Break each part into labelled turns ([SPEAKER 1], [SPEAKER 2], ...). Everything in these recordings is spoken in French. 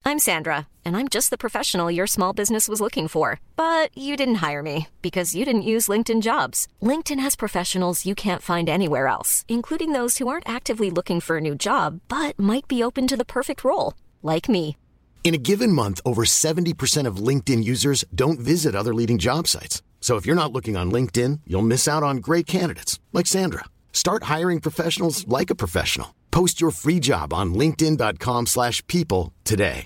[SPEAKER 1] I'm Sandra, and I'm just the professional your small business was looking for. But you didn't hire me because you didn't use LinkedIn Jobs. LinkedIn has professionals you can't find anywhere else, including those who aren't actively looking for a new job, but might be open to the perfect role, like me.
[SPEAKER 2] In a given month, over 70% of LinkedIn users don't visit other leading job sites. So if you're not looking on LinkedIn, you'll miss out on great candidates like Sandra. Start hiring professionals like a professional. Post your free job on linkedin.com/people today.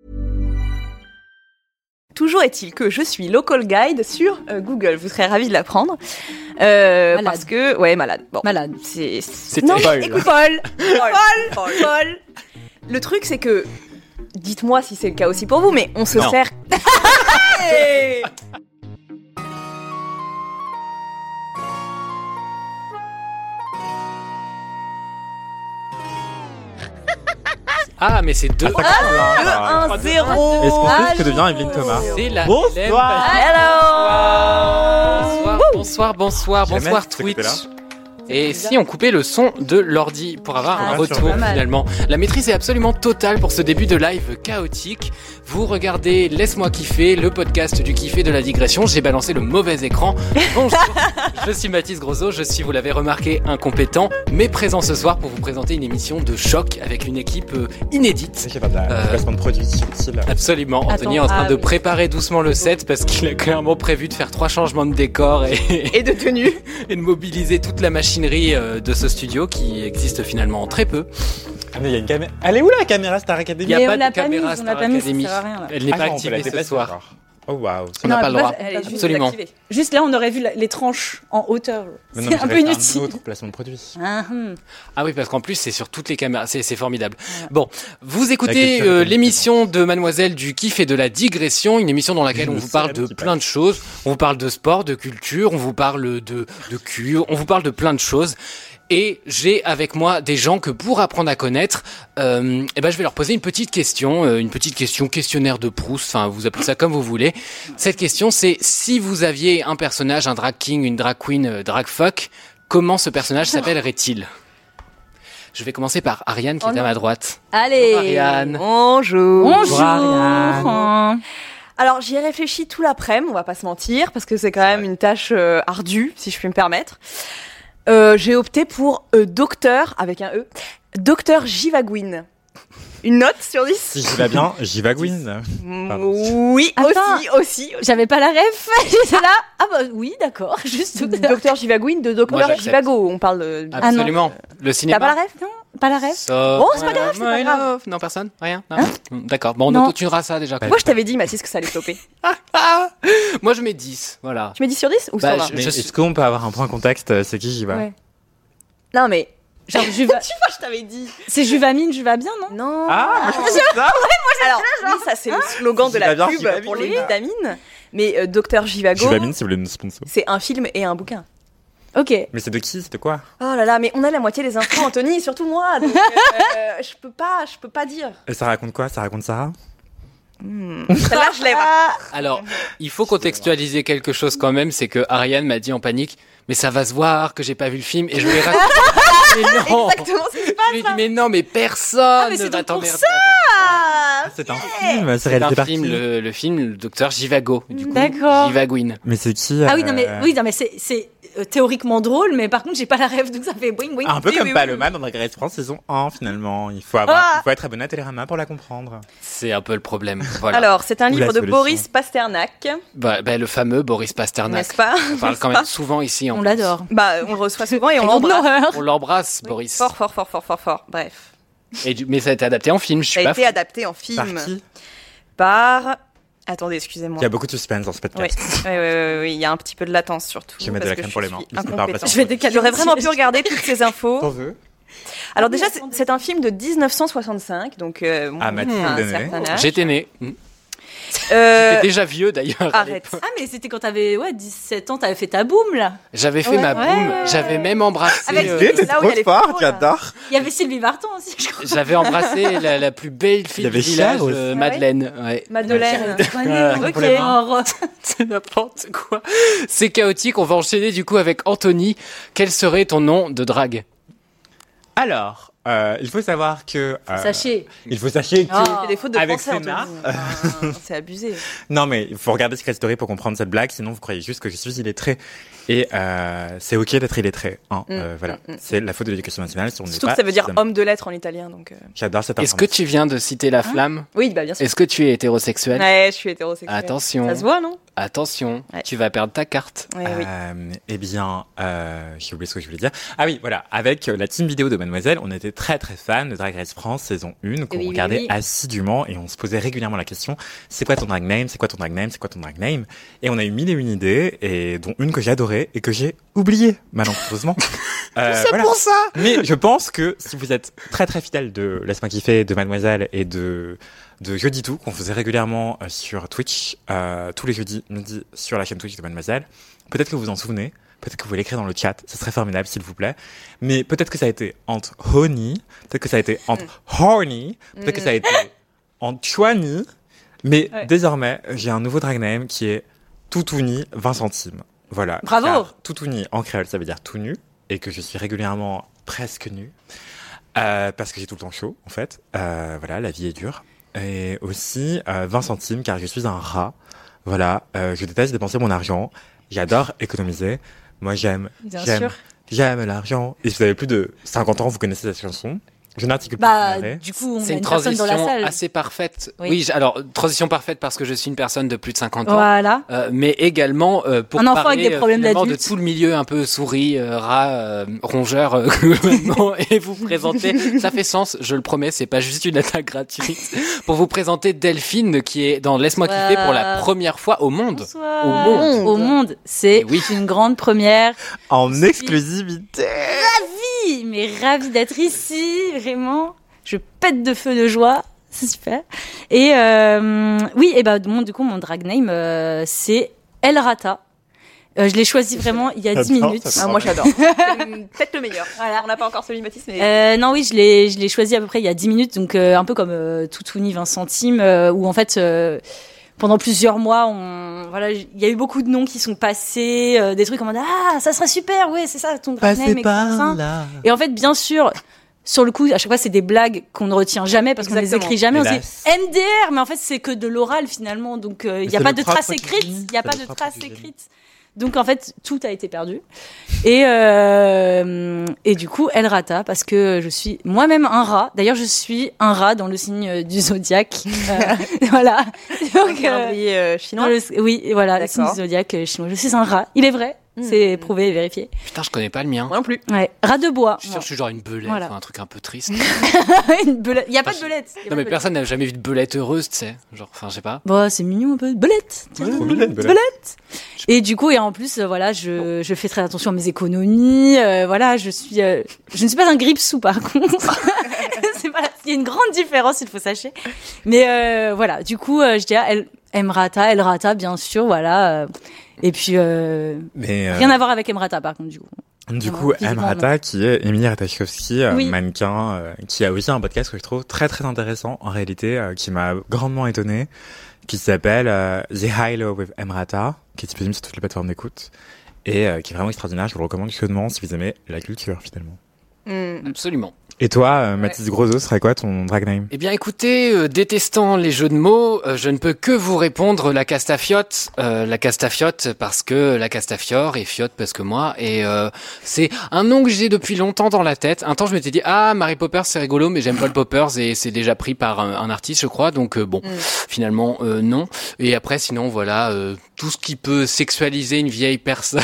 [SPEAKER 3] Toujours est-il que je suis local guide sur Google. Vous serez ravis de l'apprendre. Parce que... Ouais, malade. Bon.
[SPEAKER 4] Malade.
[SPEAKER 5] C'était
[SPEAKER 3] non,
[SPEAKER 5] Paul.
[SPEAKER 3] Écoute, Paul. Le truc, c'est que... Dites-moi si c'est le cas aussi pour vous, mais on se sert... Hey
[SPEAKER 5] Ah, mais c'est 2-1.
[SPEAKER 3] 2-1-0.
[SPEAKER 6] Est-ce qu'on sait ce que devient Evelyne Thomas?
[SPEAKER 5] C'est la
[SPEAKER 6] Bonsoir.
[SPEAKER 5] Bonsoir Twitch. Et si on coupait le son de l'ordi pour avoir un retour finalement. La maîtrise est absolument totale pour ce début de live chaotique. Vous regardez Laisse-moi kiffer, le podcast du kiff et de la digression. J'ai balancé le mauvais écran. Bonjour, je suis Mathis Grosot, je suis, vous l'avez remarqué, incompétent, mais présent ce soir pour vous présenter une émission de choc avec une équipe inédite.
[SPEAKER 6] J'ai pas de placement de produits subtil.
[SPEAKER 5] Absolument, Anthony est en train de préparer doucement le set parce qu'il a clairement prévu de faire 3 changements de décor
[SPEAKER 3] et de tenue
[SPEAKER 5] et de mobiliser toute la machinerie de ce studio qui existe finalement très peu.
[SPEAKER 6] Ah mais il y a une caméra. Elle est où la caméra Star Academy?
[SPEAKER 5] Il n'y a pas de caméra Star Academy. Elle n'est pas activée ce soir.
[SPEAKER 6] Oh waouh.
[SPEAKER 5] On n'a pas le droit. Absolument.
[SPEAKER 4] Juste là, on aurait vu les tranches en hauteur.
[SPEAKER 6] C'est
[SPEAKER 4] un peu inutile.
[SPEAKER 6] Un autre placement de produit.
[SPEAKER 5] Ah oui, parce qu'en plus, c'est sur toutes les caméras. C'est formidable. Ouais. Bon, vous écoutez l'émission de Mademoiselle du kiff et de la digression, une émission dans laquelle on vous parle de plein de choses. On vous parle de sport, de culture, on vous parle de cul, on vous parle de plein de choses. Et j'ai avec moi des gens que pour apprendre à connaître, je vais leur poser une petite question, questionnaire de Proust, enfin vous appelez ça comme vous voulez. Cette question c'est si vous aviez un personnage, un drag king, une drag queen, drag fuck, comment ce personnage s'appellerait-il? Je vais commencer par Ariane qui est à ma droite.
[SPEAKER 3] Allez,
[SPEAKER 5] bonjour, Ariane.
[SPEAKER 3] Bonjour
[SPEAKER 4] Ariane.
[SPEAKER 3] Alors j'y ai réfléchi tout l'après-midi, on va pas se mentir, parce que c'est quand même une tâche ardue, si je puis me permettre. J'ai opté pour docteur, avec un E, docteur Jivagouine. Une note sur 10?
[SPEAKER 6] Si je vais bien, Jivagouine.
[SPEAKER 3] Oui, aussi.
[SPEAKER 4] J'avais pas la ref. J'étais là. Ah bah oui, d'accord. Juste
[SPEAKER 3] docteur Jivagouine de docteur Jivago. On parle de...
[SPEAKER 5] Absolument. Le cinéma.
[SPEAKER 3] T'as pas la ref?
[SPEAKER 4] Non, pas la ref.
[SPEAKER 3] Bon, c'est pas grave,
[SPEAKER 5] Non, personne? Rien? Non. D'accord. Bon, on autotunera ça déjà.
[SPEAKER 3] Moi, je t'avais dit, Mathis, que ça allait flopper.
[SPEAKER 5] Moi, je mets 10. Voilà.
[SPEAKER 3] Tu mets 10 sur 10 ou 120?
[SPEAKER 6] Est-ce qu'on peut avoir un point contexte? C'est qui Jiva?
[SPEAKER 4] Ouais.
[SPEAKER 3] Non, mais...
[SPEAKER 4] Genre
[SPEAKER 3] tu vois, je t'avais dit.
[SPEAKER 4] C'est Juvamine, Juvabien, non?
[SPEAKER 3] Non.
[SPEAKER 6] Ah,
[SPEAKER 3] moi alors, oui, ça c'est le slogan de la pub pour les vitamines. Mais Docteur Jivago.
[SPEAKER 6] Jivamine, si vous voulez nous sponsor.
[SPEAKER 3] C'est un film et un bouquin.
[SPEAKER 4] Ok.
[SPEAKER 6] Mais c'est de qui? C'est de quoi?
[SPEAKER 3] Oh là là, mais on a la moitié des infos, Anthony, surtout moi. Donc, je peux pas dire.
[SPEAKER 6] Et ça raconte quoi? Ça raconte Sarah?
[SPEAKER 3] Celle-là, je lève.
[SPEAKER 5] Alors, il faut contextualiser quelque chose quand même, c'est que Ariane m'a dit en panique, mais ça va se voir que j'ai pas vu le film, et je lui ai raconté. Mais non.
[SPEAKER 3] Exactement ce qui se passe.
[SPEAKER 5] Je lui ai dit, mais non, mais personne ne va t'emmerder.
[SPEAKER 6] C'est un film, c'est réalisé par qui?
[SPEAKER 5] Le film, le docteur Jivago, du coup.
[SPEAKER 4] D'accord.
[SPEAKER 5] Jivagouine.
[SPEAKER 6] Mais c'est qui?
[SPEAKER 4] Ah oui, non mais c'est théoriquement drôle, mais par contre, j'ai pas la rêve, donc ça fait boing boing.
[SPEAKER 6] Un peu comme Paloma dans Drag Race France saison 1, finalement. Il faut être abonné à Télérama pour la comprendre.
[SPEAKER 5] C'est un peu le problème. Voilà.
[SPEAKER 3] Alors, c'est un livre de Boris Pasternak.
[SPEAKER 5] Le fameux Boris Pasternak.
[SPEAKER 3] N'est-ce pas?
[SPEAKER 5] On parle quand même souvent ici.
[SPEAKER 4] On l'adore.
[SPEAKER 3] On le reçoit souvent et on l'embrasse.
[SPEAKER 5] On l'embrasse, Boris.
[SPEAKER 3] Fort. Bref.
[SPEAKER 5] Mais ça a été adapté en film, je suis pas fou.
[SPEAKER 3] Ça a été adapté en film.
[SPEAKER 6] Par qui?
[SPEAKER 3] Par... Attendez, excusez-moi.
[SPEAKER 6] Il y a beaucoup de suspense dans ce podcast.
[SPEAKER 3] Oui, il y a un petit peu de latence surtout.
[SPEAKER 6] Je vais mettre de la crème pour les mains.
[SPEAKER 3] J'aurais vraiment pu regarder toutes ces infos.
[SPEAKER 6] T'en veux?
[SPEAKER 3] Alors déjà, c'est un film de 1965, donc
[SPEAKER 6] Mathis,
[SPEAKER 3] un certain âge.
[SPEAKER 5] J'étais né. J'étais déjà vieux d'ailleurs.
[SPEAKER 3] Arrête.
[SPEAKER 4] Ah mais c'était quand t'avais 17 ans, t'avais fait ta boum là.
[SPEAKER 5] J'avais fait ma boum, j'avais même embrassé.
[SPEAKER 6] C'est trop fort, j'adore.
[SPEAKER 4] Il y avait Sylvie Vartan aussi, je crois.
[SPEAKER 5] J'avais embrassé la plus belle fille du village, Madeleine. Ouais.
[SPEAKER 3] Madeleine.
[SPEAKER 4] Ok.
[SPEAKER 5] C'est n'importe quoi. C'est chaotique. On va enchaîner du coup avec Anthony. Quel serait ton nom de drague?
[SPEAKER 6] Alors, il faut savoir que...
[SPEAKER 4] Sachez.
[SPEAKER 6] Il faut sachez que...
[SPEAKER 3] C'est des fautes de
[SPEAKER 6] Avec
[SPEAKER 3] français,
[SPEAKER 6] Senna.
[SPEAKER 3] c'est abusé.
[SPEAKER 6] Non, mais il faut regarder Secret Story pour comprendre cette blague, sinon vous croyez juste que je suis illettré. Et c'est ok d'être illettré. Hein. Voilà. C'est la faute de l'éducation nationale si on n'est
[SPEAKER 3] Surtout
[SPEAKER 6] pas...
[SPEAKER 3] que ça veut dire
[SPEAKER 6] suffisamment-
[SPEAKER 3] homme de lettres en italien, donc...
[SPEAKER 6] J'adore cette
[SPEAKER 5] Est-ce que tu viens de citer la flamme?
[SPEAKER 3] Oui, bah bien sûr.
[SPEAKER 5] Est-ce que tu es hétérosexuel?
[SPEAKER 3] Ouais, je suis hétérosexuel.
[SPEAKER 5] Attention.
[SPEAKER 3] Ça se voit, non?
[SPEAKER 5] Attention,
[SPEAKER 3] Ouais.
[SPEAKER 5] tu vas perdre ta carte.
[SPEAKER 3] Ouais, oui.
[SPEAKER 6] Eh bien, j'ai oublié ce que je voulais dire. Ah oui, voilà. Avec la team vidéo de Mademoiselle, on était très très fans de Drag Race France saison 1, qu'on
[SPEAKER 4] Oui,
[SPEAKER 6] regardait
[SPEAKER 4] oui.
[SPEAKER 6] assidûment et on se posait régulièrement la question, c'est quoi ton drag name? C'est quoi ton drag name? C'est quoi ton drag name? Et on a eu mille et une idées, et dont une que j'ai adorée et que j'ai oubliée, malencontreusement. C'est pour ça! Mais je pense que si vous êtes très très fidèle de Laisse-moi kiffer, de Mademoiselle et de Je dis tout, qu'on faisait régulièrement sur Twitch, tous les jeudis midi sur la chaîne Twitch de Mademoiselle. Peut-être que vous en souvenez, peut-être que vous pouvez l'écrire dans le chat, ce serait formidable s'il vous plaît. Mais peut-être que ça a été entre Honey, peut-être que ça a été entre Horny, peut-être que ça a été entre Chouani. Mais désormais, j'ai un nouveau drag name qui est Toutouni 20 centimes. Voilà.
[SPEAKER 4] Bravo.
[SPEAKER 6] Car Toutouni en créole, ça veut dire tout nu, et que je suis régulièrement presque nu. Parce que j'ai tout le temps chaud, en fait. Voilà, la vie est dure. Et aussi 20 centimes car je suis un rat. Voilà, je déteste dépenser mon argent. J'adore économiser. Moi, j'aime l'argent. Et si vous avez plus de 50 ans, vous connaissez cette chanson. Je n'articule pas.
[SPEAKER 4] Du coup, on
[SPEAKER 5] C'est
[SPEAKER 4] a
[SPEAKER 5] une
[SPEAKER 4] une personne dans la
[SPEAKER 5] transition
[SPEAKER 4] salle.
[SPEAKER 5] assez parfaite.
[SPEAKER 4] Oui.
[SPEAKER 5] Oui, alors transition parfaite parce que je suis une personne de plus de 50 ans.
[SPEAKER 4] Voilà.
[SPEAKER 5] Mais également pour
[SPEAKER 4] Un enfant
[SPEAKER 5] parler
[SPEAKER 4] avec des problèmes
[SPEAKER 5] finalement de
[SPEAKER 4] d'adulte.
[SPEAKER 5] tout le milieu un peu souris, rat, rongeur globalement, et vous présenter, ça fait sens, je le promets, c'est pas juste une attaque gratuite, pour vous présenter Delphine qui est dans Laisse-moi kiffer pour la première fois au monde.
[SPEAKER 4] Bonsoir.
[SPEAKER 5] Au monde.
[SPEAKER 4] Au monde. C'est
[SPEAKER 5] Et oui.
[SPEAKER 4] une grande première.
[SPEAKER 6] En exclusivité.
[SPEAKER 4] Oui, mais ravie d'être ici, vraiment. Je pète de feu de joie. C'est super. Et oui, et bah du coup, mon drag name, c'est El Rata. Je l'ai choisi vraiment il y a 10
[SPEAKER 6] J'adore,
[SPEAKER 4] minutes.
[SPEAKER 6] ça
[SPEAKER 3] Ah, moi j'adore. C'est peut-être le meilleur.
[SPEAKER 4] Voilà.
[SPEAKER 3] On n'a pas encore celui de Mathis, mais...
[SPEAKER 4] Non, oui, je l'ai choisi à peu près il y a 10 minutes, donc un peu comme Toutouni 20 centimes, où en fait, pendant plusieurs mois, voilà, il y a eu beaucoup de noms qui sont passés, des trucs en mode ah, ça serait super, ouais, c'est ça ton drag name, et comme ça.
[SPEAKER 6] là.
[SPEAKER 4] Et en fait, bien sûr, sur le coup, à chaque fois, c'est des blagues qu'on ne retient jamais parce qu'on les
[SPEAKER 3] Exactement.
[SPEAKER 4] écrit jamais. On
[SPEAKER 6] Hélas.
[SPEAKER 4] dit MDR, mais en fait, c'est que de l'oral finalement, donc il n'y a
[SPEAKER 6] c'est
[SPEAKER 4] pas
[SPEAKER 6] le
[SPEAKER 4] de trace
[SPEAKER 6] propre du
[SPEAKER 4] écrite.
[SPEAKER 6] génie.
[SPEAKER 4] Il n'y a
[SPEAKER 6] C'est
[SPEAKER 4] pas
[SPEAKER 6] le
[SPEAKER 4] de
[SPEAKER 6] propre
[SPEAKER 4] trace
[SPEAKER 6] du génie.
[SPEAKER 4] écrite. Donc en fait, tout a été perdu. Et du coup, El Rata, parce que je suis moi-même un rat. D'ailleurs, je suis un rat dans le signe du zodiaque. Voilà.
[SPEAKER 3] Un
[SPEAKER 4] Donc,
[SPEAKER 3] calendrier chinois.
[SPEAKER 4] oui, voilà, le signe
[SPEAKER 3] D'accord.
[SPEAKER 4] du zodiaque chinois. Je suis un rat. Il est vrai. C'est prouvé et vérifié.
[SPEAKER 5] Putain, je connais pas le mien.
[SPEAKER 3] Moi non plus.
[SPEAKER 4] Ouais. Rat de bois.
[SPEAKER 5] Je suis sûr que je suis genre une belette,
[SPEAKER 4] Voilà.
[SPEAKER 5] un truc un peu triste.
[SPEAKER 4] Une belette. Il n'y a pas de belette. Il y a
[SPEAKER 5] Non
[SPEAKER 4] pas
[SPEAKER 5] mais
[SPEAKER 4] de
[SPEAKER 5] personne n'a jamais vu de belette heureuse, tu sais. Genre, enfin, je sais pas.
[SPEAKER 4] Bon, c'est mignon un peu. Belette. Tiens.
[SPEAKER 6] Trop mignonne, Belette.
[SPEAKER 4] Belette. Et du coup, et en plus, voilà, je fais très attention à mes économies. Voilà, je ne suis pas un gripsou par contre. C'est pas, il y a une grande différence, il faut sachez. Mais voilà, du coup, je dirais El Rata, bien sûr, voilà. Et puis,
[SPEAKER 6] Mais,
[SPEAKER 4] rien à voir avec Emrata par contre, du coup.
[SPEAKER 6] du
[SPEAKER 4] Non,
[SPEAKER 6] coup,
[SPEAKER 4] physiquement,
[SPEAKER 6] Emrata, qui est Emilie Ratajkowski,
[SPEAKER 4] Oui.
[SPEAKER 6] mannequin, qui a aussi un podcast que je trouve très très intéressant, en réalité, qui m'a grandement étonné, qui s'appelle The High Low with Emrata, qui est disponible sur toutes les plateformes d'écoute, et qui est vraiment extraordinaire. Je vous le recommande chaudement si vous aimez la culture, finalement.
[SPEAKER 5] Absolument.
[SPEAKER 6] Et toi, Mathis Grosso, serait quoi ton drag name?
[SPEAKER 5] Eh bien, écoutez, détestant les jeux de mots, je ne peux que vous répondre la Castafiotte. La Castafiotte parce que la Castafiore et Fiotte parce que moi. Et c'est un nom que j'ai depuis longtemps dans la tête. Un temps, je m'étais dit, ah, Mary Poppers, c'est rigolo, mais j'aime pas le Poppers et c'est déjà pris par un artiste, je crois. Donc bon, finalement, non. Et après, sinon, voilà, tout ce qui peut sexualiser une vieille personne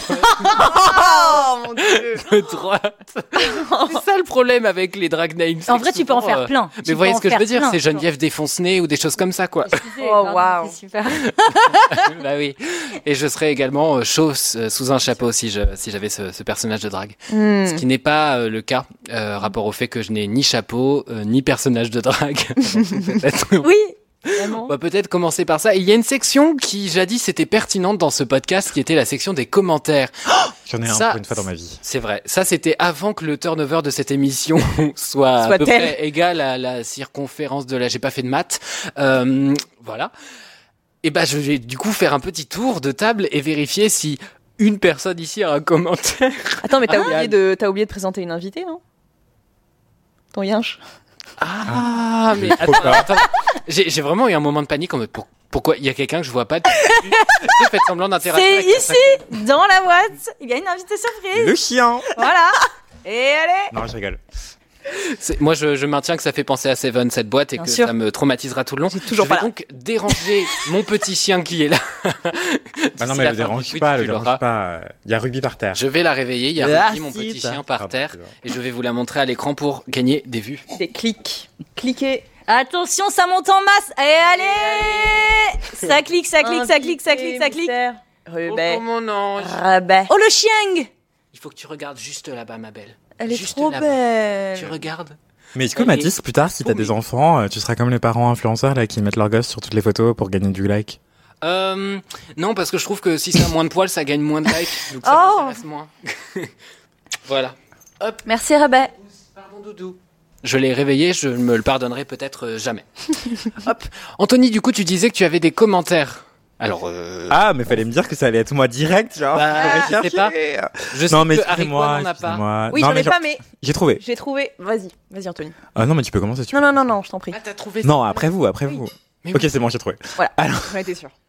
[SPEAKER 3] Oh mon dieu.
[SPEAKER 5] de droite. C'est ça le problème avec les drag names.
[SPEAKER 4] En vrai, tu peux en faire plein.
[SPEAKER 5] Mais vous voyez ce que je veux dire, c'est Geneviève Défoncenay ou des choses comme ça, quoi.
[SPEAKER 3] Oh, waouh.
[SPEAKER 4] C'est super.
[SPEAKER 5] Bah oui. Et je serais également chauve sous un chapeau si j'avais ce personnage de drague. Ce qui n'est pas le cas, rapport au fait que je n'ai ni chapeau, ni personnage de drague. Peut-être.
[SPEAKER 4] Oui. Vraiment.
[SPEAKER 5] On va peut-être commencer par ça. Il y a une section qui jadis était pertinente dans ce podcast, qui était la section des commentaires.
[SPEAKER 6] J'en ai un
[SPEAKER 5] Ça,
[SPEAKER 6] pour une fois dans ma vie.
[SPEAKER 5] C'est vrai. Ça, c'était avant que le turnover de cette émission soit à peu
[SPEAKER 3] tel.
[SPEAKER 5] près égal à la circonférence de la... J'ai pas fait de maths. Voilà. Et ben, je vais du coup faire un petit tour de table et vérifier si une personne ici a un commentaire.
[SPEAKER 3] Attends, mais t'as
[SPEAKER 5] Ah,
[SPEAKER 3] oublié de présenter une invitée, non? ton yinche.
[SPEAKER 5] Ah, mais attends. J'ai vraiment eu un moment de panique en mode pourquoi il y a quelqu'un que je vois pas. J'ai fait semblant d'interagir.
[SPEAKER 4] C'est
[SPEAKER 5] avec
[SPEAKER 4] ici, dans la boîte. Il y a une invitée surprise.
[SPEAKER 6] Le chien.
[SPEAKER 4] Voilà. Et allez.
[SPEAKER 6] Non, je rigole.
[SPEAKER 5] Moi, je maintiens que ça fait penser à Seven, cette boîte, et
[SPEAKER 4] Bien
[SPEAKER 5] que
[SPEAKER 4] sûr.
[SPEAKER 5] ça me traumatisera tout le long.
[SPEAKER 3] J'ai toujours
[SPEAKER 5] je vais
[SPEAKER 3] pas là.
[SPEAKER 5] donc déranger mon petit chien qui est là.
[SPEAKER 6] Ah non, mais le dérange pas, Il y a Ruby par terre.
[SPEAKER 5] Je vais la réveiller. Il y a
[SPEAKER 6] Ah,
[SPEAKER 5] Ruby, mon
[SPEAKER 6] si,
[SPEAKER 5] petit
[SPEAKER 6] ça.
[SPEAKER 5] chien, par
[SPEAKER 6] Pardon,
[SPEAKER 5] terre.
[SPEAKER 6] c'est vrai.
[SPEAKER 5] Et je vais vous la montrer à l'écran pour gagner des vues.
[SPEAKER 3] Des clics. Cliquez.
[SPEAKER 4] Attention, ça monte en masse. Et allez. Ça clique, ça clique, ça clique, ça clique, ça clique.
[SPEAKER 3] Rebet.
[SPEAKER 5] Oh mon ange.
[SPEAKER 3] Rebet.
[SPEAKER 4] Oh le chien.
[SPEAKER 5] Il faut que tu regardes juste là-bas, ma belle.
[SPEAKER 3] Elle est
[SPEAKER 5] Juste
[SPEAKER 3] trop
[SPEAKER 5] là-bas.
[SPEAKER 3] belle.
[SPEAKER 5] Tu regardes.
[SPEAKER 6] Mais est-ce que Mathis, plus tard, si t'as des enfants, tu seras comme les parents influenceurs là qui mettent leurs gosses sur toutes les photos pour gagner du like?
[SPEAKER 5] Non, parce que je trouve que si ça a moins de poils, ça gagne moins de likes. Donc ça
[SPEAKER 3] Oh.
[SPEAKER 5] m'intéresse moins. Voilà. Hop.
[SPEAKER 3] Merci Rebet.
[SPEAKER 5] Pardon, Doudou. Je l'ai réveillé, je ne me le pardonnerai peut-être jamais. Hop. Anthony, du coup, tu disais que tu avais des commentaires. Alors,
[SPEAKER 6] Ah, mais fallait me dire que ça allait être moi direct, genre.
[SPEAKER 5] Bah,
[SPEAKER 6] j'aurais
[SPEAKER 5] je sais pas.
[SPEAKER 6] cherché.
[SPEAKER 5] je sais
[SPEAKER 6] Non, mais
[SPEAKER 5] que Harry
[SPEAKER 6] excusez-moi,
[SPEAKER 5] Potter n'en a pas.
[SPEAKER 6] excusez-moi.
[SPEAKER 3] Oui,
[SPEAKER 6] Non,
[SPEAKER 3] j'en
[SPEAKER 6] mais
[SPEAKER 3] ai pas, mais
[SPEAKER 6] j'ai trouvé.
[SPEAKER 3] j'ai trouvé. Vas-y Anthony.
[SPEAKER 6] Ah non, mais tu peux commencer si tu
[SPEAKER 3] Non,
[SPEAKER 6] veux.
[SPEAKER 3] non, je t'en prie.
[SPEAKER 5] Ah, t'as trouvé
[SPEAKER 6] Non,
[SPEAKER 5] ça.
[SPEAKER 6] après vous.
[SPEAKER 5] Mais
[SPEAKER 6] Ok, c'est bon, j'ai trouvé.
[SPEAKER 3] Voilà,
[SPEAKER 6] Alors,
[SPEAKER 3] j'en étais sûre.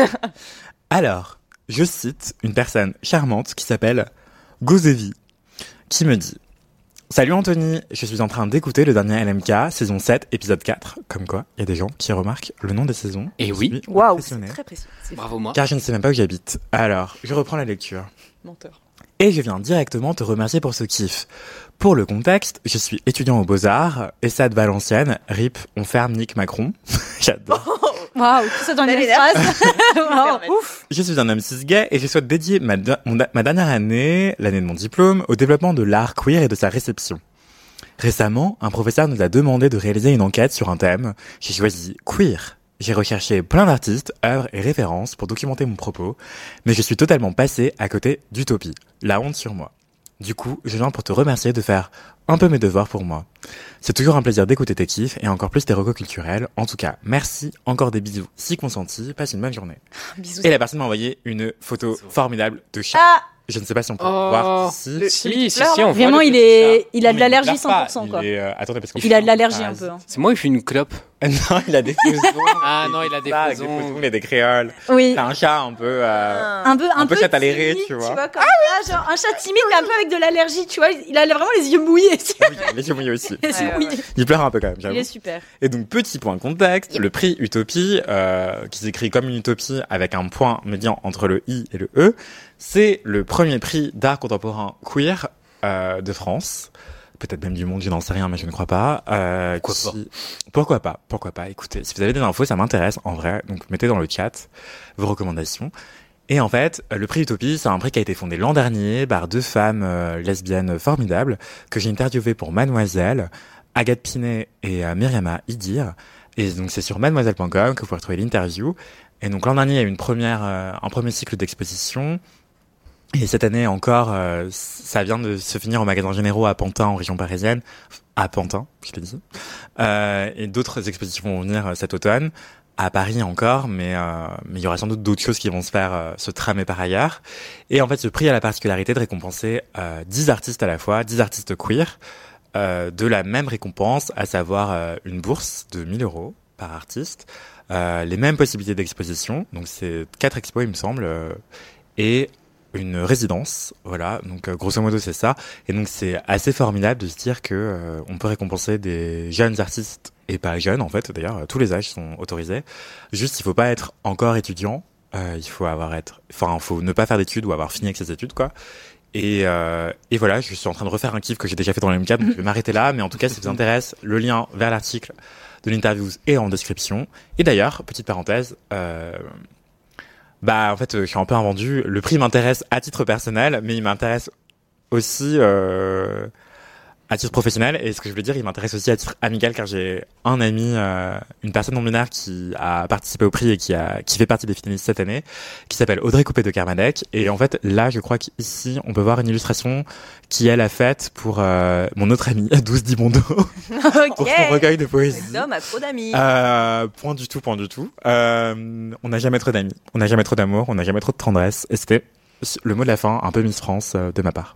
[SPEAKER 6] Alors, je cite une personne charmante qui s'appelle Gozevi, qui me dit « Salut Anthony, je suis en train d'écouter le dernier LMK, saison 7, épisode 4. » Comme quoi, il y a des gens qui remarquent le nom des saisons.
[SPEAKER 5] Et
[SPEAKER 6] Je
[SPEAKER 5] oui.
[SPEAKER 6] suis
[SPEAKER 3] Waouh,
[SPEAKER 6] impressionné.
[SPEAKER 3] c'est très précis. C'est
[SPEAKER 5] Bravo, moi.
[SPEAKER 6] Car je ne sais même pas où j'habite. Alors, je reprends la lecture.
[SPEAKER 3] menteur.
[SPEAKER 6] Et je viens directement te remercier pour ce kiff. Pour le contexte, je suis étudiant aux Beaux-Arts, ESSAD Valenciennes, RIP, on ferme Nick Macron. J'adore.
[SPEAKER 4] Waouh, tout ça dans
[SPEAKER 3] Ça
[SPEAKER 4] une
[SPEAKER 3] m'énerve.
[SPEAKER 4] phrase. Waouh,
[SPEAKER 3] Permettre.
[SPEAKER 4] ouf.
[SPEAKER 6] Je suis un homme cis gay et je souhaite dédier ma dernière année, l'année de mon diplôme, au développement de l'art queer et de sa réception. Récemment, un professeur nous a demandé de réaliser une enquête sur un thème. J'ai choisi queer. J'ai recherché plein d'artistes, œuvres et références pour documenter mon propos, mais je suis totalement passé à côté d'utopie. La honte sur moi. Du coup, je viens pour te remercier de faire un peu mes devoirs pour moi. C'est toujours un plaisir d'écouter tes kiffs et encore plus tes recos culturels. En tout cas, merci, encore des bisous si consentis, passe une bonne journée.
[SPEAKER 3] Bisous.
[SPEAKER 6] Et la personne m'a envoyé une photo formidable de chat.
[SPEAKER 4] Ah,
[SPEAKER 6] Je ne sais pas si on peut
[SPEAKER 5] Oh.
[SPEAKER 6] voir ici.
[SPEAKER 5] Si,
[SPEAKER 3] pleure,
[SPEAKER 5] on voit
[SPEAKER 4] vraiment,
[SPEAKER 5] le
[SPEAKER 4] il
[SPEAKER 5] petit chat.
[SPEAKER 4] a de
[SPEAKER 6] Non, mais
[SPEAKER 4] l'allergie
[SPEAKER 6] il pleure pas,
[SPEAKER 4] 100%, quoi.
[SPEAKER 6] Attendez, parce
[SPEAKER 4] Il a de l'allergie un peu. Hein.
[SPEAKER 5] C'est moi, il fait une clope.
[SPEAKER 6] Non, il a des faisons.
[SPEAKER 5] Ah non, il a des
[SPEAKER 6] Ça,
[SPEAKER 5] faisons.
[SPEAKER 6] il a des créoles.
[SPEAKER 4] Oui.
[SPEAKER 6] C'est un chat un peu...
[SPEAKER 4] Un peu
[SPEAKER 6] chat à l'aéré,
[SPEAKER 4] timide,
[SPEAKER 6] tu vois.
[SPEAKER 4] comme ça, genre un chat timide, mais un peu avec de l'allergie, tu vois. Il a vraiment les yeux mouillés.
[SPEAKER 6] Oui, les yeux mouillés aussi.
[SPEAKER 4] Les yeux
[SPEAKER 3] Ouais,
[SPEAKER 4] mouillés.
[SPEAKER 6] Il pleure un peu quand même,
[SPEAKER 4] Il
[SPEAKER 6] j'avoue.
[SPEAKER 4] est super.
[SPEAKER 6] Et donc, petit point de contexte, le prix Utopie, qui s'écrit comme une utopie avec un point médian entre le I et le E, c'est le premier prix d'art contemporain queer de France. Peut-être même du monde, je n'en sais rien, mais je ne crois pas. Pourquoi pas. Écoutez, si vous avez des infos, ça m'intéresse, en vrai. Donc, mettez dans le chat vos recommandations. Et en fait, le prix Utopie, c'est un prix qui a été fondé l'an dernier par deux femmes lesbiennes formidables que j'ai interviewées pour Mademoiselle, Agathe Pinet et Myriama Idir. Et donc, c'est sur mademoiselle.com que vous pouvez retrouver l'interview. Et donc, l'an dernier, il y a eu un premier cycle d'exposition. Et cette année encore, ça vient de se finir au magasin Généraux à Pantin, en région parisienne. À Pantin, je l'ai dit. Et d'autres expositions vont venir cet automne. À Paris encore, mais il y aura sans doute d'autres choses qui vont se tramer par ailleurs. Et en fait, ce prix a la particularité de récompenser 10 artistes à la fois, 10 artistes queer, de la même récompense, à savoir une bourse de 1 000 € par artiste, les mêmes possibilités d'exposition, donc c'est 4 expos il me semble, et une résidence, voilà, donc grosso modo c'est ça, et donc c'est assez formidable de se dire que on peut récompenser des jeunes artistes, et pas jeunes en fait, d'ailleurs, tous les âges sont autorisés, juste il faut pas être encore étudiant, faut ne pas faire d'études ou avoir fini avec ses études, quoi. Et voilà, je suis en train de refaire un kiff que j'ai déjà fait dans le MK, donc je vais m'arrêter là, mais en tout cas, si ça vous intéresse, le lien vers l'article de l'interview est en description. Et d'ailleurs, petite parenthèse, en fait, je suis un peu invendu. Le prix m'intéresse à titre personnel, mais il m'intéresse aussi à titre professionnel. Et ce que je veux dire, il m'intéresse aussi à titre amical, car j'ai un ami, une personne non binaire qui a participé au prix et qui fait partie des finalistes cette année, qui s'appelle Audrey Coupé de Kermadec. Et en fait, là, je crois qu'ici, on peut voir une illustration qui elle a faite pour mon autre ami, Douce Dibondo, pour son recueil de poésie.
[SPEAKER 3] Cet homme a trop d'amis.
[SPEAKER 6] Point du tout. On n'a jamais trop d'amis, on n'a jamais trop d'amour, on n'a jamais trop de tendresse. Et c'était le mot de la fin, un peu Miss France de ma part.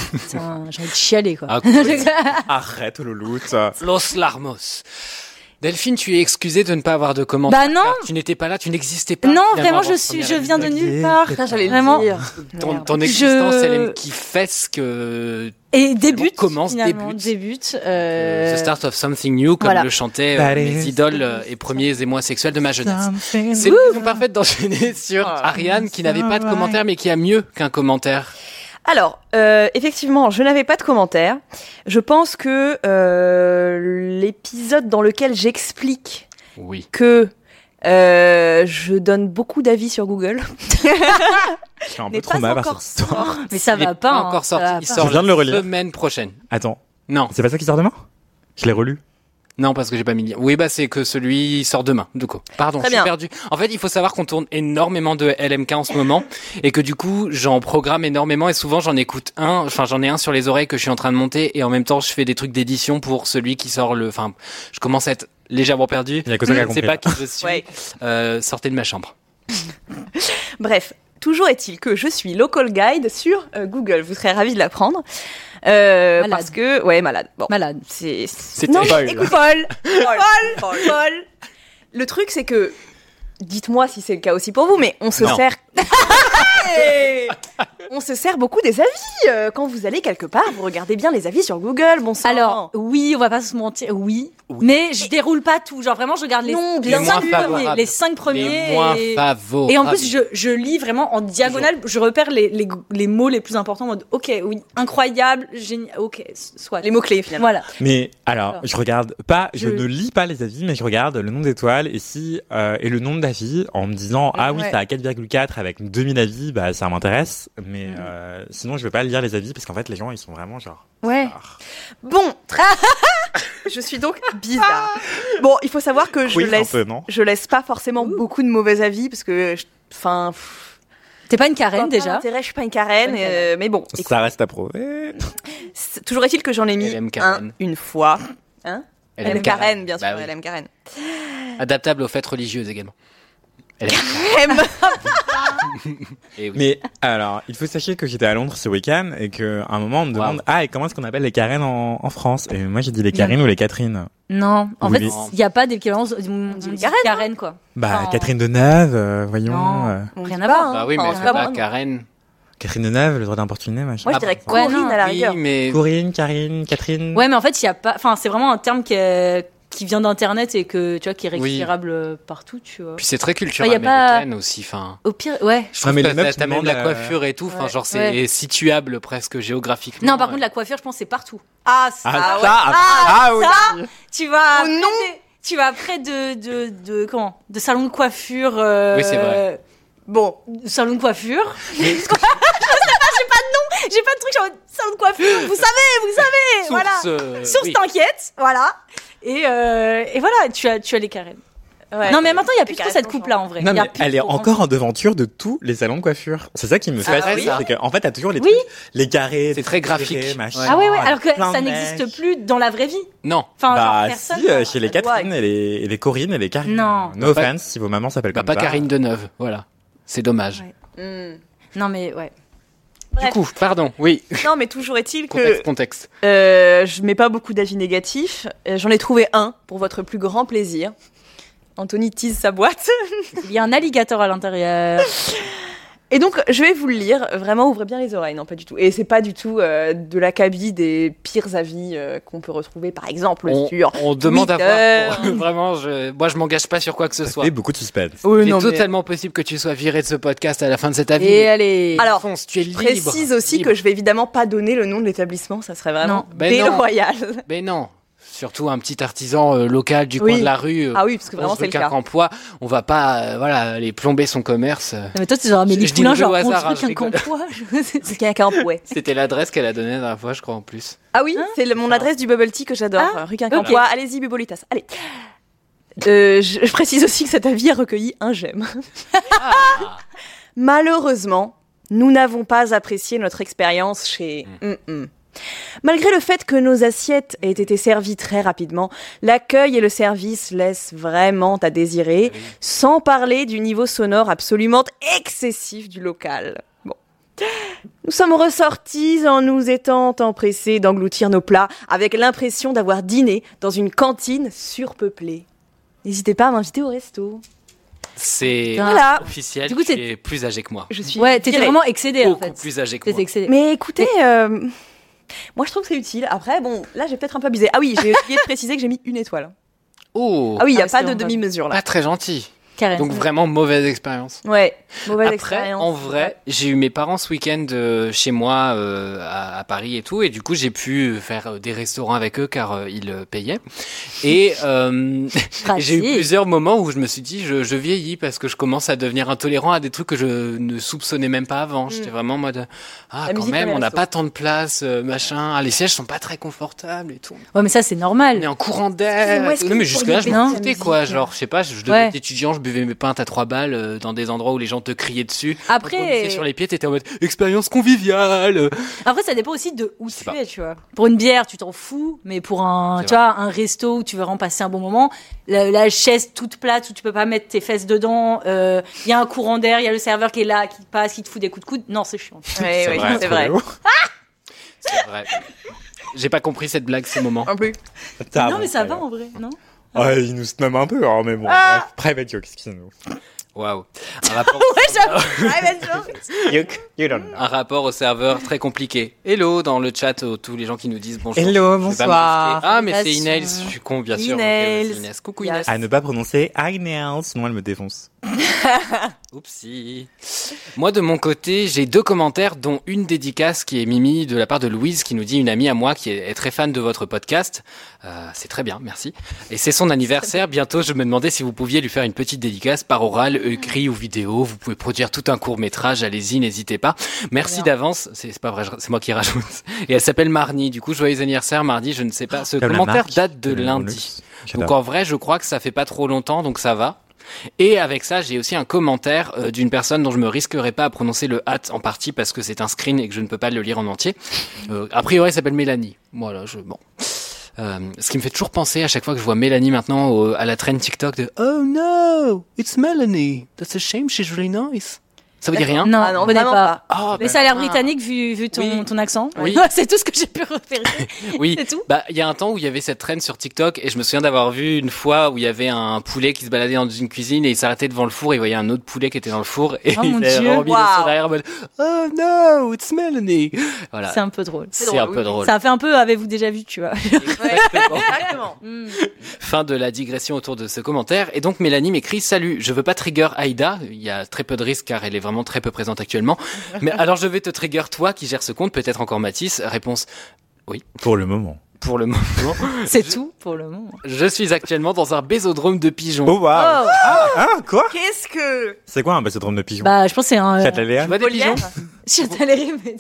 [SPEAKER 4] Putain, j'ai envie de chialer, quoi.
[SPEAKER 5] Ah, cool.
[SPEAKER 6] Arrête, louloute.
[SPEAKER 5] Los Larmos. Delphine, tu es excusée de ne pas avoir de commentaires.
[SPEAKER 4] Bah non.
[SPEAKER 5] car tu n'étais pas là, tu n'existais pas.
[SPEAKER 4] Non,
[SPEAKER 5] finalement,
[SPEAKER 4] vraiment,
[SPEAKER 5] avant
[SPEAKER 4] je
[SPEAKER 5] ce premier
[SPEAKER 4] viens de
[SPEAKER 5] épisode.
[SPEAKER 4] nulle part.
[SPEAKER 3] Putain, j'allais
[SPEAKER 4] Vraiment.
[SPEAKER 3] le dire.
[SPEAKER 5] Ton existence, elle qui fesque
[SPEAKER 4] Et débute,
[SPEAKER 5] commence,
[SPEAKER 4] finalement,
[SPEAKER 5] débute.
[SPEAKER 4] débute.
[SPEAKER 5] The Start of Something New, comme
[SPEAKER 4] Voilà.
[SPEAKER 5] le chantaient
[SPEAKER 6] That
[SPEAKER 5] mes
[SPEAKER 6] is
[SPEAKER 5] idoles et premiers émois sexuels de ma jeunesse. C'est
[SPEAKER 6] Wouh.
[SPEAKER 5] l'occasion parfaite d'enchaîner sur Ariane, qui n'avait pas de commentaire, mais qui a mieux qu'un commentaire.
[SPEAKER 3] Alors, effectivement, je n'avais pas de commentaire. Je pense que l'épisode dans lequel j'explique
[SPEAKER 5] Oui.
[SPEAKER 3] que je donne beaucoup d'avis sur Google
[SPEAKER 6] Je suis un peu
[SPEAKER 3] n'est
[SPEAKER 6] trop
[SPEAKER 3] pas
[SPEAKER 6] mal par
[SPEAKER 3] encore
[SPEAKER 6] cette histoire.
[SPEAKER 3] sorti.
[SPEAKER 4] Mais ça
[SPEAKER 5] Il est
[SPEAKER 4] va pas. hein,
[SPEAKER 5] encore
[SPEAKER 4] ça
[SPEAKER 5] sorti.
[SPEAKER 4] va
[SPEAKER 5] Il
[SPEAKER 4] pas.
[SPEAKER 5] sort
[SPEAKER 6] Je viens de le relire.
[SPEAKER 5] la semaine prochaine.
[SPEAKER 6] Attends,
[SPEAKER 5] Non.
[SPEAKER 6] c'est pas ça qui sort demain? Je l'ai relu.
[SPEAKER 5] Non, parce que j'ai pas mis le lien. Oui, bah, c'est que celui sort demain, du coup. Pardon,
[SPEAKER 3] Très
[SPEAKER 5] je suis
[SPEAKER 3] bien.
[SPEAKER 5] perdu. En fait, il faut savoir qu'on tourne énormément de LMK en ce moment et que du coup, j'en programme énormément et souvent j'en écoute j'en ai un sur les oreilles que je suis en train de monter et en même temps, je fais des trucs d'édition pour celui qui sort je commence à être légèrement perdu.
[SPEAKER 6] Il y a que ça qui a
[SPEAKER 5] Je sais
[SPEAKER 6] compris.
[SPEAKER 5] pas qui je suis.
[SPEAKER 3] Ouais.
[SPEAKER 5] Sortez de ma chambre.
[SPEAKER 3] Bref, toujours est-il que je suis local guide sur Google. Vous serez ravis de l'apprendre. Parce que, ouais, malade. Bon,
[SPEAKER 4] Malade.
[SPEAKER 5] C'était
[SPEAKER 3] non,
[SPEAKER 6] Paul.
[SPEAKER 3] mais écoute, Paul. Le truc, c'est que, dites-moi si c'est le cas aussi pour vous, mais on se
[SPEAKER 5] Non.
[SPEAKER 3] sert. On se sert beaucoup des avis. Quand vous allez quelque part, vous regardez bien les avis sur Google, bon sang.
[SPEAKER 4] Alors, oui, on va pas se mentir, oui. Mais je déroule pas tout. Genre, vraiment, je regarde les,
[SPEAKER 3] Non,
[SPEAKER 4] les
[SPEAKER 3] bien
[SPEAKER 5] moins
[SPEAKER 4] 5
[SPEAKER 5] favorables.
[SPEAKER 4] premiers. Les 5 premiers.
[SPEAKER 5] Les moins favorables.
[SPEAKER 4] Et en plus, je lis vraiment en diagonale. Je repère les mots les plus importants en mode, ok, oui, incroyable, génial, ok, soit.
[SPEAKER 3] Les mots-clés, finalement.
[SPEAKER 4] Voilà.
[SPEAKER 6] Mais alors,
[SPEAKER 4] Alors.
[SPEAKER 6] je regarde pas, je
[SPEAKER 4] Je-
[SPEAKER 6] ne lis pas les avis, mais je regarde le nombre d'étoiles et le nombre d'avis en me disant ah oui,
[SPEAKER 3] Ouais.
[SPEAKER 6] ça a 4,4 avec 2000 avis, bah ça m'intéresse. Mais sinon, je vais pas lire les avis parce qu'en fait, les gens ils sont vraiment genre.
[SPEAKER 3] Ouais.
[SPEAKER 6] Ah.
[SPEAKER 3] Bon, je suis donc bizarre. Bon, il faut savoir que
[SPEAKER 6] Oui, un peu, non?
[SPEAKER 3] je laisse pas forcément beaucoup de mauvais avis parce que, enfin,
[SPEAKER 4] T'es pas une Karen déjà.
[SPEAKER 3] je suis pas une Karen,
[SPEAKER 4] Pas une Karen.
[SPEAKER 3] mais bon. écoute,
[SPEAKER 6] Ça reste à prouver.
[SPEAKER 3] toujours est-il que j'en ai mis
[SPEAKER 5] LM Karen.
[SPEAKER 3] une fois. LM Karen, bien sûr,
[SPEAKER 5] Bah oui.
[SPEAKER 3] LM Karen.
[SPEAKER 5] Adaptable aux fêtes religieuses également. LM.
[SPEAKER 3] M.
[SPEAKER 5] Et oui.
[SPEAKER 6] Mais alors, il faut sachez que j'étais à Londres ce week-end et qu'à un moment on me demande
[SPEAKER 5] Wow.
[SPEAKER 6] et comment est-ce qu'on appelle les Karen en France? Et moi j'ai dit les Karine ou les Catherine.
[SPEAKER 4] Non, en
[SPEAKER 6] Oui.
[SPEAKER 4] fait, il y a pas d'équivalence. On dit
[SPEAKER 3] Karen,
[SPEAKER 4] Karen, quoi.
[SPEAKER 6] Bah
[SPEAKER 4] Enfin,
[SPEAKER 6] Catherine Deneuve, voyons.
[SPEAKER 4] Non.
[SPEAKER 3] On
[SPEAKER 4] Rien
[SPEAKER 3] dit
[SPEAKER 4] à
[SPEAKER 3] pas,
[SPEAKER 4] voir.
[SPEAKER 3] hein.
[SPEAKER 5] Bah oui, mais
[SPEAKER 3] Enfin,
[SPEAKER 5] c'est
[SPEAKER 3] en tout cas,
[SPEAKER 5] pas
[SPEAKER 3] moi,
[SPEAKER 5] Karen.
[SPEAKER 6] Catherine Deneuve, le droit d'importuner, machin.
[SPEAKER 3] Moi, je dirais
[SPEAKER 4] Ouais,
[SPEAKER 3] Corinne
[SPEAKER 4] non.
[SPEAKER 3] à la
[SPEAKER 5] Oui,
[SPEAKER 3] rigueur.
[SPEAKER 5] mais
[SPEAKER 6] Corinne, Karine, Catherine.
[SPEAKER 4] Ouais, mais en fait, il y a pas. Enfin, c'est vraiment un terme qui vient d'internet et que tu vois qui est récupérable partout, tu vois.
[SPEAKER 5] puis c'est très culturel
[SPEAKER 4] Ouais, y a pas-
[SPEAKER 5] américaine aussi. Enfin,
[SPEAKER 4] Au pire, ouais.
[SPEAKER 5] je trouve
[SPEAKER 6] mais
[SPEAKER 5] que
[SPEAKER 6] les meufs
[SPEAKER 5] t'as
[SPEAKER 6] qui
[SPEAKER 5] même la
[SPEAKER 6] demandent,
[SPEAKER 5] coiffure et tout. Enfin,
[SPEAKER 4] Ouais.
[SPEAKER 5] genre c'est
[SPEAKER 4] Ouais.
[SPEAKER 5] situable presque géographiquement.
[SPEAKER 4] Non, par contre, la coiffure, je pense, c'est partout.
[SPEAKER 3] Ah, ça,
[SPEAKER 6] Ah,
[SPEAKER 3] ouais.
[SPEAKER 6] ça, oui.
[SPEAKER 4] Tu vas.
[SPEAKER 3] Oh non.
[SPEAKER 4] Tu vas près de comment? De salon de coiffure.
[SPEAKER 5] Oui, c'est vrai.
[SPEAKER 3] Bon,
[SPEAKER 4] Salon de coiffure. Je sais pas, j'ai pas de nom, j'ai pas de truc genre salon de coiffure. Vous savez,
[SPEAKER 5] Source,
[SPEAKER 4] voilà. Source
[SPEAKER 5] oui.
[SPEAKER 4] t'inquiète, voilà. Et voilà, tu as les Karen.
[SPEAKER 3] ouais.
[SPEAKER 4] Non, mais maintenant, il y a plus
[SPEAKER 3] Les
[SPEAKER 4] trop
[SPEAKER 3] Karen
[SPEAKER 4] cette coupe-là, en vrai.
[SPEAKER 6] Non,
[SPEAKER 4] Il y a
[SPEAKER 6] mais
[SPEAKER 4] plus
[SPEAKER 6] elle est
[SPEAKER 4] trop,
[SPEAKER 6] encore en devanture de tous les salons de coiffure. C'est ça qui me
[SPEAKER 5] Ah,
[SPEAKER 6] fascine.
[SPEAKER 5] oui, ça.
[SPEAKER 6] C'est qu'en fait, t'as toujours les
[SPEAKER 4] Oui.
[SPEAKER 6] trucs, les carrés.
[SPEAKER 5] C'est très graphique.
[SPEAKER 6] tirés, machin,
[SPEAKER 5] Ouais.
[SPEAKER 4] Ah ouais, alors que
[SPEAKER 6] plein
[SPEAKER 4] ça
[SPEAKER 6] de
[SPEAKER 4] n'existe
[SPEAKER 6] mèches.
[SPEAKER 4] plus dans la vraie vie.
[SPEAKER 5] Non.
[SPEAKER 4] Enfin, genre,
[SPEAKER 6] Bah,
[SPEAKER 4] personne.
[SPEAKER 6] si, chez les
[SPEAKER 3] ça doit
[SPEAKER 6] Catherine et les Corinne et les Karine.
[SPEAKER 4] Non.
[SPEAKER 6] No
[SPEAKER 5] Bah,
[SPEAKER 6] offense si vos mamans s'appellent
[SPEAKER 5] Bah,
[SPEAKER 6] comme
[SPEAKER 5] pas
[SPEAKER 6] ça.
[SPEAKER 5] Karine Deneuve. Voilà. C'est dommage.
[SPEAKER 4] Ouais.
[SPEAKER 3] Hmm.
[SPEAKER 4] Non, mais ouais.
[SPEAKER 5] Du
[SPEAKER 3] Bref.
[SPEAKER 5] coup, pardon. Oui.
[SPEAKER 3] Non, mais toujours est-il que
[SPEAKER 5] Contexte.
[SPEAKER 3] je mets pas beaucoup d'avis négatifs. J'en ai trouvé un pour votre plus grand plaisir. Anthony tease sa boîte.
[SPEAKER 4] Il y a un alligator à l'intérieur.
[SPEAKER 3] Et donc, je vais vous le lire. Vraiment, ouvrez bien les oreilles. Non, pas du tout. Et c'est pas du tout de l'acabit des pires avis qu'on peut retrouver, par exemple, sur...
[SPEAKER 5] On demande à
[SPEAKER 3] Twitter.
[SPEAKER 5] voir. Vraiment, moi, je m'engage pas sur quoi que ce
[SPEAKER 6] Ça
[SPEAKER 5] soit.
[SPEAKER 6] fait beaucoup de suspense.
[SPEAKER 3] Oui,
[SPEAKER 5] Il est
[SPEAKER 3] non, mais-
[SPEAKER 5] totalement possible que tu sois viré de ce podcast à la fin de cet avis.
[SPEAKER 4] Et allez.
[SPEAKER 3] Alors,
[SPEAKER 5] Fonce, tu es
[SPEAKER 3] je
[SPEAKER 5] libre.
[SPEAKER 3] précise aussi
[SPEAKER 5] Libre.
[SPEAKER 3] que je vais évidemment pas donner le nom de l'établissement. Ça serait vraiment
[SPEAKER 4] Non.
[SPEAKER 5] Ben non.
[SPEAKER 3] déloyal.
[SPEAKER 5] Mais non. Surtout un petit artisan local du
[SPEAKER 3] Oui.
[SPEAKER 5] coin de la rue.
[SPEAKER 3] Ah oui, parce que vraiment, c'est le cas.
[SPEAKER 5] Campois, on va pas, aller plomber son commerce.
[SPEAKER 4] Non, mais toi, tu es genre Amélie
[SPEAKER 5] Je dis
[SPEAKER 4] Poulain,
[SPEAKER 5] le jeu
[SPEAKER 4] genre
[SPEAKER 5] au
[SPEAKER 4] mon
[SPEAKER 5] hasard, hein,
[SPEAKER 4] truc,
[SPEAKER 5] je
[SPEAKER 4] un
[SPEAKER 5] rigole.
[SPEAKER 4] campois.
[SPEAKER 3] C'est quelqu'un ouais.
[SPEAKER 5] C'était l'adresse qu'elle a donnée la dernière fois, je crois, en plus.
[SPEAKER 3] Ah oui, c'est mon adresse du bubble tea que j'adore,
[SPEAKER 4] Ah,
[SPEAKER 3] rue Quincampoix. Allez-y, Bubolitas. Allez. Je précise aussi que cet avis a recueilli un j'aime. Malheureusement, nous n'avons pas apprécié notre expérience chez Malgré le fait que nos assiettes aient été servies très rapidement, l'accueil et le service laissent vraiment à désirer, sans parler du niveau sonore absolument excessif du local. Bon. Nous sommes ressortis en nous étant empressés d'engloutir nos plats avec l'impression d'avoir dîné dans une cantine surpeuplée. N'hésitez pas à m'inviter au resto.
[SPEAKER 5] C'est
[SPEAKER 3] Voilà.
[SPEAKER 5] officiel,
[SPEAKER 4] Du coup,
[SPEAKER 5] tu es plus âgé que moi.
[SPEAKER 3] Je suis
[SPEAKER 4] Ouais, t'étais
[SPEAKER 3] virée.
[SPEAKER 4] vraiment excédé en
[SPEAKER 5] Beaucoup
[SPEAKER 4] fait.
[SPEAKER 5] plus âgé que
[SPEAKER 4] T'étais
[SPEAKER 5] moi.
[SPEAKER 4] excédé.
[SPEAKER 3] Mais écoutez, moi je trouve que c'est utile. Après, bon, là j'ai peut-être un peu abusé. Ah oui, j'ai oublié de préciser que j'ai mis 1 étoile.
[SPEAKER 5] Oh,
[SPEAKER 3] Ah oui, il n'y a
[SPEAKER 4] Ah,
[SPEAKER 3] pas
[SPEAKER 4] c'est
[SPEAKER 3] de
[SPEAKER 4] en bas.
[SPEAKER 3] demi-mesure là.
[SPEAKER 5] pas très gentil.
[SPEAKER 4] Carrément.
[SPEAKER 5] Donc vraiment mauvaise expérience.
[SPEAKER 3] Ouais, mauvaise
[SPEAKER 5] Après,
[SPEAKER 3] expérience.
[SPEAKER 5] en vrai, j'ai eu mes parents ce week-end chez moi à Paris et tout, et du coup j'ai pu faire des restaurants avec eux car ils payaient. Et j'ai eu plusieurs moments où je me suis dit je vieillis parce que je commence à devenir intolérant à des trucs que je ne soupçonnais même pas avant. J'étais vraiment en mode
[SPEAKER 3] La
[SPEAKER 5] quand
[SPEAKER 3] musique
[SPEAKER 5] même
[SPEAKER 3] dans les
[SPEAKER 5] on n'a
[SPEAKER 3] restos.
[SPEAKER 5] pas tant de place, machin. Ah, les sièges sont pas très confortables et tout.
[SPEAKER 4] Ouais, mais ça c'est
[SPEAKER 5] On est
[SPEAKER 4] normal.
[SPEAKER 5] en courant
[SPEAKER 3] Excusez-moi,
[SPEAKER 5] d'air.
[SPEAKER 3] est-ce que
[SPEAKER 5] Non mais
[SPEAKER 3] vous
[SPEAKER 5] jusque là je
[SPEAKER 3] pourriez
[SPEAKER 5] me
[SPEAKER 3] baisser
[SPEAKER 5] foutais
[SPEAKER 3] la
[SPEAKER 5] quoi,
[SPEAKER 3] musique,
[SPEAKER 5] genre je sais pas, je devais
[SPEAKER 4] Ouais.
[SPEAKER 5] être étudiant, je buvais mes pintes à 3 balles dans des endroits où les gens te criaient dessus.
[SPEAKER 4] Après-
[SPEAKER 5] Quand on glissait sur les pieds, t'étais en mode expérience conviviale.
[SPEAKER 4] Après, ça dépend aussi de où
[SPEAKER 5] sais
[SPEAKER 4] tu
[SPEAKER 5] pas.
[SPEAKER 4] es, tu vois. Pour une bière, tu t'en fous, mais pour un,
[SPEAKER 5] C'est
[SPEAKER 4] tu vois, un resto où tu veux vraiment passer un bon moment, la chaise toute plate où tu peux pas mettre tes fesses dedans, il y a un courant d'air, il y a le serveur qui est là, qui passe, qui te fout des coups de coude. Non, c'est chiant.
[SPEAKER 3] Ouais, ouais,
[SPEAKER 5] vrai.
[SPEAKER 3] c'est vrai.
[SPEAKER 5] C'est vrai. J'ai pas compris cette blague ce moment.
[SPEAKER 3] En plus.
[SPEAKER 4] Non, mais ça va en vrai, non?
[SPEAKER 6] Ouais, il nous snomme un peu, hein, mais bon. Bref, private joke, excusez-nous.
[SPEAKER 5] Waouh. Un rapport, un rapport au serveur très compliqué. Hello dans le chat, tous les gens qui nous disent bonjour.
[SPEAKER 6] Hello,
[SPEAKER 5] Je vais pas me
[SPEAKER 6] bonsoir.
[SPEAKER 5] risquer. Ah, mais c'est
[SPEAKER 4] Salutations.
[SPEAKER 5] Inès, je suis con, bien sûr.
[SPEAKER 3] Inès.
[SPEAKER 5] Ok, ouais, c'est Inès. Coucou
[SPEAKER 3] Yes.
[SPEAKER 5] Inès.
[SPEAKER 6] À ne pas prononcer Agneal, sinon elle me défonce.
[SPEAKER 5] Oupsie. Moi, de mon côté, j'ai 2 commentaires, dont une dédicace qui est Mimi de la part de Louise, qui nous dit une amie à moi qui est très fan de votre podcast. C'est très bien, merci. Et c'est son anniversaire. Bientôt, je me demandais si vous pouviez lui faire une petite dédicace par oral, écrit ou vidéo. Vous pouvez produire tout un court-métrage. Allez-y, n'hésitez pas. Merci d'avance. C'est pas vrai, c'est moi qui rajoute. Et elle s'appelle Marnie. Du coup, joyeux anniversaire, Marnie. Je ne sais pas. Ce
[SPEAKER 6] Comme la
[SPEAKER 5] commentaire
[SPEAKER 6] marque,
[SPEAKER 5] date de
[SPEAKER 6] le
[SPEAKER 5] lundi.
[SPEAKER 6] luxe.
[SPEAKER 5] Donc
[SPEAKER 6] J'adore.
[SPEAKER 5] en vrai, je crois que ça fait pas trop longtemps, donc ça va. Et avec ça, j'ai aussi un commentaire d'une personne dont je me risquerai pas à prononcer le hâte en partie parce que c'est un screen et que je ne peux pas le lire en entier. A priori, elle s'appelle Mélanie. Voilà, bon. Ce qui me fait toujours penser à chaque fois que je vois Mélanie maintenant à la trend TikTok de Oh no, it's Melanie. That's a shame, she's really nice. Ça vous dit rien?
[SPEAKER 4] Non,
[SPEAKER 3] Ah non,
[SPEAKER 4] on connaît
[SPEAKER 3] vraiment
[SPEAKER 4] pas.
[SPEAKER 5] Ah,
[SPEAKER 4] Mais
[SPEAKER 5] bah,
[SPEAKER 4] ça a l'air britannique vu ton,
[SPEAKER 5] Oui.
[SPEAKER 4] ton accent.
[SPEAKER 5] Oui.
[SPEAKER 4] C'est tout ce que j'ai pu repérer.
[SPEAKER 5] Oui,
[SPEAKER 4] C'est tout.
[SPEAKER 5] bah il y a un temps où il y avait cette trend sur TikTok et je me souviens d'avoir vu une fois où il y avait un poulet qui se baladait dans une cuisine et il s'arrêtait devant le four et il voyait un autre poulet qui était dans le four et
[SPEAKER 4] Oh mon
[SPEAKER 5] il avait
[SPEAKER 4] Dieu.
[SPEAKER 5] remis le
[SPEAKER 3] Wow.
[SPEAKER 5] son derrière en mode Oh no, it's Melanie. Voilà,
[SPEAKER 4] C'est un peu drôle.
[SPEAKER 5] c'est un peu
[SPEAKER 3] oui.
[SPEAKER 5] drôle.
[SPEAKER 4] Ça a fait un peu avez-vous déjà vu, tu vois.
[SPEAKER 3] Exactement.
[SPEAKER 5] Fin de la digression autour de ce commentaire. Et donc Mélanie m'écrit Salut, je veux pas trigger Aïda. Il y a très peu de risques car elle est vraiment très peu présente actuellement. Mais alors je vais te trigger toi qui gères ce compte, peut-être encore Mathis. Réponse
[SPEAKER 6] Pour le moment.
[SPEAKER 5] pour le moment.
[SPEAKER 4] C'est tout pour le moment.
[SPEAKER 5] Je suis actuellement dans un bésodrome de pigeons.
[SPEAKER 6] Oh, waouh! Quoi?
[SPEAKER 3] Qu'est-ce que.
[SPEAKER 6] C'est quoi un bastodrome de pigeon?
[SPEAKER 4] Bah, je pense que c'est un.
[SPEAKER 6] Châtelet-Léa?
[SPEAKER 5] Tu vois des pigeons
[SPEAKER 4] Châtelet, mais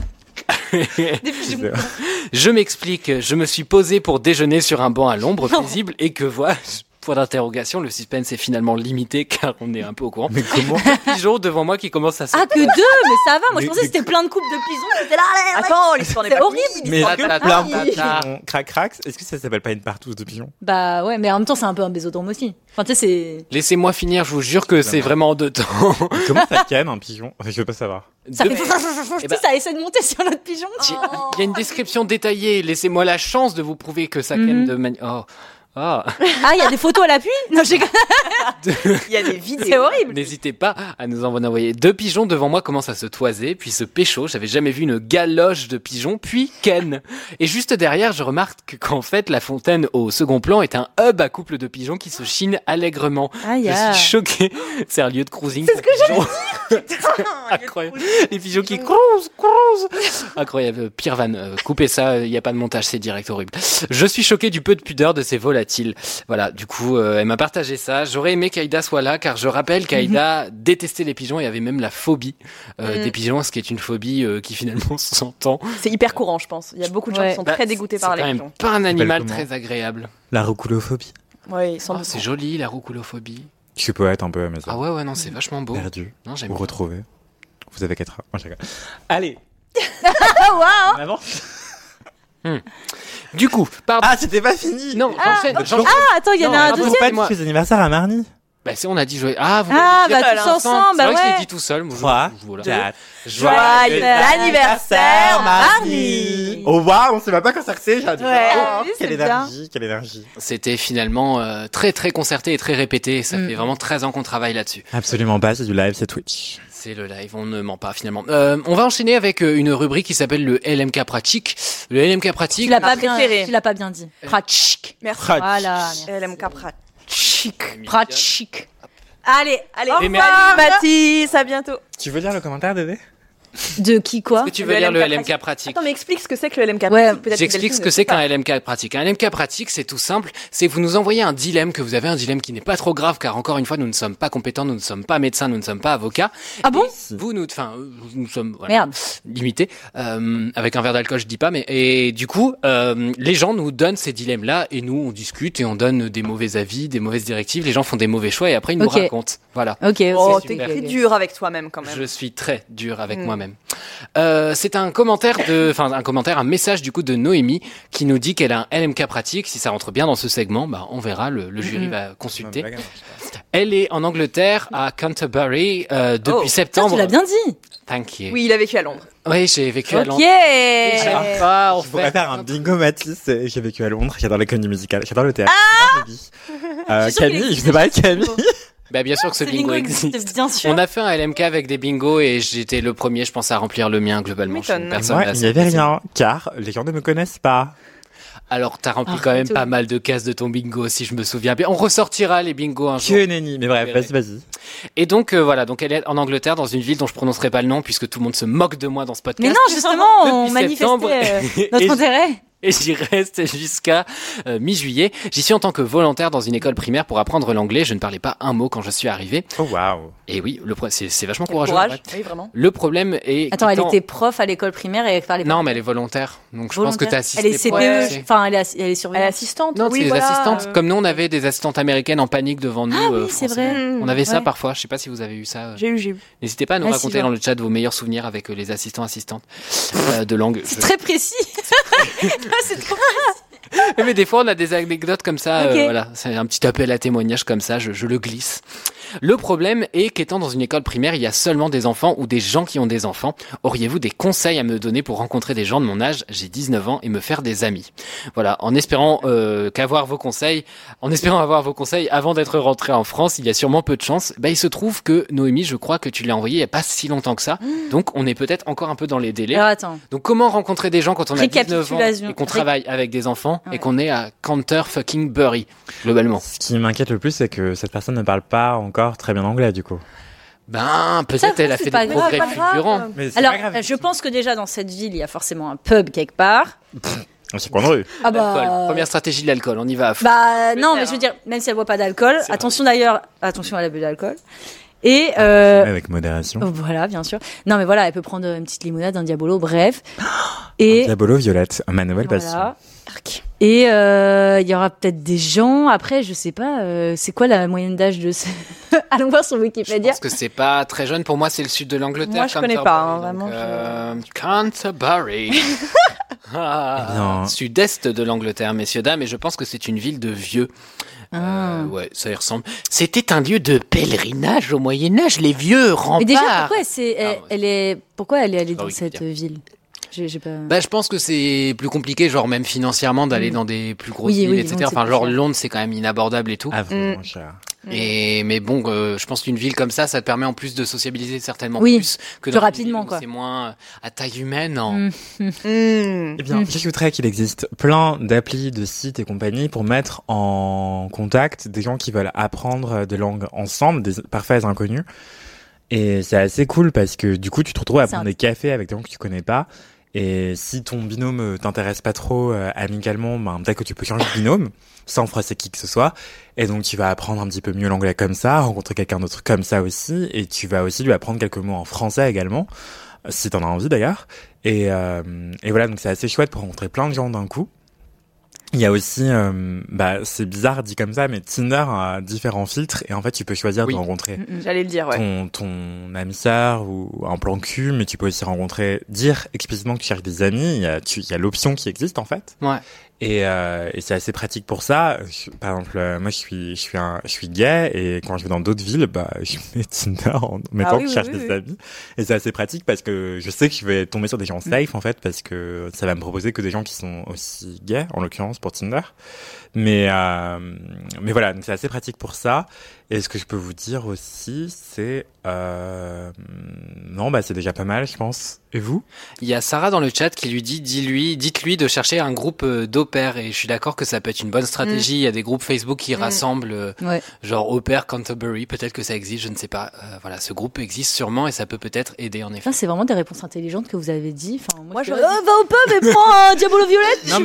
[SPEAKER 4] des pigeons.
[SPEAKER 5] Je m'explique, je me suis posé pour déjeuner sur un banc à l'ombre paisible et que voilà, point d'interrogation, le suspense est finalement limité car on est un peu au courant.
[SPEAKER 6] Mais comment?
[SPEAKER 5] Pigeon devant moi qui commence à se...
[SPEAKER 4] Ah, que 2, mais ça va. Moi, je
[SPEAKER 6] Mais-
[SPEAKER 4] pensais que c'était plein de couples de pigeons. J'étais là, allez,
[SPEAKER 3] Attends, l'histoire n'est
[SPEAKER 4] C'est
[SPEAKER 3] pas
[SPEAKER 4] horrible.
[SPEAKER 3] finie,
[SPEAKER 6] Mais
[SPEAKER 3] l'histoire
[SPEAKER 6] est-ce
[SPEAKER 3] n'est
[SPEAKER 6] que
[SPEAKER 3] pas
[SPEAKER 6] plein
[SPEAKER 3] finie.
[SPEAKER 6] de pigeons crac-crac, est-ce que ça s'appelle pas une partouze de pigeons?
[SPEAKER 4] Bah ouais, mais en même temps, c'est un peu un bésodrome aussi. Enfin, tu sais, c'est.
[SPEAKER 5] Laissez-moi finir, je vous jure que c'est vraiment en 2 temps.
[SPEAKER 6] Mais comment ça ken un pigeon? Enfin, je veux pas savoir.
[SPEAKER 4] Ça
[SPEAKER 5] Deux-
[SPEAKER 4] fait.
[SPEAKER 5] Eh
[SPEAKER 4] Tu
[SPEAKER 5] ben-
[SPEAKER 4] sais, ça essaie de monter sur l'autre pigeon.
[SPEAKER 5] Il y a une description détaillée, laissez-moi la chance de vous prouver que ça ken de manière... Oh. Ah.
[SPEAKER 4] Ah, il y a des photos à l'appui? Non, j'ai.
[SPEAKER 3] Il y a des vidéos.
[SPEAKER 4] C'est horrible.
[SPEAKER 5] N'hésitez pas à nous en envoyer. 2 pigeons devant moi commencent à se toiser, puis se pécho. J'avais jamais vu une galoche de pigeons, puis ken. Et juste derrière, je remarque qu'en fait, la fontaine au second plan est un hub à couple de pigeons qui se chinent allègrement.
[SPEAKER 4] Aïe,
[SPEAKER 5] Je suis choqué. C'est un lieu de cruising. C'est ce que j'allais dire. Incroyable. Les pigeons qui crousent. Incroyable. Pire van. Coupez ça. Il n'y a pas de montage. C'est direct horrible. Je suis choqué du peu de pudeur de ces volatiles. Voilà. Du coup, elle m'a partagé ça. J'aurais aimé qu'Aïda soit là, car je rappelle qu'Aïda détestait les pigeons et avait même la phobie des pigeons, ce qui est une phobie qui finalement s'entend.
[SPEAKER 3] C'est hyper courant, je pense. Il y a beaucoup de gens
[SPEAKER 4] Ouais.
[SPEAKER 3] qui sont
[SPEAKER 5] Bah,
[SPEAKER 3] très dégoûtés
[SPEAKER 5] c'est
[SPEAKER 3] par
[SPEAKER 5] quand
[SPEAKER 3] les
[SPEAKER 5] même
[SPEAKER 3] pigeons.
[SPEAKER 5] pas un animal
[SPEAKER 6] comment
[SPEAKER 5] très agréable.
[SPEAKER 6] La roucoulophobie.
[SPEAKER 3] Oui, sans
[SPEAKER 5] Oh,
[SPEAKER 3] doute.
[SPEAKER 5] c'est joli la roucoulophobie.
[SPEAKER 6] Je suis poète un peu à mes
[SPEAKER 5] Ah ouais non, c'est vachement beau.
[SPEAKER 6] Perdu.
[SPEAKER 5] Non, j'aime
[SPEAKER 6] Ou
[SPEAKER 5] bien.
[SPEAKER 6] retrouvé. Vous avez 4 heures. Moi, je rigole. Allez.
[SPEAKER 3] Ah,
[SPEAKER 6] On avance.
[SPEAKER 5] Du coup, pardon.
[SPEAKER 6] Ah, c'était pas fini.
[SPEAKER 5] Non, j'enchaîne.
[SPEAKER 4] Ah, attends, il y en a un
[SPEAKER 5] Non,
[SPEAKER 4] deuxième.
[SPEAKER 6] Pourquoi
[SPEAKER 5] moi.
[SPEAKER 6] tu fais anniversaire à Marnie?
[SPEAKER 5] Bah, on a dit jouer. Ah, vous
[SPEAKER 4] tous ensemble,
[SPEAKER 5] c'est vrai
[SPEAKER 4] ouais.
[SPEAKER 5] que je l'ai dit tout seul. Moi,
[SPEAKER 6] 3,
[SPEAKER 5] voilà.
[SPEAKER 6] 4.
[SPEAKER 3] Joyeux anniversaire, Marnie.
[SPEAKER 6] Oh waouh, on sait même pas quand c'est, j'adore.
[SPEAKER 3] Ouais,
[SPEAKER 6] Quelle
[SPEAKER 3] c'est
[SPEAKER 6] énergie, quelle énergie.
[SPEAKER 5] C'était finalement très très concerté et très répété. Ça fait vraiment 13 ans qu'on travaille là-dessus.
[SPEAKER 6] Absolument pas, c'est du live, c'est Twitch.
[SPEAKER 5] C'est le live, on ne ment pas finalement. On va enchaîner avec une rubrique qui s'appelle le LMK pratique. Le LMK pratique.
[SPEAKER 4] Tu l'as pas bien dit.
[SPEAKER 3] Pratique. Merci.
[SPEAKER 4] Voilà.
[SPEAKER 3] LMK pratique.
[SPEAKER 4] Pratique.
[SPEAKER 3] Allez, au
[SPEAKER 5] Et
[SPEAKER 3] revoir, Mathis, à bientôt.
[SPEAKER 6] Tu veux lire le commentaire, Dédé?
[SPEAKER 4] De qui, quoi?
[SPEAKER 5] Est-ce que tu veux lire le LMK pratique?
[SPEAKER 3] Attends, mais explique ce que c'est que le LMK
[SPEAKER 4] Ouais.
[SPEAKER 3] pratique. Peut-être
[SPEAKER 5] J'explique ce que c'est qu'un LMK pratique. Un LMK pratique, c'est tout simple. C'est que vous nous envoyez un dilemme, que vous avez un dilemme qui n'est pas trop grave, car encore une fois, nous ne sommes pas compétents, nous ne sommes pas médecins, nous ne sommes pas avocats.
[SPEAKER 4] Ah bon?
[SPEAKER 5] Nous sommes, voilà,
[SPEAKER 4] Merde.
[SPEAKER 5] limités. Avec un verre d'alcool, je dis pas, mais, et du coup, les gens nous donnent ces dilemmes-là, et nous, on discute et on donne des mauvais avis, des mauvaises directives. Les gens font des mauvais choix et après, ils nous
[SPEAKER 4] Ok.
[SPEAKER 5] racontent. Voilà.
[SPEAKER 4] Ok.
[SPEAKER 3] Oh,
[SPEAKER 5] C'est
[SPEAKER 3] t'es
[SPEAKER 5] super.
[SPEAKER 3] t'es dur avec toi-même quand même.
[SPEAKER 5] Je suis très dur avec moi-même. C'est un commentaire un message du coup de Noémie qui nous dit qu'elle a un LMK pratique. Si ça rentre bien dans ce segment, bah on verra. Le jury va consulter. Elle est en Angleterre à Canterbury depuis
[SPEAKER 4] Tiens,
[SPEAKER 5] septembre.
[SPEAKER 4] tu l'as bien dit.
[SPEAKER 5] Thank you.
[SPEAKER 3] Oui, il a vécu à Londres.
[SPEAKER 5] Oui, j'ai vécu à Londres.
[SPEAKER 4] Ok.
[SPEAKER 5] J'aime pas, en
[SPEAKER 6] Je pourrais
[SPEAKER 5] fait.
[SPEAKER 6] faire un bingo Mathis. J'ai vécu à Londres, j'adore les comédies musicales, j'adore le théâtre.
[SPEAKER 4] Je suis sûre qu'il
[SPEAKER 6] Camille, je sais pas Camille.
[SPEAKER 5] Bah, bien sûr que ce bingo existe.
[SPEAKER 4] Bien sûr.
[SPEAKER 5] On a fait un LMK avec des bingos et j'étais le premier, je pense, à remplir le mien globalement. Je suis une
[SPEAKER 3] M'étonne.
[SPEAKER 5] personne
[SPEAKER 6] Moi,
[SPEAKER 5] assez
[SPEAKER 6] il n'y avait
[SPEAKER 5] disciplinée.
[SPEAKER 6] rien, car les gens ne me connaissent pas.
[SPEAKER 5] Alors, t'as rempli quand même
[SPEAKER 4] Arrête.
[SPEAKER 5] pas mal de cases de ton bingo, si je me souviens bien. On ressortira les bingos un jour.
[SPEAKER 6] Que nenni. Mais bref, vas-y.
[SPEAKER 5] Et donc, voilà. Donc, elle est en Angleterre, dans une ville dont je prononcerai pas le nom, puisque tout le monde se moque de moi dans ce podcast.
[SPEAKER 4] Mais non, justement, on
[SPEAKER 5] Depuis septembre.
[SPEAKER 4] manifestait
[SPEAKER 5] Et
[SPEAKER 4] notre
[SPEAKER 5] j-
[SPEAKER 4] intérêt.
[SPEAKER 5] Et j'y reste jusqu'à mi-juillet. J'y suis en tant que volontaire dans une école primaire pour apprendre l'anglais. Je ne parlais pas un mot quand je suis arrivé.
[SPEAKER 6] Oh waouh.
[SPEAKER 5] Et oui, c'est vachement courageux.
[SPEAKER 3] Courage.
[SPEAKER 5] en fait.
[SPEAKER 3] Oui, vraiment.
[SPEAKER 5] Le problème est...
[SPEAKER 4] Attends, elle
[SPEAKER 5] qu'étant-
[SPEAKER 4] était prof à l'école primaire et elle parlait pas.
[SPEAKER 5] Non, mais elle est volontaire. Donc, je pense que t'as assisté.
[SPEAKER 4] Elle est CPE,
[SPEAKER 3] Ouais.
[SPEAKER 4] enfin, elle est
[SPEAKER 3] Elle est
[SPEAKER 4] surveillante.
[SPEAKER 3] assistante.
[SPEAKER 5] Non,
[SPEAKER 3] oui,
[SPEAKER 5] c'est les
[SPEAKER 3] voilà,
[SPEAKER 5] assistantes. Comme nous, on avait des assistantes américaines en panique devant nous.
[SPEAKER 4] Ah oui, c'est
[SPEAKER 5] Français.
[SPEAKER 4] vrai.
[SPEAKER 5] On avait ça
[SPEAKER 4] Ouais.
[SPEAKER 5] parfois. Je sais pas si vous avez eu ça.
[SPEAKER 3] J'ai eu.
[SPEAKER 5] N'hésitez pas à nous
[SPEAKER 4] Ah, si,
[SPEAKER 5] raconter
[SPEAKER 4] ouais.
[SPEAKER 5] dans le chat vos meilleurs souvenirs avec les assistantes de langue.
[SPEAKER 4] C'est très précis. C'est trop
[SPEAKER 5] Mais des fois, on a des anecdotes comme ça.
[SPEAKER 4] Ok.
[SPEAKER 5] Voilà, c'est un petit appel à témoignage comme ça. Je le glisse. Le problème est qu'étant dans une école primaire, il y a seulement des enfants ou des gens qui ont des enfants. Auriez-vous des conseils à me donner pour rencontrer des gens de mon âge? J'ai 19 ans et me faire des amis. Voilà, en espérant avoir vos conseils avant d'être rentré en France, il y a sûrement peu de chance. Bah, il se trouve que Noémie, je crois que tu l'as envoyé il y a pas si longtemps que ça. Donc, on est peut-être encore un peu dans les délais.
[SPEAKER 4] Alors attends.
[SPEAKER 5] Donc, comment rencontrer des gens quand on a 19 ans
[SPEAKER 4] Récapitulation.
[SPEAKER 5] et qu'on travaille avec des enfants
[SPEAKER 4] Ouais.
[SPEAKER 5] et qu'on est à Canterbury, globalement?
[SPEAKER 6] Ce qui m'inquiète le plus, c'est que cette personne ne parle pas encore très bien anglais, du coup.
[SPEAKER 5] Ben, peut-être
[SPEAKER 4] Ça,
[SPEAKER 5] elle a
[SPEAKER 4] c'est
[SPEAKER 5] fait
[SPEAKER 4] pas
[SPEAKER 5] des
[SPEAKER 4] grave,
[SPEAKER 5] progrès
[SPEAKER 3] pas grave.
[SPEAKER 5] fulgurants.
[SPEAKER 6] Mais c'est
[SPEAKER 4] Alors,
[SPEAKER 6] pas grave.
[SPEAKER 4] je pense que déjà dans cette ville, il y a forcément un pub quelque part.
[SPEAKER 6] C'est coin de rue.
[SPEAKER 4] Ah
[SPEAKER 5] L'alcool. Première stratégie de l'alcool, on y va à fond.
[SPEAKER 4] Bah non, mais
[SPEAKER 3] faire,
[SPEAKER 4] je veux dire, même si elle boit pas d'alcool, attention d'ailleurs, attention à l'abus d'alcool. Et
[SPEAKER 6] Avec modération.
[SPEAKER 4] voilà, bien sûr. Non, mais voilà, elle peut prendre une petite limonade, un diabolo, bref. Et
[SPEAKER 6] Diabolo Violette, ma nouvelle passion.
[SPEAKER 4] voilà. Et il y aura peut-être des gens. Après, je sais pas. C'est quoi la moyenne d'âge de ce... Allons voir sur
[SPEAKER 5] Je
[SPEAKER 4] Wikipédia.
[SPEAKER 5] pense que c'est pas très jeune. Pour moi, c'est le sud de l'Angleterre.
[SPEAKER 3] Moi, je connais
[SPEAKER 5] Canterbury,
[SPEAKER 3] pas, hein,
[SPEAKER 5] donc,
[SPEAKER 3] vraiment,
[SPEAKER 5] Canterbury. Ah,
[SPEAKER 6] Eh bien-
[SPEAKER 5] sud-est de l'Angleterre, messieurs, dames. Et je pense que c'est une ville de vieux. Ouais, ça y ressemble. C'était un lieu de pèlerinage au Moyen-Âge, les vieux remparts.
[SPEAKER 4] Mais déjà, pourquoi c'est
[SPEAKER 5] Ah, ouais.
[SPEAKER 4] elle est pourquoi elle est allée
[SPEAKER 5] Ah
[SPEAKER 4] dans
[SPEAKER 5] oui,
[SPEAKER 4] cette
[SPEAKER 5] bien.
[SPEAKER 4] ville? J'ai pas.
[SPEAKER 5] Bah, je pense que c'est plus compliqué, genre même financièrement, d'aller dans des plus grosses
[SPEAKER 4] Oui,
[SPEAKER 5] villes,
[SPEAKER 4] oui,
[SPEAKER 5] etc.
[SPEAKER 4] Londres, c'est
[SPEAKER 5] Enfin,
[SPEAKER 4] plus
[SPEAKER 5] genre
[SPEAKER 4] cher.
[SPEAKER 5] Londres, c'est quand même inabordable et tout.
[SPEAKER 6] Ah, vraiment cher.
[SPEAKER 5] Mais bon, je pense qu'une ville comme ça te permet en plus de sociabiliser certainement
[SPEAKER 4] Oui,
[SPEAKER 5] plus que
[SPEAKER 4] plus
[SPEAKER 5] dans une
[SPEAKER 4] rapidement,
[SPEAKER 5] ville où
[SPEAKER 4] quoi.
[SPEAKER 5] c'est moins à taille humaine. En...
[SPEAKER 6] Eh bien, j'ajouterais qu'il existe plein d'applis, de sites et compagnie pour mettre en contact des gens qui veulent apprendre des langues ensemble, des parfaits inconnus. Et c'est assez cool parce que du coup, tu te retrouves à
[SPEAKER 4] C'est
[SPEAKER 6] prendre
[SPEAKER 4] un-
[SPEAKER 6] des cafés avec des gens que tu connais pas. Et si ton binôme t'intéresse pas trop amicalement, ben, peut-être que tu peux changer de binôme sans froisser qui que ce soit. Et donc, tu vas apprendre un petit peu mieux l'anglais comme ça, rencontrer quelqu'un d'autre comme ça aussi. Et tu vas aussi lui apprendre quelques mots en français également, si t'en as envie d'ailleurs. Et voilà, donc c'est assez chouette pour rencontrer plein de gens d'un coup. Il y a aussi, c'est bizarre dit comme ça, mais Tinder a différents filtres et en fait tu peux choisir
[SPEAKER 5] Oui.
[SPEAKER 6] de rencontrer
[SPEAKER 3] J'allais le dire, ouais.
[SPEAKER 6] ton ami sœur ou un plan cul, mais tu peux aussi dire explicitement que tu cherches des amis. Il y a l'option qui existe en fait.
[SPEAKER 5] Ouais.
[SPEAKER 6] Et c'est assez pratique pour ça. Par exemple, moi, je suis gay et quand je vais dans d'autres villes, je mets Tinder en mettant que je cherche des amis. Et c'est assez pratique parce que je sais que je vais tomber sur des gens safe, en fait, parce que ça va me proposer que des gens qui sont aussi gays, en l'occurrence, pour Tinder. Mais voilà, donc c'est assez pratique pour ça. Et ce que je peux vous dire aussi, c'est non, c'est déjà pas mal, je pense. Et vous?
[SPEAKER 5] Il y a Sarah dans le chat qui lui dit, dites-lui de chercher un groupe d'au pair. Et je suis d'accord que ça peut être une bonne stratégie. Il y a des groupes Facebook qui rassemblent, genre au pair Canterbury. Peut-être que ça existe, je ne sais pas. Voilà, ce groupe existe sûrement et ça peut peut-être aider en effet.
[SPEAKER 4] Enfin, c'est vraiment des réponses intelligentes que vous avez dit. Enfin,
[SPEAKER 3] moi je
[SPEAKER 4] va au pub et prends un Diabolo Violette.
[SPEAKER 6] Non, mais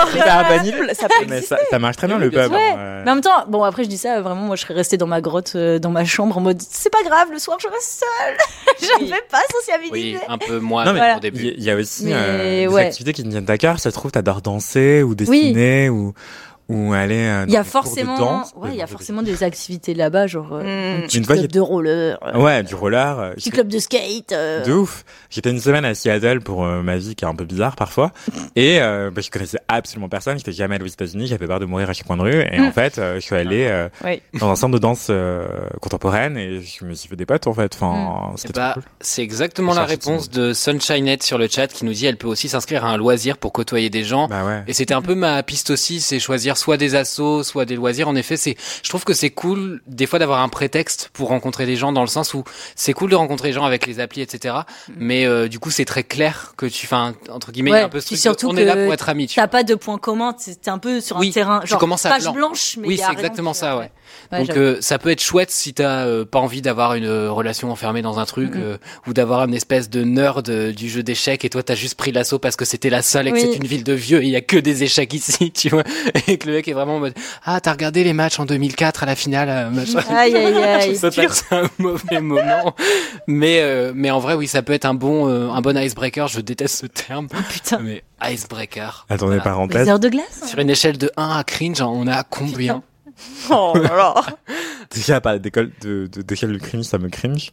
[SPEAKER 6] ça marche très bien le pub.
[SPEAKER 4] Ouais. Mais en même temps, bon, après je dis ça, vraiment, moi je serais restée dans ma grotte, dans ma chambre en mode, c'est pas grave, le soir je reste seule. Je ne fais pas sociabiliser.
[SPEAKER 5] Oui, un peu moins au début.
[SPEAKER 6] Il y a aussi des activités qui te viennent à cœur. Ça se trouve, t'adores danser ou dessiner ou aller
[SPEAKER 4] il y a forcément il y a forcément des activités là-bas, genre un petit club de roller,
[SPEAKER 6] du roller,
[SPEAKER 4] petit club de skate,
[SPEAKER 6] de ouf. J'étais une semaine à Seattle pour ma vie qui est un peu bizarre parfois et je connaissais absolument personne, j'étais jamais allé aux États-Unis, j'avais peur de mourir à chaque coin de rue et en fait je suis allé dans un centre de danse contemporaine et je me suis fait des potes en fait. Enfin, c'était trop cool.
[SPEAKER 5] C'est exactement la réponse de Sunshinette sur le chat qui nous dit elle peut aussi s'inscrire à un loisir pour côtoyer des gens. Et c'était un peu ma piste aussi, c'est choisir soit des assos, soit des loisirs. En effet, je trouve que c'est cool des fois d'avoir un prétexte pour rencontrer des gens, dans le sens où c'est cool de rencontrer des gens avec les applis, etc. Mais du coup, c'est très clair que entre guillemets, un peu on est là pour être amis.
[SPEAKER 4] T'as pas de point commun, t'es un peu sur un terrain, genre page blanche, mais
[SPEAKER 5] c'est exactement ça, ouais. Donc ça peut être chouette si t'as pas envie d'avoir une relation enfermée dans un truc ou d'avoir une espèce de nerd du jeu d'échecs et toi t'as juste pris l'assaut parce que c'était la seule et que c'est une ville de vieux et il y a que des échecs ici, tu vois, et que le mec est vraiment en mode t'as regardé les matchs en 2004 à la finale,
[SPEAKER 4] aïe.
[SPEAKER 5] C'est un mauvais moment, mais en vrai oui, ça peut être un bon icebreaker. Je déteste ce terme.
[SPEAKER 4] Putain.
[SPEAKER 5] Mais icebreaker.
[SPEAKER 6] Attendez, parenthèse.
[SPEAKER 4] Les heures de glace.
[SPEAKER 5] Sur une échelle de 1 à cringe, on est à combien?
[SPEAKER 3] Oh là là.
[SPEAKER 6] Déjà, pas d'échelle de cringe, ça me cringe.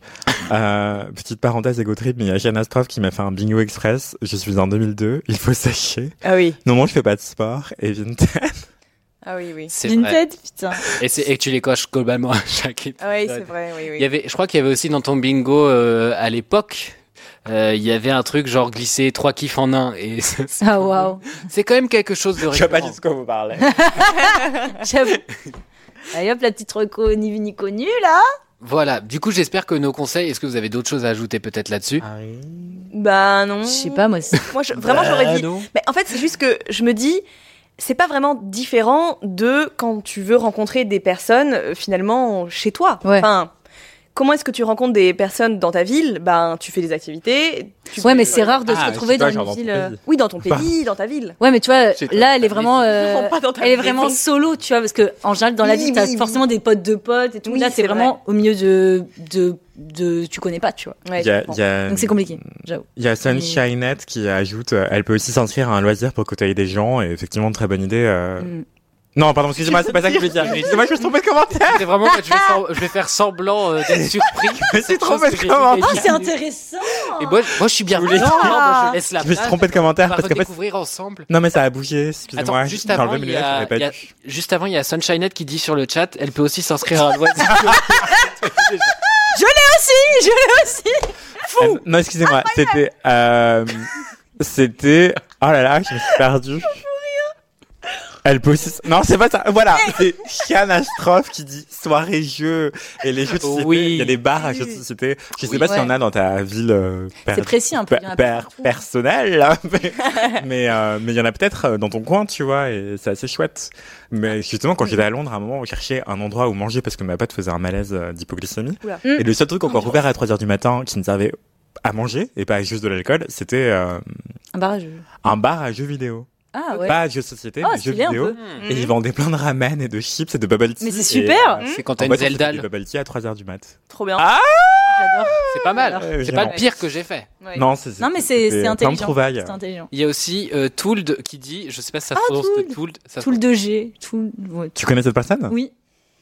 [SPEAKER 6] Petite parenthèse égo trip, mais il y a Jeanne Astroff qui m'a fait un bingo express. Je suis en 2002, il faut sacher.
[SPEAKER 3] Ah oui.
[SPEAKER 6] Non, je fais pas de sport. Et Vinted.
[SPEAKER 3] Ah oui.
[SPEAKER 5] C'est
[SPEAKER 4] Vinted, putain.
[SPEAKER 5] Et tu les coches globalement à chaque épisode.
[SPEAKER 3] Ah oui, c'est vrai, oui.
[SPEAKER 5] Je crois qu'il y avait aussi dans ton bingo, à l'époque, il y avait un truc genre glisser 3 kiffs en un et
[SPEAKER 4] waouh.
[SPEAKER 5] C'est quand même quelque chose de récurrent.
[SPEAKER 6] Je sais pas de quoi vous parlez.
[SPEAKER 4] J'avoue. Allez hop, la petite reco ni vu ni connu là.
[SPEAKER 5] Voilà, du coup j'espère que nos conseils, est-ce que vous avez d'autres choses à ajouter peut-être là-dessus?
[SPEAKER 3] Non.
[SPEAKER 4] Je sais pas moi.
[SPEAKER 3] Vraiment j'aurais dit. Mais en fait c'est juste que je me dis, c'est pas vraiment différent de quand tu veux rencontrer des personnes finalement chez toi.
[SPEAKER 4] Ouais.
[SPEAKER 3] Enfin, comment est-ce que tu rencontres des personnes dans ta ville? Tu fais des activités.
[SPEAKER 4] Mais c'est rare de se retrouver dans une ville.
[SPEAKER 3] Oui, dans ton pays, dans ta ville.
[SPEAKER 4] Ouais, mais tu vois, là, elle est vraiment, elle est vraiment solo, tu vois, parce que en général, dans la ville, t'as forcément des potes de potes et tout. Là, c'est vraiment au milieu de, tu connais pas, tu vois.
[SPEAKER 3] Ouais,
[SPEAKER 4] donc c'est compliqué, j'avoue.
[SPEAKER 6] Il y a Sunshinette qui ajoute, elle peut aussi s'inscrire à un loisir pour côtoyer des gens et effectivement, très bonne idée. Non, pardon, excusez-moi, c'est pas ça que je voulais dire. Excusez-moi, je me suis trompé de commentaire.
[SPEAKER 5] C'est vraiment que je vais faire semblant d'être surpris.
[SPEAKER 6] Je me suis trompé de commentaire.
[SPEAKER 4] Ah, c'est intéressant.
[SPEAKER 5] Et moi, je suis bien. Je laisse la place.
[SPEAKER 6] Je me suis trompé de commentaire
[SPEAKER 5] parce
[SPEAKER 6] que
[SPEAKER 5] découvrir ensemble.
[SPEAKER 6] Non, mais ça a bougé. Excusez-moi.
[SPEAKER 5] Attends, juste avant, il y a Sunshinette qui dit sur le chat, elle peut aussi s'inscrire à un loisir.
[SPEAKER 4] Je l'ai aussi. Fou.
[SPEAKER 6] Non, excusez-moi. C'était. Oh là là, je me suis perdu. Elle peut aussi... Non, c'est pas ça. Voilà, c'est Jeanne Astroff qui dit soirée jeux et les jeux de société. Il y a des bars à jeux de société. Je sais pas s'il y en a dans ta ville
[SPEAKER 4] c'est précis un peu.
[SPEAKER 6] personnelle, mais il y en a peut-être dans ton coin, tu vois, et c'est assez chouette. Mais justement, quand j'étais à Londres, à un moment, on cherchait un endroit où manger parce que ma pote faisait un malaise d'hypoglycémie. Et le seul truc encore ouvert à 3h du matin qui nous servait à manger et pas juste de l'alcool, c'était
[SPEAKER 4] un bar à jeux.
[SPEAKER 6] Un bar à jeux vidéo.
[SPEAKER 4] Ah ouais.
[SPEAKER 6] Pas jeux de société, mais jeux vidéo. Et ils vendaient plein de ramen et de chips et de bubble tea.
[SPEAKER 4] Mais c'est super.
[SPEAKER 5] C'est quand t'as une Zelda.
[SPEAKER 6] Du bubble tea à 3h du mat.
[SPEAKER 3] Trop bien.
[SPEAKER 6] Ah!
[SPEAKER 4] J'adore.
[SPEAKER 5] C'est pas mal. C'est pas le pire que j'ai fait.
[SPEAKER 3] Ouais.
[SPEAKER 6] Non,
[SPEAKER 4] mais c'est intelligent.
[SPEAKER 6] C'est
[SPEAKER 4] intelligent.
[SPEAKER 5] Il y a aussi Tould qui dit, je sais pas si ça se prononce Tould.
[SPEAKER 4] Tould de G.
[SPEAKER 6] Tu connais cette personne?
[SPEAKER 4] Oui.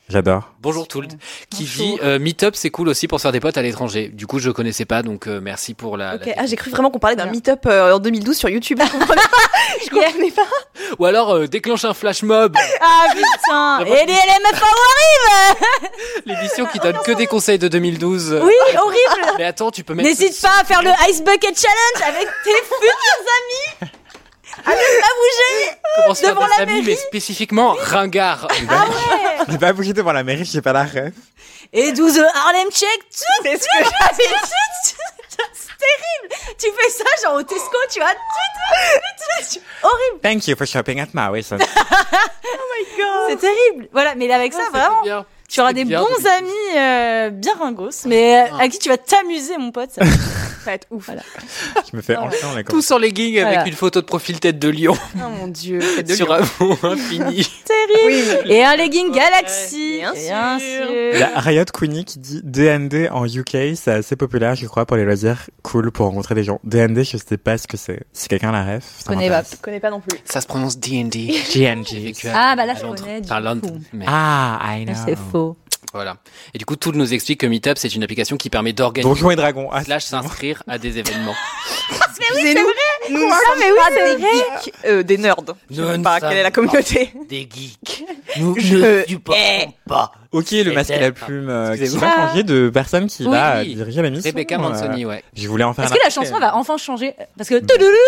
[SPEAKER 6] J'adore.
[SPEAKER 5] Bonjour Tould, qui dit Meetup c'est cool aussi pour se faire des potes à l'étranger. Du coup je connaissais pas donc merci pour la.
[SPEAKER 3] Ok, j'ai cru vraiment qu'on parlait d'un meet-up en 2012 sur YouTube. Je comprenais pas. Je comprenais pas.
[SPEAKER 5] Ou alors déclenche un flash mob.
[SPEAKER 4] Ah putain. Et les LMFAO arrivent.
[SPEAKER 5] L'édition qui donne que des conseils de 2012.
[SPEAKER 4] Oui, horrible.
[SPEAKER 5] Mais attends, tu peux mettre.
[SPEAKER 4] N'hésite pas à faire le Ice Bucket Challenge avec tes futurs amis. À ne pas bouger
[SPEAKER 5] Commence
[SPEAKER 4] devant
[SPEAKER 5] par des
[SPEAKER 4] la
[SPEAKER 5] amis,
[SPEAKER 4] mairie.
[SPEAKER 5] mais spécifiquement ringard.
[SPEAKER 4] Ah ouais.
[SPEAKER 6] J'ai pas bougé devant la mairie, j'ai pas la rêve.
[SPEAKER 4] Et do the Harlem Shake.
[SPEAKER 3] C'est ce que j'avais dit.
[SPEAKER 4] C'est terrible. Tu fais ça genre au Tesco, tu vois. Horrible.
[SPEAKER 6] Thank you for shopping at Maui.
[SPEAKER 4] C'est terrible. Voilà, mais avec ça, vraiment,
[SPEAKER 5] Bien.
[SPEAKER 4] tu auras
[SPEAKER 5] C'est
[SPEAKER 4] des
[SPEAKER 5] bien,
[SPEAKER 4] bons amis bien ringos, mais à qui tu vas t'amuser, mon pote. Ça
[SPEAKER 3] Ça va être ouf.
[SPEAKER 4] Voilà.
[SPEAKER 6] Je me fais enfin la
[SPEAKER 5] Tous en legging avec
[SPEAKER 4] Voilà.
[SPEAKER 5] une photo de profil tête de lion
[SPEAKER 3] Oh mon dieu. Faites de
[SPEAKER 5] sur
[SPEAKER 3] lion.
[SPEAKER 5] un fond infini.
[SPEAKER 4] Terrible.
[SPEAKER 3] Oui, mais-
[SPEAKER 4] Et un legging Galaxy.
[SPEAKER 3] bien sûr.
[SPEAKER 6] Il y a Riot Queenie qui dit D&D en UK, c'est assez populaire, je crois, pour les loisirs. Cool pour rencontrer des gens. D&D, je sais pas ce que c'est. Si quelqu'un la ref, ça
[SPEAKER 4] Connais pas.
[SPEAKER 6] m'intéresse.
[SPEAKER 3] Je connais pas non plus.
[SPEAKER 5] Ça se prononce D&D.
[SPEAKER 6] GNG.
[SPEAKER 4] Ah, bah là, je connais, du
[SPEAKER 5] Par
[SPEAKER 4] coup.
[SPEAKER 5] Londres. Mais
[SPEAKER 6] Ah, I know.
[SPEAKER 4] C'est faux.
[SPEAKER 5] voilà. Et du coup, tout nous explique que Meetup, c'est une application qui permet d'organiser
[SPEAKER 6] Donjons et Dragons. Ah,
[SPEAKER 5] slash s'inscrire à des événements.
[SPEAKER 3] Excusez-nous. Nous ne sommes pas des geeks, des nerds. Je sais pas quelle est la communauté.
[SPEAKER 5] Des geeks. Nous
[SPEAKER 3] Je-
[SPEAKER 5] supportons pas.
[SPEAKER 6] Ok, le masque et la plume qui
[SPEAKER 5] Excusez-moi.
[SPEAKER 6] va changer de personne qui
[SPEAKER 5] Oui.
[SPEAKER 6] va diriger la mission.
[SPEAKER 5] Rebecca Manzoni, ouais.
[SPEAKER 6] Je voulais en faire
[SPEAKER 4] Est-ce
[SPEAKER 6] un
[SPEAKER 4] que la
[SPEAKER 6] article.
[SPEAKER 4] chanson va enfin changer? Parce que...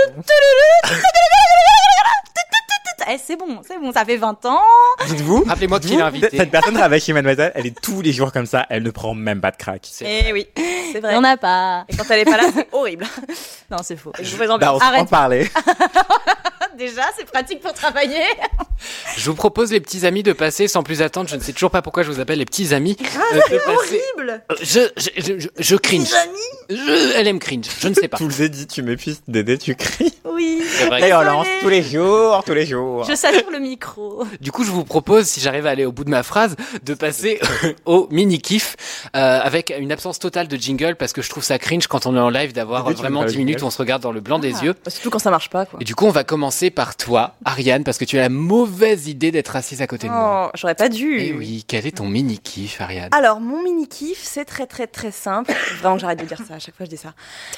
[SPEAKER 4] Eh, c'est bon, ça fait 20 ans.
[SPEAKER 6] Dites-vous,
[SPEAKER 5] Rappelez-moi qui l'a invité.
[SPEAKER 6] cette personne travaille chez Mademoiselle, elle est tous les jours comme ça, elle ne prend même pas de crack.
[SPEAKER 3] Eh oui, c'est vrai.
[SPEAKER 4] On n'a pas.
[SPEAKER 3] Et quand elle est pas là, c'est horrible.
[SPEAKER 4] Non, c'est faux.
[SPEAKER 3] Une mauvaise
[SPEAKER 6] Bah,
[SPEAKER 3] ambiance.
[SPEAKER 6] on s'en
[SPEAKER 4] Arrête.
[SPEAKER 6] parler.
[SPEAKER 4] Déjà, c'est pratique pour travailler.
[SPEAKER 5] Je vous propose, les petits amis, de passer sans plus attendre. Je ne sais toujours pas pourquoi je vous appelle les petits amis. de passer-
[SPEAKER 3] Horrible.
[SPEAKER 5] Je cringe. Elle aime cringe. Je ne sais pas.
[SPEAKER 6] Tout le dit, tu m'épuises, Dédé, tu cries.
[SPEAKER 4] Oui.
[SPEAKER 5] C'est vrai.
[SPEAKER 6] Et on lance tous les jours, tous les jours.
[SPEAKER 4] Je sature le micro.
[SPEAKER 5] Du coup, je vous propose, si j'arrive à aller au bout de ma phrase, de passer au mini-kiff avec une absence totale de jingle parce que je trouve ça cringe quand on est en live d'avoir
[SPEAKER 6] Dédé, tu
[SPEAKER 5] vraiment
[SPEAKER 6] veux pas
[SPEAKER 5] 10
[SPEAKER 6] le
[SPEAKER 5] minutes
[SPEAKER 6] jingle
[SPEAKER 5] où on se regarde dans le blanc des yeux.
[SPEAKER 3] Bah, surtout quand ça marche pas, quoi.
[SPEAKER 5] Et du coup, on va commencer par toi, Ariane, parce que tu as la mauvaise idée d'être assise à côté de moi.
[SPEAKER 3] Oh, j'aurais pas dû.
[SPEAKER 5] Et oui, quel est ton mini-kiff, Ariane?
[SPEAKER 3] Alors, mon mini-kiff, c'est très très très simple. Vraiment que j'arrête de dire ça, à chaque fois je dis ça.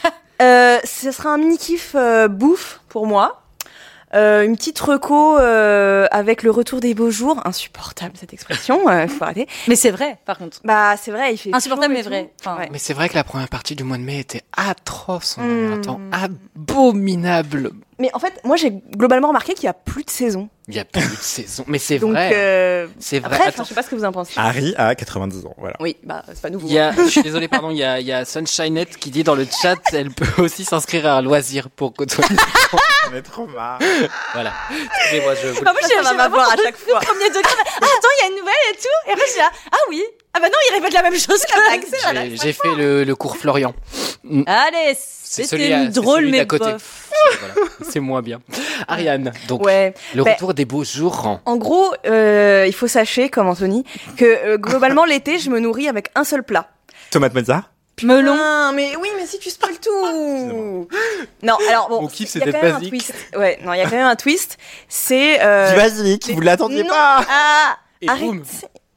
[SPEAKER 3] Ce sera un mini-kiff bouffe pour moi. Une petite reco avec le retour des beaux jours. Insupportable cette expression, faut arrêter.
[SPEAKER 4] Mais c'est vrai, par contre.
[SPEAKER 3] Bah c'est vrai, il fait
[SPEAKER 4] Insupportable,
[SPEAKER 3] chaud et
[SPEAKER 4] mais vrai.
[SPEAKER 3] tout.
[SPEAKER 4] Enfin,
[SPEAKER 3] Ouais.
[SPEAKER 5] Mais c'est vrai que la première partie du mois de mai était atroce. On a eu un temps abominable.
[SPEAKER 3] Mais en fait, moi j'ai globalement remarqué qu'il y a plus de saison.
[SPEAKER 5] Il y a plus de saison. Mais c'est
[SPEAKER 3] Donc
[SPEAKER 5] vrai. C'est vrai.
[SPEAKER 3] bref,
[SPEAKER 5] Attends.
[SPEAKER 3] je sais pas ce que vous en pensez.
[SPEAKER 6] Harry a 90 ans, voilà.
[SPEAKER 3] Oui, bah c'est pas nouveau.
[SPEAKER 5] Il y a, je suis désolé, pardon, il y a Sunshinette qui dit dans le chat, elle peut aussi s'inscrire à un loisir pour côtoyer.
[SPEAKER 6] On est trop marre.
[SPEAKER 5] Voilà. Excusez-moi, je vous
[SPEAKER 4] En plus,
[SPEAKER 3] Ça va m'avoir à chaque fois.
[SPEAKER 4] Premier degré. Ah, attends, il y a une nouvelle et tout. Et après, je suis là. Ah oui. Ah bah non, il répète la même chose que
[SPEAKER 5] j'ai fait le cours Florian.
[SPEAKER 4] Allez,
[SPEAKER 5] C'est
[SPEAKER 4] c'était une drôle,
[SPEAKER 5] celui
[SPEAKER 4] mais
[SPEAKER 5] d'à côté.
[SPEAKER 4] bof.
[SPEAKER 5] Voilà. C'est moins bien. Ariane, donc,
[SPEAKER 3] Ouais.
[SPEAKER 5] le
[SPEAKER 3] Ben,
[SPEAKER 5] retour des beaux jours.
[SPEAKER 3] En gros, il faut sachez, comme Anthony, que globalement l'été, je me nourris avec un seul plat.
[SPEAKER 6] Tomate mozza.
[SPEAKER 4] Melon.
[SPEAKER 3] Ah, mais oui, mais si tu spoil tout. Non, alors bon,
[SPEAKER 5] Mon kiff,
[SPEAKER 3] il y a
[SPEAKER 5] c'était
[SPEAKER 3] quand même un
[SPEAKER 5] basique.
[SPEAKER 3] twist. Ouais, non, il y a quand même un twist. C'est
[SPEAKER 6] Du basilic, vous l'attendiez
[SPEAKER 3] Non.
[SPEAKER 6] pas.
[SPEAKER 3] Ah,
[SPEAKER 5] Et
[SPEAKER 3] arrête.
[SPEAKER 5] boum.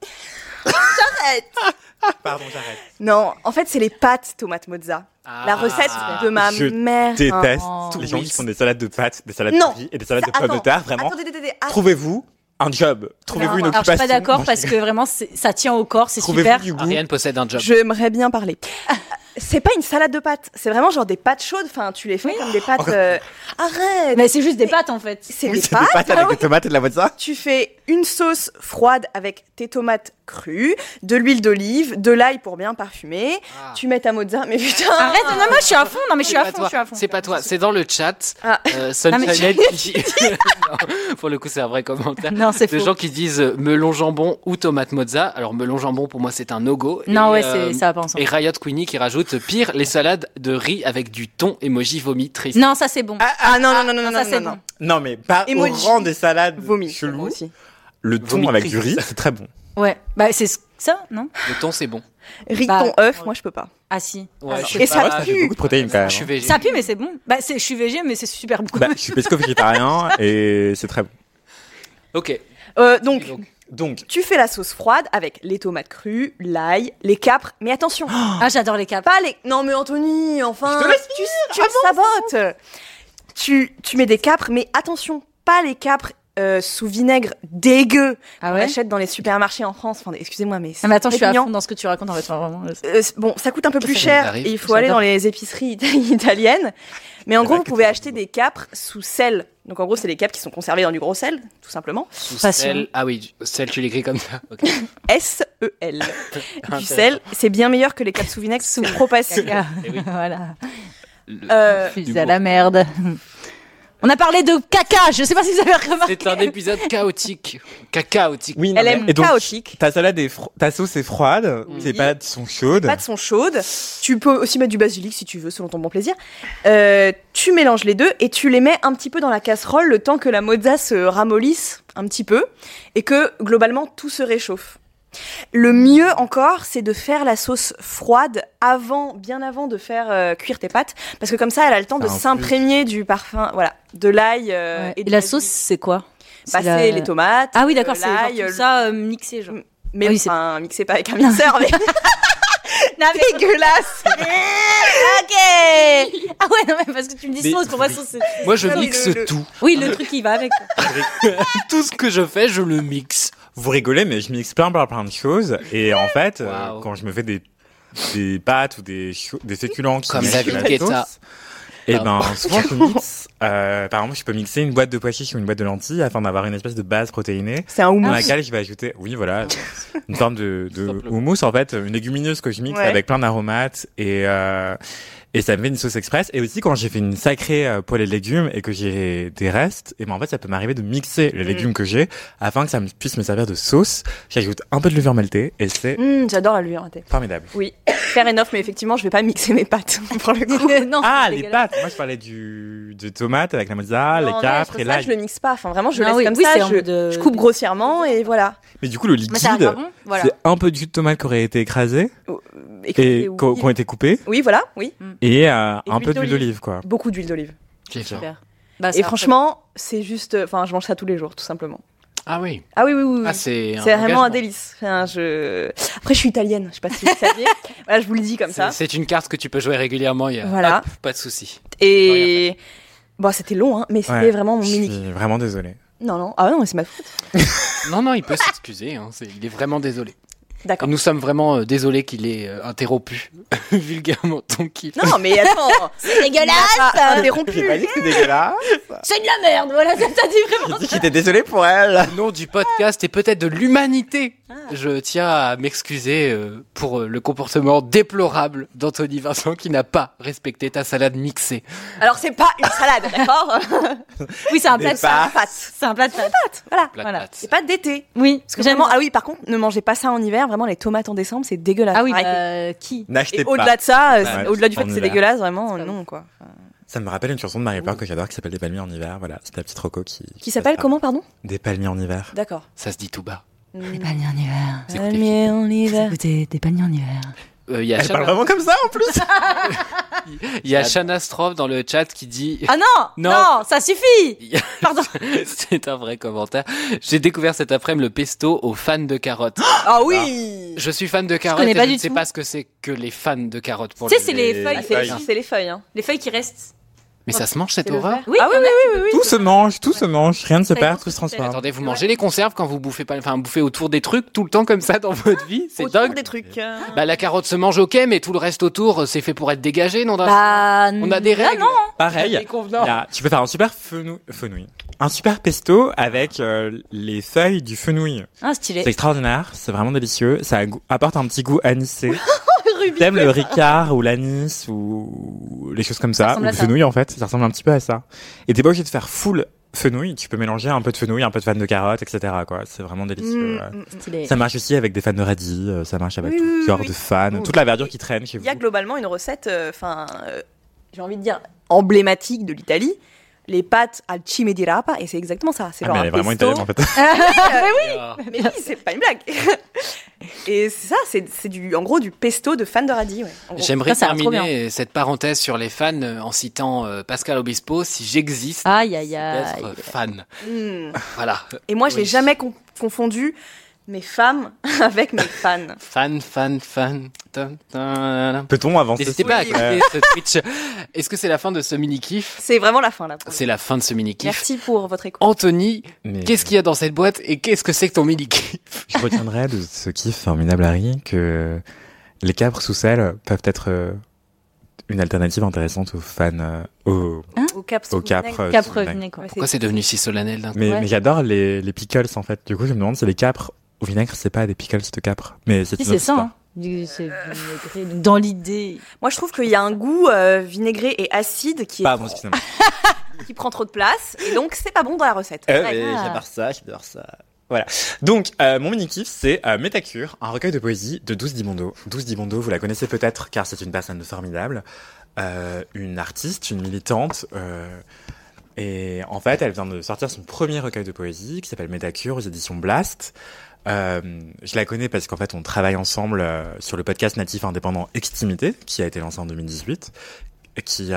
[SPEAKER 3] J'arrête.
[SPEAKER 6] Pardon, j'arrête.
[SPEAKER 3] Non, en fait, c'est les pâtes tomate mozza. La recette de ma
[SPEAKER 6] Je
[SPEAKER 3] mère.
[SPEAKER 6] Déteste
[SPEAKER 4] Oh.
[SPEAKER 6] tous les gens
[SPEAKER 5] Oui.
[SPEAKER 6] qui font des salades de pâtes, des salades
[SPEAKER 3] Non.
[SPEAKER 6] de riz et des salades de pommes de terre. Vraiment,
[SPEAKER 3] Attendez.
[SPEAKER 6] trouvez-vous un job. Trouvez-vous une
[SPEAKER 4] Alors, je
[SPEAKER 6] occupation.
[SPEAKER 4] suis pas d'accord
[SPEAKER 6] Moi,
[SPEAKER 4] parce que vraiment, ça tient au corps, c'est
[SPEAKER 6] Trouvez-vous
[SPEAKER 4] super.
[SPEAKER 6] du goût.
[SPEAKER 5] Ariane possède un job.
[SPEAKER 3] J'aimerais bien parler. C'est pas une salade de pâtes, c'est vraiment genre des pâtes chaudes. Enfin, tu les fais comme des pâtes. Arrête.
[SPEAKER 4] Mais c'est juste des pâtes en fait.
[SPEAKER 3] C'est
[SPEAKER 6] Oui,
[SPEAKER 3] des
[SPEAKER 6] c'est
[SPEAKER 3] pâtes.
[SPEAKER 6] des pâtes avec des tomates et de la mozza.
[SPEAKER 3] Tu fais une sauce froide avec tes tomates crues, de l'huile d'olive, de l'ail pour bien parfumer.
[SPEAKER 5] Ah.
[SPEAKER 3] Tu mets ta mozza, mais putain.
[SPEAKER 4] Arrête, non, moi je suis à fond. Non, mais je suis
[SPEAKER 5] C'est
[SPEAKER 4] à
[SPEAKER 5] pas
[SPEAKER 4] fond,
[SPEAKER 5] toi.
[SPEAKER 4] je suis à fond.
[SPEAKER 5] C'est pas toi, c'est dans le chat.
[SPEAKER 3] Ah.
[SPEAKER 5] Sunshinette qui dit. Non, pour le coup, c'est un vrai commentaire.
[SPEAKER 4] Non, c'est
[SPEAKER 5] De
[SPEAKER 4] faux.
[SPEAKER 5] gens qui disent melon jambon ou tomate mozza. Alors, melon jambon, pour moi, c'est un no-go.
[SPEAKER 4] Non,
[SPEAKER 5] Et,
[SPEAKER 4] ouais, ça va pas ensemble.
[SPEAKER 5] Et Riot Queenie qui rajoute pire, les salades de riz avec du thon emoji vomi triste.
[SPEAKER 4] Non, ça c'est bon.
[SPEAKER 3] Ah non,
[SPEAKER 4] ça c'est bon.
[SPEAKER 6] Non, mais pas
[SPEAKER 3] Emoji.
[SPEAKER 6] au rang des salades
[SPEAKER 3] Vomi. c'est bon
[SPEAKER 6] cheloues.
[SPEAKER 3] aussi.
[SPEAKER 6] Le thon
[SPEAKER 5] Vomi
[SPEAKER 6] avec
[SPEAKER 5] triste.
[SPEAKER 6] du riz, c'est très bon.
[SPEAKER 4] Ouais, bah c'est ça, non?
[SPEAKER 5] Le thon, c'est bon.
[SPEAKER 3] Riz,
[SPEAKER 4] Bah,
[SPEAKER 3] thon, œuf, moi je peux pas.
[SPEAKER 4] Ah si.
[SPEAKER 5] Ouais,
[SPEAKER 4] Ah,
[SPEAKER 5] je
[SPEAKER 4] non.
[SPEAKER 5] sais
[SPEAKER 3] Et
[SPEAKER 5] pas,
[SPEAKER 3] ça
[SPEAKER 6] Ça fait
[SPEAKER 3] pue.
[SPEAKER 6] beaucoup de protéines quand même.
[SPEAKER 5] Je suis
[SPEAKER 6] hein.
[SPEAKER 5] végé.
[SPEAKER 4] Ça pue, mais c'est bon. Bah je suis végé, mais c'est super bon.
[SPEAKER 6] Bah, je suis pesco-végétarien et c'est très bon.
[SPEAKER 5] Ok.
[SPEAKER 3] Donc,
[SPEAKER 5] Donc,
[SPEAKER 6] Donc,
[SPEAKER 3] tu fais la sauce froide avec les tomates crues, l'ail, les capres. Mais attention,
[SPEAKER 4] Ah, j'adore les capres.
[SPEAKER 3] pas les... Non mais Anthony, enfin...
[SPEAKER 6] Je te laisse
[SPEAKER 3] tu sabotes. Tu mets des capres, mais attention, pas les capres sous vinaigre dégueu
[SPEAKER 4] Ah
[SPEAKER 3] qu'on
[SPEAKER 4] ouais
[SPEAKER 3] achète dans les supermarchés en France. Enfin, excusez-moi, mais...
[SPEAKER 4] Ah, mais attends, je suis à
[SPEAKER 3] répugnant.
[SPEAKER 4] fond dans ce que tu racontes en fait, vraiment.
[SPEAKER 3] Bon, ça coûte un peu plus
[SPEAKER 5] Ça
[SPEAKER 3] cher
[SPEAKER 5] m'arrive.
[SPEAKER 3] et il faut aller dans les épiceries italiennes. Mais en gros,
[SPEAKER 6] vrai
[SPEAKER 3] vous
[SPEAKER 6] que
[SPEAKER 3] pouvez
[SPEAKER 6] c'est
[SPEAKER 3] acheter des capres sous sel. Donc en gros, c'est les capres qui sont conservés dans du gros sel, tout simplement.
[SPEAKER 5] Sous
[SPEAKER 4] Passion.
[SPEAKER 5] sel. Ah oui, sel, tu l'écris comme ça. Ok.
[SPEAKER 3] S-E-L. Du sel, c'est bien meilleur que les capres sous vinaigre, c'est trop facile.
[SPEAKER 4] Caca.
[SPEAKER 5] Eh oui.
[SPEAKER 4] Voilà.
[SPEAKER 5] Le-
[SPEAKER 4] Fils
[SPEAKER 5] Humour.
[SPEAKER 4] à la merde. On a parlé de caca, je sais pas si vous avez remarqué.
[SPEAKER 5] C'est un épisode chaotique. Cacaotique.
[SPEAKER 6] oui, non,
[SPEAKER 3] Elle
[SPEAKER 6] mais-
[SPEAKER 3] aime
[SPEAKER 6] et donc,
[SPEAKER 3] chaotique.
[SPEAKER 6] ta salade ta sauce est froide, tes pâtes sont chaudes.
[SPEAKER 3] Les pâtes sont chaudes. Tu peux aussi mettre du basilic si tu veux, selon ton bon plaisir. Tu mélanges les deux et tu les mets un petit peu dans la casserole le temps que la mozza se ramollisse un petit peu et que globalement tout se réchauffe. Le mieux encore, c'est de faire la sauce froide bien avant de faire cuire tes pâtes, parce que comme ça, elle a le temps de
[SPEAKER 6] Ça infuse.
[SPEAKER 3] s'imprégner du parfum, voilà, de l'ail
[SPEAKER 4] Ouais.
[SPEAKER 3] et
[SPEAKER 4] Et
[SPEAKER 3] du
[SPEAKER 4] la
[SPEAKER 3] basilic.
[SPEAKER 4] sauce, c'est quoi
[SPEAKER 3] Bah,
[SPEAKER 4] la-
[SPEAKER 3] c'est les tomates.
[SPEAKER 4] Ah oui, d'accord, c'est
[SPEAKER 3] l'ail,
[SPEAKER 4] genre tout ça mixé, genre.
[SPEAKER 3] mais
[SPEAKER 4] Ah oui,
[SPEAKER 3] enfin, mixé pas avec un mixeur, mais
[SPEAKER 4] Non, mais...
[SPEAKER 3] dégueulasse.
[SPEAKER 4] Ok. Ah ouais, non, mais parce que tu me dis
[SPEAKER 6] Mais-
[SPEAKER 4] sauce, pour moi, sauce, c'est...
[SPEAKER 5] Moi, je
[SPEAKER 3] Ah oui,
[SPEAKER 5] mixe
[SPEAKER 3] le-
[SPEAKER 5] tout.
[SPEAKER 4] Oui, le truc qui va avec.
[SPEAKER 5] Tout ce que je fais, je le mixe.
[SPEAKER 6] Vous rigolez, mais je mixe plein de choses. Et en fait,
[SPEAKER 5] Waouh.
[SPEAKER 6] quand je me fais des pâtes ou des féculents qui
[SPEAKER 5] Comme
[SPEAKER 6] mixent
[SPEAKER 5] David
[SPEAKER 6] la
[SPEAKER 5] Guetta.
[SPEAKER 6] sauce, et ben souvent je mixe. Par exemple, je peux mixer une boîte de pois chiches ou une boîte de lentilles afin d'avoir une espèce de base protéinée.
[SPEAKER 3] C'est un
[SPEAKER 6] Dans
[SPEAKER 3] houmous.
[SPEAKER 6] laquelle je vais ajouter, oui voilà, une forme de
[SPEAKER 5] Simplement.
[SPEAKER 6] houmous en fait, une légumineuse que je mixe
[SPEAKER 3] Ouais.
[SPEAKER 6] avec plein d'aromates et ça me fait une sauce express. Et aussi quand j'ai fait une sacrée poêlée de légumes et que j'ai des restes, et ben en fait ça peut m'arriver de mixer les légumes que j'ai afin que ça puisse me servir de sauce. J'ajoute un peu de levure maltée et c'est
[SPEAKER 3] J'adore la levure maltée.
[SPEAKER 6] formidable.
[SPEAKER 3] Oui, fair enough, mais effectivement, je vais pas mixer mes pâtes pour le coup.
[SPEAKER 4] Non,
[SPEAKER 6] Ah,
[SPEAKER 4] c'est
[SPEAKER 6] les
[SPEAKER 4] dégueulasse.
[SPEAKER 6] pâtes. Moi, je parlais de tomates avec la mozza,
[SPEAKER 3] Non,
[SPEAKER 6] les
[SPEAKER 3] non,
[SPEAKER 6] capres
[SPEAKER 3] c'est
[SPEAKER 6] et
[SPEAKER 3] pour ça,
[SPEAKER 6] l'ail.
[SPEAKER 3] je le mixe pas. Enfin, vraiment, je
[SPEAKER 4] Non,
[SPEAKER 3] laisse
[SPEAKER 4] oui,
[SPEAKER 3] comme
[SPEAKER 4] oui,
[SPEAKER 3] ça.
[SPEAKER 4] c'est en mode,
[SPEAKER 3] Je coupe grossièrement et voilà.
[SPEAKER 6] Mais du coup, le liquide,
[SPEAKER 4] Mais ça a pas bon, voilà.
[SPEAKER 6] c'est un peu de jus de tomate qui aurait été écrasé et qui
[SPEAKER 3] oui.
[SPEAKER 6] ont été coupés
[SPEAKER 3] Oui, voilà, oui.
[SPEAKER 6] et un
[SPEAKER 3] d'huile
[SPEAKER 6] peu d'huile
[SPEAKER 3] d'olive.
[SPEAKER 6] d'olive, quoi.
[SPEAKER 3] Beaucoup d'huile d'olive.
[SPEAKER 5] J'ai faim.
[SPEAKER 4] Super. Bah,
[SPEAKER 3] Et franchement, c'est juste. Enfin, je mange ça tous les jours, tout simplement.
[SPEAKER 5] Ah oui.
[SPEAKER 3] Ah oui, oui, oui. oui.
[SPEAKER 5] Ah, c'est
[SPEAKER 3] C'est vraiment un
[SPEAKER 5] engagement.
[SPEAKER 3] délice. Enfin, Après, je suis italienne. Je sais pas si vous le saviez. Voilà, je vous le dis comme ça.
[SPEAKER 5] C'est une carte que tu peux jouer régulièrement. Il y a
[SPEAKER 3] Voilà.
[SPEAKER 5] hop, pas de souci.
[SPEAKER 3] Et bon, c'était long, hein, mais c'était
[SPEAKER 6] Ouais,
[SPEAKER 3] vraiment mon
[SPEAKER 6] je
[SPEAKER 3] mini.
[SPEAKER 6] suis vraiment désolé.
[SPEAKER 3] Non, non. Ah non, mais c'est ma faute.
[SPEAKER 5] Non, non, il peut s'excuser. Hein. Il est vraiment désolé. Et
[SPEAKER 3] D'accord.
[SPEAKER 5] nous sommes vraiment désolés qu'il ait interrompu vulgairement ton kiff.
[SPEAKER 3] Non, mais attends.
[SPEAKER 4] c'est dégueulasse.
[SPEAKER 3] Il a pas interrompu.
[SPEAKER 6] J'ai pas dit que c'était dégueulasse.
[SPEAKER 4] C'est de la merde, voilà, t'as dit vraiment.
[SPEAKER 6] J'ai dit qu'il était désolé pour elle.
[SPEAKER 5] Au nom du podcast et peut-être de l'humanité, je tiens à m'excuser pour le comportement déplorable d'Anthony Vincent qui n'a pas respecté ta salade mixée.
[SPEAKER 3] Alors, c'est pas une salade, d'accord?
[SPEAKER 4] Oui, c'est un
[SPEAKER 6] Des
[SPEAKER 4] plat de
[SPEAKER 6] pâtes.
[SPEAKER 3] Pâtes.
[SPEAKER 4] C'est un plat de pâtes.
[SPEAKER 3] Voilà.
[SPEAKER 5] Plat de
[SPEAKER 4] Voilà.
[SPEAKER 5] pâtes.
[SPEAKER 3] C'est pas d'été.
[SPEAKER 4] Oui,
[SPEAKER 3] Parce que vraiment, ah oui, par contre, ne mangez pas ça en hiver. Vraiment, les tomates en décembre, c'est dégueulasse.
[SPEAKER 4] Ah oui,
[SPEAKER 3] Arrêtez.
[SPEAKER 4] qui
[SPEAKER 6] N'achetez
[SPEAKER 3] Et
[SPEAKER 6] pas.
[SPEAKER 3] au-delà de ça,
[SPEAKER 6] Ouais,
[SPEAKER 3] au-delà du fait
[SPEAKER 6] en
[SPEAKER 3] que c'est
[SPEAKER 6] hiver.
[SPEAKER 3] dégueulasse, vraiment, non, quoi. Enfin,
[SPEAKER 6] Ça me rappelle une chanson de Marie-Laure que j'adore qui s'appelle Des palmiers en hiver. Voilà, c'est la petite Rocco
[SPEAKER 3] qui s'appelle comment, pardon?
[SPEAKER 6] Des palmiers en hiver.
[SPEAKER 3] D'accord.
[SPEAKER 5] Ça se dit tout bas.
[SPEAKER 4] Des paniers en hiver.
[SPEAKER 5] Vous écoutez
[SPEAKER 3] Palmier en hiver.
[SPEAKER 4] Écoutez, des paniers en hiver.
[SPEAKER 5] Il y a
[SPEAKER 6] Elle parle
[SPEAKER 5] Shana,
[SPEAKER 6] vraiment comme ça en plus.
[SPEAKER 5] il y a Shana Stroff dans le chat qui dit
[SPEAKER 4] Ah non,
[SPEAKER 5] Non.
[SPEAKER 4] non, ça suffit. Pardon.
[SPEAKER 5] c'est un vrai commentaire. J'ai découvert cet après-midi le pesto aux fans de carottes.
[SPEAKER 3] Ah oui!
[SPEAKER 5] Je suis fan de carottes
[SPEAKER 4] connais
[SPEAKER 5] et
[SPEAKER 4] pas
[SPEAKER 5] je
[SPEAKER 4] du
[SPEAKER 5] ne sais
[SPEAKER 4] tout.
[SPEAKER 5] pas ce que c'est que les fans de carottes pour
[SPEAKER 4] Tu sais,
[SPEAKER 5] le-
[SPEAKER 4] c'est les
[SPEAKER 6] les-
[SPEAKER 4] feuilles.
[SPEAKER 3] Ah, c'est les feuilles, hein.
[SPEAKER 4] Les feuilles qui restent.
[SPEAKER 5] Mais ça se mange cette
[SPEAKER 3] C'est le
[SPEAKER 5] horreur
[SPEAKER 3] vert.
[SPEAKER 4] Oui,
[SPEAKER 3] Ah oui,
[SPEAKER 4] il y en a
[SPEAKER 3] oui,
[SPEAKER 4] qui
[SPEAKER 3] oui, oui.
[SPEAKER 6] Tout se mange, tout se mange. Rien ne se
[SPEAKER 4] Ça
[SPEAKER 6] perd,
[SPEAKER 4] dépend
[SPEAKER 6] tout se
[SPEAKER 4] ce que c'est.
[SPEAKER 6] transforme.
[SPEAKER 5] Attendez, vous mangez les conserves quand vous bouffez pas, enfin, bouffez autour des trucs tout le temps comme ça dans votre vie, c'est
[SPEAKER 3] Autour
[SPEAKER 5] dingue.
[SPEAKER 3] des trucs.
[SPEAKER 5] Bah la carotte se mange ok, mais tout le reste autour, c'est fait pour être dégagé, non d'un-
[SPEAKER 4] Bah,
[SPEAKER 5] On a des
[SPEAKER 4] là,
[SPEAKER 5] règles.
[SPEAKER 4] non.
[SPEAKER 6] Pareil.
[SPEAKER 5] Des convenants.
[SPEAKER 6] Là, tu peux faire un super fenouil. Un super pesto avec les feuilles du fenouil.
[SPEAKER 4] Ah,
[SPEAKER 6] C'est
[SPEAKER 4] stylé.
[SPEAKER 6] extraordinaire, c'est vraiment délicieux. Ça apporte un petit goût anisé. T'aimes le ricard ou l'anis ou les choses comme ça,
[SPEAKER 4] ressemble
[SPEAKER 6] ou
[SPEAKER 4] à
[SPEAKER 6] le
[SPEAKER 4] ça.
[SPEAKER 6] fenouil en fait, ça ressemble un petit peu à ça. Et t'es pas obligé de faire full fenouil, tu peux mélanger un peu de fenouil, un peu de fan de carottes, etc. quoi. C'est vraiment délicieux. ouais.
[SPEAKER 4] Stylé.
[SPEAKER 6] Ça marche aussi avec des fans de radis, ça marche avec
[SPEAKER 3] Oui,
[SPEAKER 6] tout
[SPEAKER 3] oui,
[SPEAKER 6] genre
[SPEAKER 3] oui.
[SPEAKER 6] de fans,
[SPEAKER 3] Oui.
[SPEAKER 6] toute la verdure qui traîne chez
[SPEAKER 3] Il
[SPEAKER 6] vous.
[SPEAKER 3] y a globalement une recette, j'ai envie de dire, emblématique de l'Italie. les pâtes al cime di rapa, et c'est exactement ça. C'est
[SPEAKER 6] Ah,
[SPEAKER 3] genre
[SPEAKER 6] mais
[SPEAKER 3] un
[SPEAKER 6] elle est vraiment
[SPEAKER 3] pesto.
[SPEAKER 6] italienne, en fait.
[SPEAKER 3] Mais oui, c'est pas une blague. Et c'est ça, c'est en gros du pesto de fan de radis. Ouais, en gros.
[SPEAKER 5] J'aimerais
[SPEAKER 4] Ça a l'air trop
[SPEAKER 5] terminer cette parenthèse sur les fans en citant Pascal Obispo. Si j'existe,
[SPEAKER 4] Aïe,
[SPEAKER 5] c'est d'être fan.
[SPEAKER 3] Mm.
[SPEAKER 5] Voilà.
[SPEAKER 3] Et moi, je n'ai
[SPEAKER 5] Oui.
[SPEAKER 3] jamais confondu mes femmes avec mes fans.
[SPEAKER 5] Fan.
[SPEAKER 6] Peut-on avancer
[SPEAKER 5] N'hésitez pas à écouter ce Twitch. Est-ce que c'est la fin de ce mini-kiff?
[SPEAKER 3] C'est vraiment la fin là.
[SPEAKER 5] C'est la fin de ce mini-kiff.
[SPEAKER 3] Merci pour votre écoute.
[SPEAKER 5] Anthony,
[SPEAKER 6] Mais
[SPEAKER 5] qu'est-ce qu'il y a dans cette boîte et qu'est-ce que c'est que ton mini-kiff?
[SPEAKER 6] je retiendrai de ce kiff formidable, Harry, que les capres sous sel peuvent être une alternative intéressante aux fans, aux
[SPEAKER 3] Au cap.
[SPEAKER 6] au capre.
[SPEAKER 4] Capre
[SPEAKER 6] vinaigre.
[SPEAKER 4] vinaigre, quoi.
[SPEAKER 3] Ouais,
[SPEAKER 5] Pourquoi c'est devenu si solennel d'un coup?
[SPEAKER 6] Mais,
[SPEAKER 4] Ouais.
[SPEAKER 6] mais j'adore les pickles, en fait. Du coup, je me demande si les capres au vinaigre, c'est pas des pickles de capre. Mais c'est
[SPEAKER 4] Si,
[SPEAKER 6] une
[SPEAKER 4] c'est
[SPEAKER 6] autre
[SPEAKER 4] ça.
[SPEAKER 6] histoire.
[SPEAKER 4] Hein. C'est vinaigré. Donc, dans l'idée.
[SPEAKER 3] Moi, je trouve qu'il y a un goût vinaigré et acide qui,
[SPEAKER 6] Pardon, excusez-moi.
[SPEAKER 3] qui prend trop de place, et donc c'est pas bon dans la recette.
[SPEAKER 6] Mais
[SPEAKER 4] Ah.
[SPEAKER 6] j'adore ça. Voilà. Donc, mon mini-kiff, c'est Métacure, un recueil de poésie de Douce Dibondo. Douce Dibondo, vous la connaissez peut-être car c'est une personne formidable, une artiste, une militante, et en fait, elle vient de sortir son premier recueil de poésie qui s'appelle Métacure aux éditions Blast. Je la connais parce qu'en fait, on travaille ensemble sur le podcast natif indépendant Extimité, qui a été lancé en 2018, qui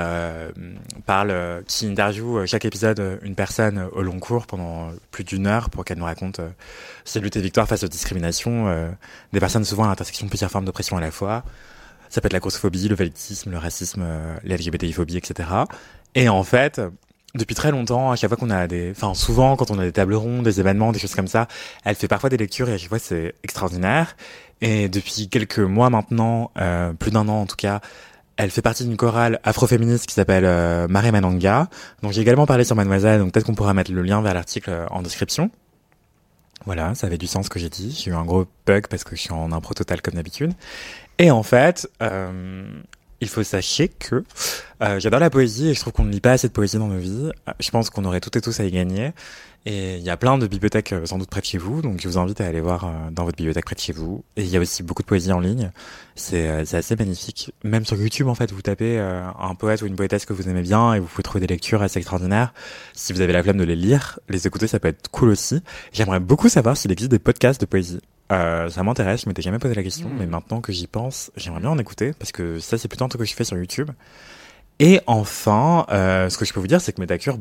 [SPEAKER 6] qui interviewe chaque épisode une personne au long cours pendant plus d'1 heure pour qu'elle nous raconte ses luttes et victoires face aux discriminations des personnes souvent à l'intersection de plusieurs formes d'oppression à la fois. Ça peut être la grossophobie, le valitisme, le racisme, les LGBTI-phobies, etc. Et en fait, depuis très longtemps, à chaque fois qu'on a souvent quand on a des tables rondes, des événements, des choses comme ça, elle fait parfois des lectures et à chaque fois c'est extraordinaire. Et depuis quelques mois maintenant, plus d'1 an en tout cas, elle fait partie d'une chorale afroféministe qui s'appelle Mare Mananga, dont j'ai également parlé sur Mademoiselle, donc peut-être qu'on pourra mettre le lien vers l'article en description. Voilà, ça avait du sens ce que j'ai dit. J'ai eu un gros bug parce que je suis en impro total comme d'habitude. Et en fait, il faut sachez que j'adore la poésie et je trouve qu'on ne lit pas assez de poésie dans nos vies. Je pense qu'on aurait toutes et tous à y gagner. Et il y a plein de bibliothèques sans doute près de chez vous, donc je vous invite à aller voir dans votre bibliothèque près de chez vous. Et il y a aussi beaucoup de poésie en ligne. C'est assez magnifique. Même sur YouTube, en fait, vous tapez un poète ou une poétesse que vous aimez bien et vous pouvez trouver des lectures assez extraordinaires. Si vous avez la flemme de les lire, les écouter, ça peut être cool aussi. J'aimerais beaucoup savoir s'il existe des podcasts de poésie. Ça m'intéresse, je m'étais jamais posé la question, mais maintenant que j'y pense, j'aimerais bien en écouter, parce que ça, c'est plutôt un truc que je fais sur YouTube. Et enfin, ce que je peux vous dire, c'est que Métacure,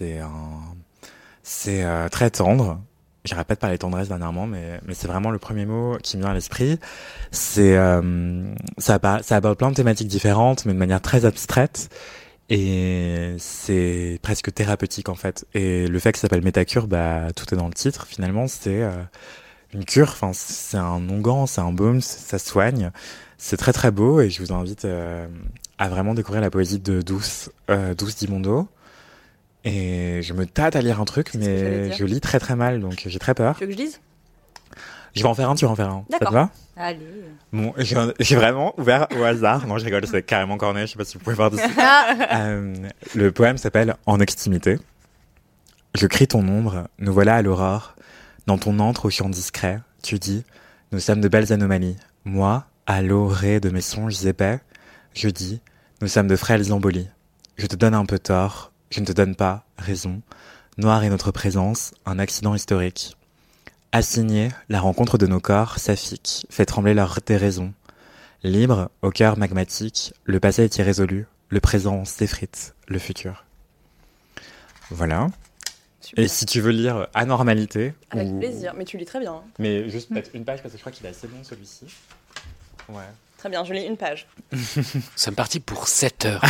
[SPEAKER 6] c'est très tendre. J'arrête pas de parler tendresse dernièrement, mais c'est vraiment le premier mot qui me vient à l'esprit. Ça aborde plein de thématiques différentes, mais de manière très abstraite. Et c'est presque thérapeutique, en fait. Et le fait que ça s'appelle Métacure, tout est dans le titre, finalement, c'est une cure. Enfin, c'est un onguent, c'est un baume, ça soigne. C'est très très beau et je vous invite à vraiment découvrir la poésie de Douce Dibondo. Et je me tâte à lire un truc,
[SPEAKER 3] C'est ce que j'allais
[SPEAKER 6] mais
[SPEAKER 3] dire.
[SPEAKER 6] je lis très très mal, donc j'ai très peur.
[SPEAKER 3] Tu veux que je dise?
[SPEAKER 6] Je vais en faire un, tu vas en faire un. Ça te
[SPEAKER 3] D'accord.
[SPEAKER 6] va?
[SPEAKER 4] Allez.
[SPEAKER 6] Bon, j'ai vraiment ouvert au hasard. Non, je rigole, c'est carrément corné, je sais pas si vous pouvez voir d'ici. Le poème s'appelle En extimité. Je crie ton ombre, nous voilà à l'aurore. Dans ton antre au chant discret, tu dis, nous sommes de belles anomalies. Moi, à l'orée de mes songes épais, je dis, nous sommes de frêles embolies. Je te donne un peu tort, je ne te donne pas raison. Noire est notre présence, un accident historique. Assigné, la rencontre de nos corps saphiques fait trembler leur déraison. Libre, au cœur magmatique, le passé est irrésolu, le présent s'effrite, le futur. Voilà.
[SPEAKER 3] Super.
[SPEAKER 6] Et si tu veux lire Anormalité...
[SPEAKER 3] Avec
[SPEAKER 6] ou-
[SPEAKER 3] plaisir, mais tu lis très bien. Hein.
[SPEAKER 6] Mais juste peut-être une page parce que je crois qu'il est assez long celui-ci. Ouais.
[SPEAKER 3] Très bien, je lis une page.
[SPEAKER 5] Nous sommes partis pour 7 heures.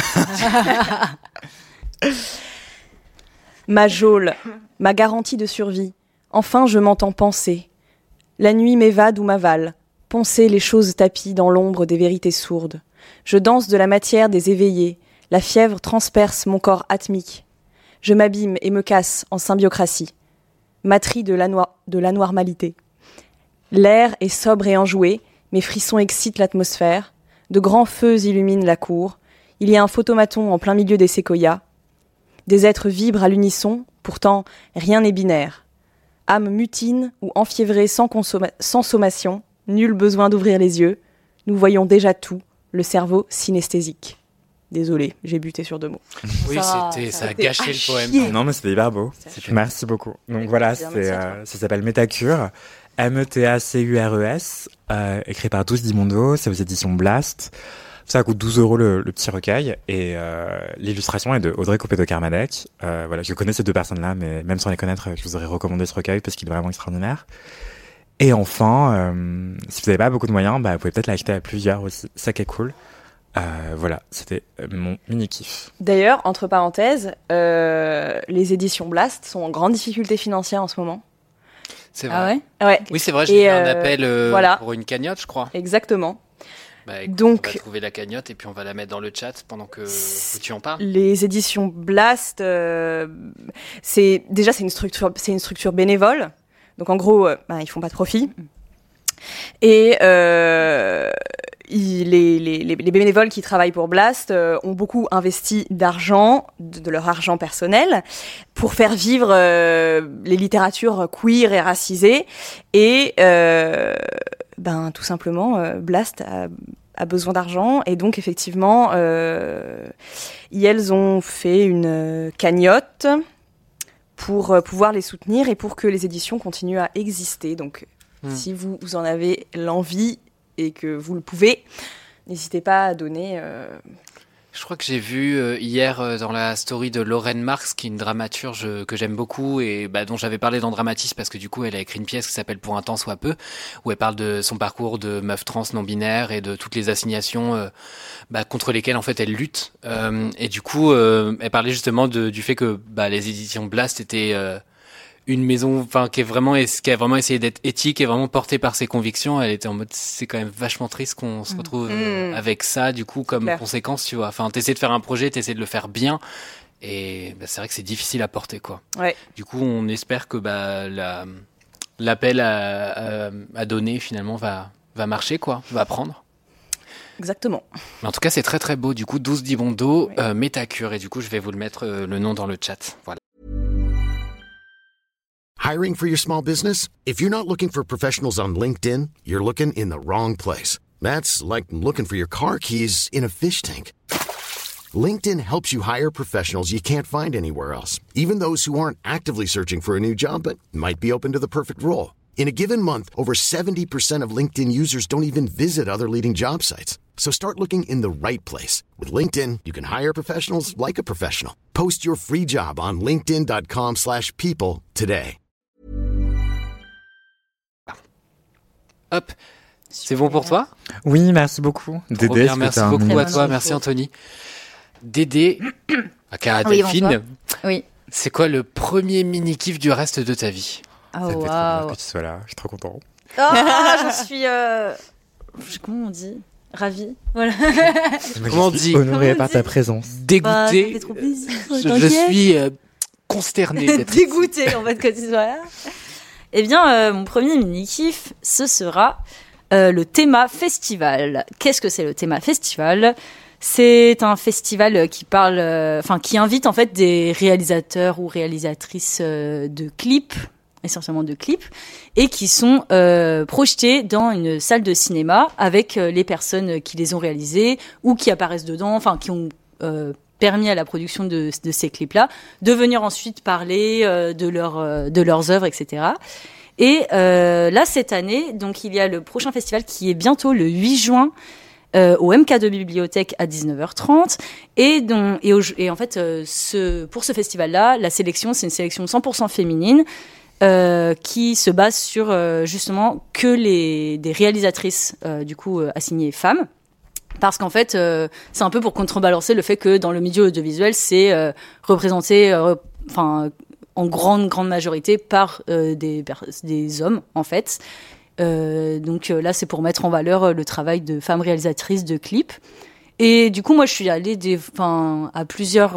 [SPEAKER 3] Ma geôle, ma garantie de survie. Enfin, je m'entends penser. La nuit m'évade ou m'avale. Poncer les choses tapies dans l'ombre des vérités sourdes. Je danse de la matière des éveillés. La fièvre transperce mon corps atmique. Je m'abîme et me casse en symbiocratie. Matrie de l'anormalité. L'air est sobre et enjoué. Mes frissons excitent l'atmosphère. De grands feux illuminent la cour. Il y a un photomaton en plein milieu des séquoias. Des êtres vibrent à l'unisson, pourtant rien n'est binaire. Âme mutine ou enfiévrée sans sommation, nul besoin d'ouvrir les yeux. Nous voyons déjà tout, le cerveau synesthésique. Désolée, j'ai buté sur 2 mots.
[SPEAKER 5] Oui, ça a gâché le poème.
[SPEAKER 3] chier.
[SPEAKER 6] Non, mais c'était hyper beau. Merci beaucoup. Donc voilà, ça s'appelle Métacure. METACURES, écrit par Douce Dimondo, c'est aux éditions Blast. Ça coûte 12 € le petit recueil, et l'illustration est de Audrey Coppedo-Carmadec. Voilà, je connais ces 2 personnes-là, mais même sans les connaître, je vous aurais recommandé ce recueil parce qu'il est vraiment extraordinaire. Et enfin, si vous n'avez pas beaucoup de moyens, vous pouvez peut-être l'acheter à plusieurs aussi, ça qui est cool. Voilà, c'était mon mini-kiff.
[SPEAKER 3] D'ailleurs, entre parenthèses, les éditions Blast sont en grande difficulté financière en ce moment.
[SPEAKER 5] C'est vrai.
[SPEAKER 4] Ah ouais?
[SPEAKER 3] Ouais,
[SPEAKER 5] Oui, c'est vrai, j'ai eu un appel
[SPEAKER 3] voilà.
[SPEAKER 5] pour une cagnotte, je crois.
[SPEAKER 3] Exactement.
[SPEAKER 5] Écoute,
[SPEAKER 3] Donc,
[SPEAKER 5] on va trouver la cagnotte et puis on va la mettre dans le chat pendant que tu en parles.
[SPEAKER 3] Les éditions Blast, c'est une structure bénévole. Donc en gros, ils font pas de profit. Et les bénévoles qui travaillent pour Blast ont beaucoup investi d'argent, de leur argent personnel, pour faire vivre les littératures queer et racisées. Et tout simplement, Blast a besoin d'argent. Et donc, effectivement, elles ont fait une cagnotte pour pouvoir les soutenir et pour que les éditions continuent à exister. Donc, si vous en avez l'envie et que vous le pouvez, n'hésitez pas à donner.
[SPEAKER 5] Je crois que j'ai vu hier dans la story de Lorraine Marx, qui est une dramaturge que j'aime beaucoup et dont j'avais parlé dans Dramatis parce que du coup elle a écrit une pièce qui s'appelle Pour un temps soit peu, où elle parle de son parcours de meuf trans non binaire et de toutes les assignations contre lesquelles en fait elle lutte. Et du coup elle parlait justement du fait que les éditions Blast étaient une maison, qui a vraiment essayé d'être éthique et vraiment portée par ses convictions. Elle était en mode, c'est quand même vachement triste qu'on se retrouve avec ça, du coup, comme conséquence, tu vois. Enfin, t'essaies de faire un projet, t'essaies de le faire bien, et c'est vrai que c'est difficile à porter, quoi.
[SPEAKER 3] Ouais.
[SPEAKER 5] Du coup, on espère que l'appel à donner finalement va marcher, quoi, va prendre.
[SPEAKER 3] Exactement.
[SPEAKER 5] Mais en tout cas, c'est très très beau. Du coup, 12 Dibondo, Métacure, et du coup, je vais vous le mettre le nom dans le chat. Voilà.
[SPEAKER 2] Hiring for your small business? If you're not looking for professionals on LinkedIn, you're looking in the wrong place. That's like looking for your car keys in a fish tank. LinkedIn helps you hire professionals you can't find anywhere else, even those who aren't actively searching for a new job but might be open to the perfect role. In a given month, over 70% of LinkedIn users don't even visit other leading job sites. So start looking in the right place. With LinkedIn, you can hire professionals like a professional. Post your free job on linkedin.com/people today.
[SPEAKER 5] Hop, c'est bon pour toi?
[SPEAKER 6] Oui, merci beaucoup. Dédé,
[SPEAKER 5] merci beaucoup à toi, merci Anthony. Dédé, Cara Delphine,
[SPEAKER 4] oui.
[SPEAKER 5] C'est quoi le premier mini-kiff du reste de ta vie?
[SPEAKER 6] Ça me fait trop bien que tu sois là, je suis trop content.
[SPEAKER 4] Je suis... comment on dit? Ravie. Voilà.
[SPEAKER 5] Comment on dit?
[SPEAKER 6] Honoré par ta présence.
[SPEAKER 5] Dégoûté.
[SPEAKER 4] Ça fait trop plaisir.
[SPEAKER 5] Je suis consterné.
[SPEAKER 4] Dégoûté en fait que tu sois là. Eh bien, mon premier mini-kiff, ce sera le Théma Festival. Qu'est-ce que c'est le Théma Festival? C'est un festival qui qui invite en fait des réalisateurs ou réalisatrices de clips, essentiellement de clips, et qui sont projetés dans une salle de cinéma avec les personnes qui les ont réalisés ou qui apparaissent dedans, qui ont permis à la production de ces clips-là de venir ensuite parler de leurs œuvres, etc. Et là, cette année, donc il y a le prochain festival qui est bientôt le 8 juin au MK2 Bibliothèque à 19h30. Et en fait, pour ce festival-là, la sélection, c'est une sélection 100% féminine qui se base sur justement que des réalisatrices assignées femmes. Parce qu'en fait, c'est un peu pour contrebalancer le fait que dans le milieu audiovisuel, c'est représenté en grande majorité par des hommes, en fait. Donc là, c'est pour mettre en valeur le travail de femmes réalisatrices de clips. Et du coup, moi, je suis allée à plusieurs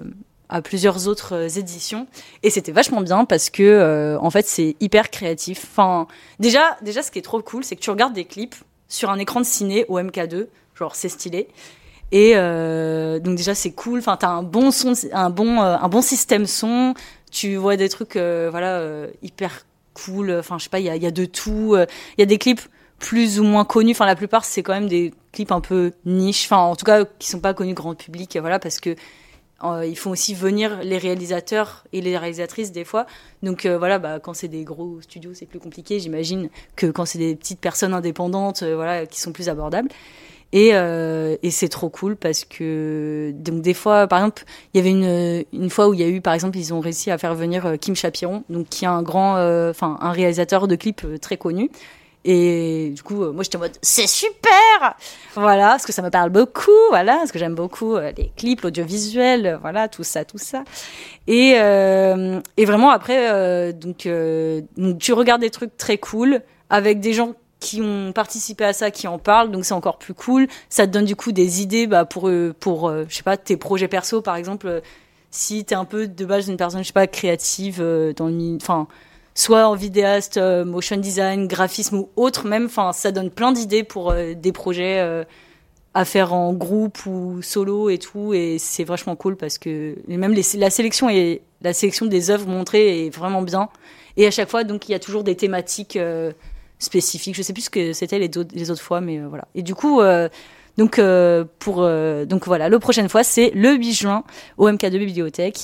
[SPEAKER 4] autres éditions. Et c'était vachement bien parce que, en fait, c'est hyper créatif. Déjà, ce qui est trop cool, c'est que tu regardes des clips sur un écran de ciné au MK2. Genre, c'est stylé. Et donc déjà, c'est cool. T'as un bon son, un bon système son. Tu vois des trucs, hyper cool. Je sais pas, il y a de tout. Il y a des clips plus ou moins connus. Enfin, la plupart, c'est quand même des clips un peu niche. Enfin, en tout cas, qui sont pas connus grand public. Voilà, parce que ils font aussi venir les réalisateurs et les réalisatrices des fois. Donc voilà, quand c'est des gros studios, c'est plus compliqué, j'imagine, que quand c'est des petites personnes indépendantes, voilà, qui sont plus abordables. Et c'est trop cool parce que donc des fois, par exemple, il y avait une fois où il y a eu, par exemple, ils ont réussi à faire venir Kim Chapiron, donc qui est un réalisateur de clips très connu. Et du coup, moi j'étais en mode c'est super, voilà, parce que ça me parle beaucoup, voilà, parce que j'aime beaucoup les clips, l'audiovisuel, voilà, tout ça. Et vraiment après, donc tu regardes des trucs très cool avec des gens qui ont participé à ça, qui en parlent, donc c'est encore plus cool. Ça te donne du coup des idées pour je sais pas, tes projets perso, par exemple, si t'es un peu de base une personne, je sais pas, créative dans le, enfin, soit en vidéaste, motion design, graphisme ou autre même, enfin, ça donne plein d'idées pour des projets à faire en groupe ou solo et tout, et c'est vachement cool parce que même la sélection des œuvres montrées est vraiment bien. Et à chaque fois, donc, il y a toujours des thématiques spécifiques. Je sais plus ce que c'était les autres fois, mais voilà. Et du coup, donc voilà, la prochaine fois, c'est le 8 juin au MK2 Bibliothèque.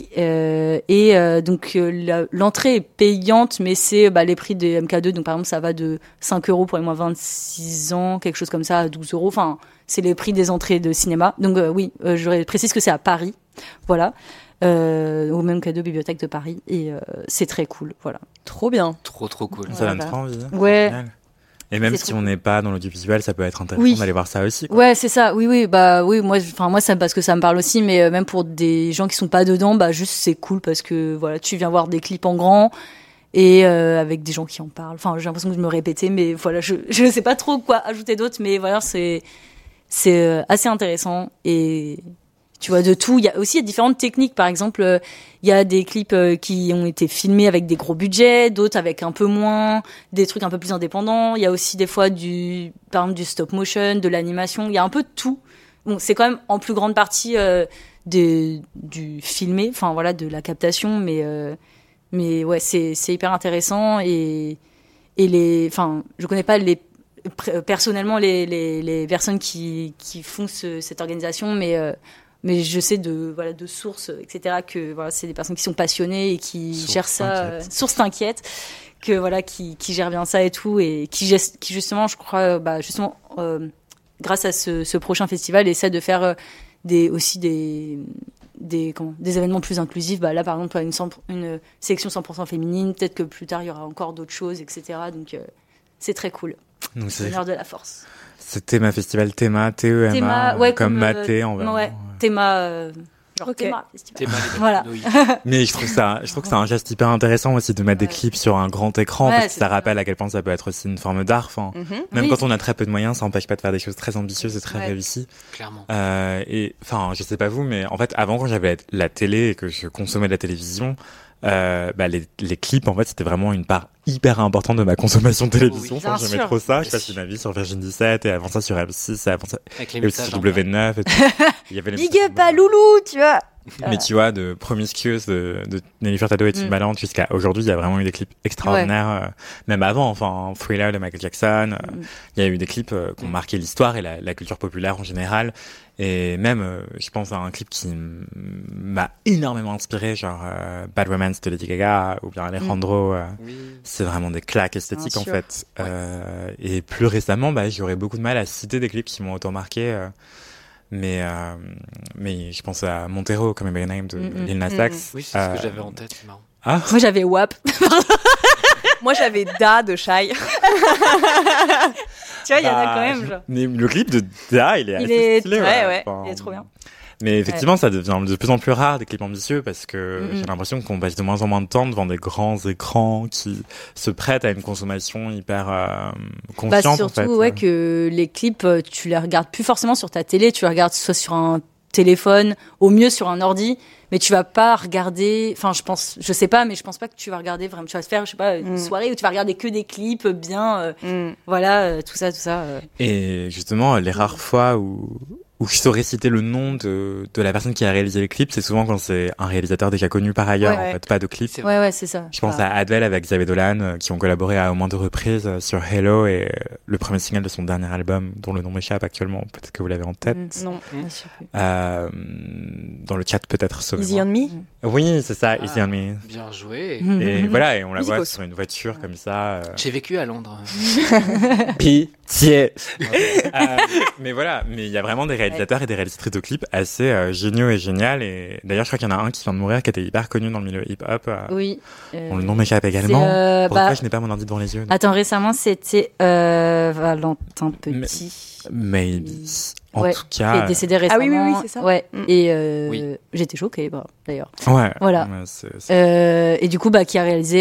[SPEAKER 4] Donc l'entrée est payante, mais c'est les prix des MK2. Donc par exemple, ça va de 5 € pour les moins 26 ans, quelque chose comme ça, à 12 €. Enfin, c'est les prix des entrées de cinéma. Donc oui, je précise que c'est à Paris. Voilà. Au MK2 Bibliothèque de Paris. Et c'est très cool. Voilà.
[SPEAKER 3] Trop bien.
[SPEAKER 5] Trop cool.
[SPEAKER 6] Ça donne trop envie.
[SPEAKER 4] Ouais.
[SPEAKER 6] Et même si on n'est pas dans l'audiovisuel, ça peut être intéressant d'aller voir ça aussi, quoi.
[SPEAKER 4] Ouais, c'est ça. Oui, moi ça, parce que ça me parle aussi, mais même pour des gens qui sont pas dedans, juste c'est cool parce que voilà, tu viens voir des clips en grand et avec des gens qui en parlent. Enfin, j'ai l'impression que je me répétais, mais voilà, je sais pas trop quoi ajouter d'autre, mais voilà, c'est assez intéressant et tu vois de tout. Il y a aussi différentes techniques. Par exemple, il y a des clips qui ont été filmés avec des gros budgets, d'autres avec un peu moins, des trucs un peu plus indépendants. Il y a aussi des fois par exemple du stop motion, de l'animation. Il y a un peu de tout. Bon, c'est quand même en plus grande partie du filmé, enfin voilà, de la captation, mais ouais, c'est hyper intéressant et je connais pas personnellement les personnes qui font cette organisation, mais je sais de sources, etc., que voilà, c'est des personnes qui sont passionnées et qui gèrent ça. Source t'inquiète, que voilà, qui gèrent bien ça et tout, et qui justement, je crois, grâce à ce prochain festival, essaie de faire des événements plus inclusifs. Là, par exemple, une sélection 100% féminine. Peut-être que plus tard, il y aura encore d'autres choses, etc. Donc, c'est très cool.
[SPEAKER 6] Donc,
[SPEAKER 4] c'est l'heure de la force.
[SPEAKER 6] C'est Théma Festival, Théma, T-E-M-A,
[SPEAKER 4] ouais,
[SPEAKER 6] comme Maté en vrai.
[SPEAKER 4] Ouais, Théma, genre Théma Festival. Voilà.
[SPEAKER 6] Mais je trouve que c'est un geste hyper intéressant aussi de mettre des clips sur un grand écran, parce que ça rappelle à quel point ça peut être aussi une forme d'art. Enfin, même quand on a très peu de moyens, ça n'empêche pas de faire des choses très ambitieuses et très réussies.
[SPEAKER 5] Clairement.
[SPEAKER 6] Et enfin, je sais pas vous, mais en fait, avant, quand j'avais la télé et que je consommais de la télévision, les clips, en fait, c'était vraiment une part hyper importante de ma consommation de télévision.
[SPEAKER 4] Oui,
[SPEAKER 6] j'aimais trop ça. Je passais ma vie sur Virgin 17 et avant ça sur M6 et avant ça
[SPEAKER 5] et aussi
[SPEAKER 6] sur W9 et tout. Il y avait les
[SPEAKER 4] Big up à Loulou, tu vois.
[SPEAKER 6] Mais tu vois, de Promiscuous de Nelly Furtado et Timbaland jusqu'à aujourd'hui, il y a vraiment eu des clips extraordinaires, même avant, enfin, Thriller de Michael Jackson. Il y a eu des clips qui ont marqué l'histoire et la culture populaire en général. Et même, je pense à un clip qui m'a énormément inspiré, genre Bad Romance de Lady Gaga ou bien Alejandro. C'est vraiment des claques esthétiques en fait. Et plus récemment, j'aurais beaucoup de mal à citer des clips qui m'ont autant marqué. Mais je pense à Montero, comme My Name de Lil Nas X.
[SPEAKER 5] Oui, c'est ce que j'avais en tête, c'est marrant.
[SPEAKER 6] Ah.
[SPEAKER 4] Moi j'avais WAP.
[SPEAKER 3] Moi j'avais Da de Shai.
[SPEAKER 4] Tu vois, il y en a quand même. Genre.
[SPEAKER 6] Mais le clip de Da, il est assez stylé.
[SPEAKER 4] Il est trop bien.
[SPEAKER 6] Mais effectivement, ça devient de plus en plus rare des clips ambitieux parce que j'ai l'impression qu'on passe de moins en moins de temps devant des grands écrans qui se prêtent à une consommation hyper consciente.
[SPEAKER 4] Surtout,
[SPEAKER 6] en fait.
[SPEAKER 4] Que les clips, tu les regardes plus forcément sur ta télé, tu les regardes soit sur un téléphone, au mieux sur un ordi, mais tu vas pas regarder, enfin je sais pas, mais je pense pas que tu vas regarder vraiment, tu vas te faire, je sais pas, une soirée où tu vas regarder que des clips bien, voilà, tout ça.
[SPEAKER 6] Et justement, les rares fois où je saurais citer le nom de la personne qui a réalisé les clips, c'est souvent quand c'est un réalisateur déjà connu par ailleurs, en fait, pas de clips.
[SPEAKER 4] Ouais, c'est ça.
[SPEAKER 6] Je pense à Adele avec Xavier Dolan, qui ont collaboré à au moins 2 reprises sur Hello et le premier single de son dernier album, dont le nom m'échappe actuellement, peut-être que vous l'avez en tête.
[SPEAKER 3] Non.
[SPEAKER 6] Dans le chat peut-être.
[SPEAKER 3] Easy on Me.
[SPEAKER 6] Oui, c'est ça, Easy on Me.
[SPEAKER 5] Bien joué.
[SPEAKER 6] Et voilà, et on la voit sur une voiture comme ça.
[SPEAKER 5] J'ai vécu à Londres.
[SPEAKER 6] Pitié. Mais voilà, mais il y a vraiment des réalisateurs et des réalisatrices de clips assez géniaux et géniales. Et d'ailleurs, je crois qu'il y en a un qui vient de mourir, qui était hyper connu dans le milieu hip-hop.
[SPEAKER 4] Oui.
[SPEAKER 6] Dont le nom m'échappe également. Pourquoi je n'ai pas mon ordi devant les yeux?
[SPEAKER 4] Attends, récemment, c'était Valentin Petit.
[SPEAKER 6] Mais en tout cas,
[SPEAKER 4] qui est décédé récemment.
[SPEAKER 3] Ah oui, c'est ça.
[SPEAKER 4] Ouais. Et j'étais choquée, d'ailleurs.
[SPEAKER 6] Ouais.
[SPEAKER 4] Voilà. Et du coup, qui a réalisé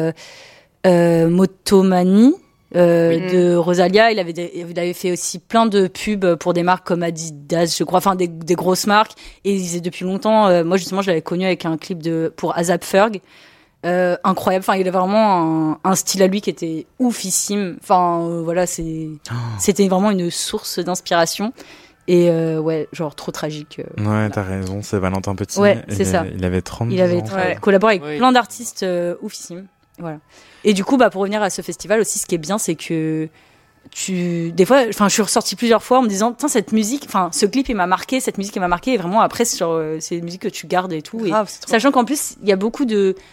[SPEAKER 4] Motomani. De Rosalia, il avait fait aussi plein de pubs pour des marques comme Adidas, je crois, enfin des grosses marques. Et il disait depuis longtemps, moi justement, je l'avais connu avec un clip pour ASAP Ferg, incroyable. Enfin, il avait vraiment un style à lui qui était oufissime. Enfin, voilà, c'était vraiment une source d'inspiration. Et genre trop tragique.
[SPEAKER 6] Ouais, t'as raison, c'est Valentin Petit.
[SPEAKER 4] Ouais, c'est ça.
[SPEAKER 6] Il avait 30 ans.
[SPEAKER 4] Il avait collaboré avec plein d'artistes oufissimes. Voilà. Et du coup, pour revenir à ce festival aussi, ce qui est bien, c'est que des fois, je suis ressortie plusieurs fois en me disant, tiens, cette musique, ce clip, il m'a marqué, cette musique, elle m'a marqué. Et vraiment, après, c'est une musique que tu gardes et tout.
[SPEAKER 3] Grave,
[SPEAKER 4] et sachant qu'en plus, il y a beaucoup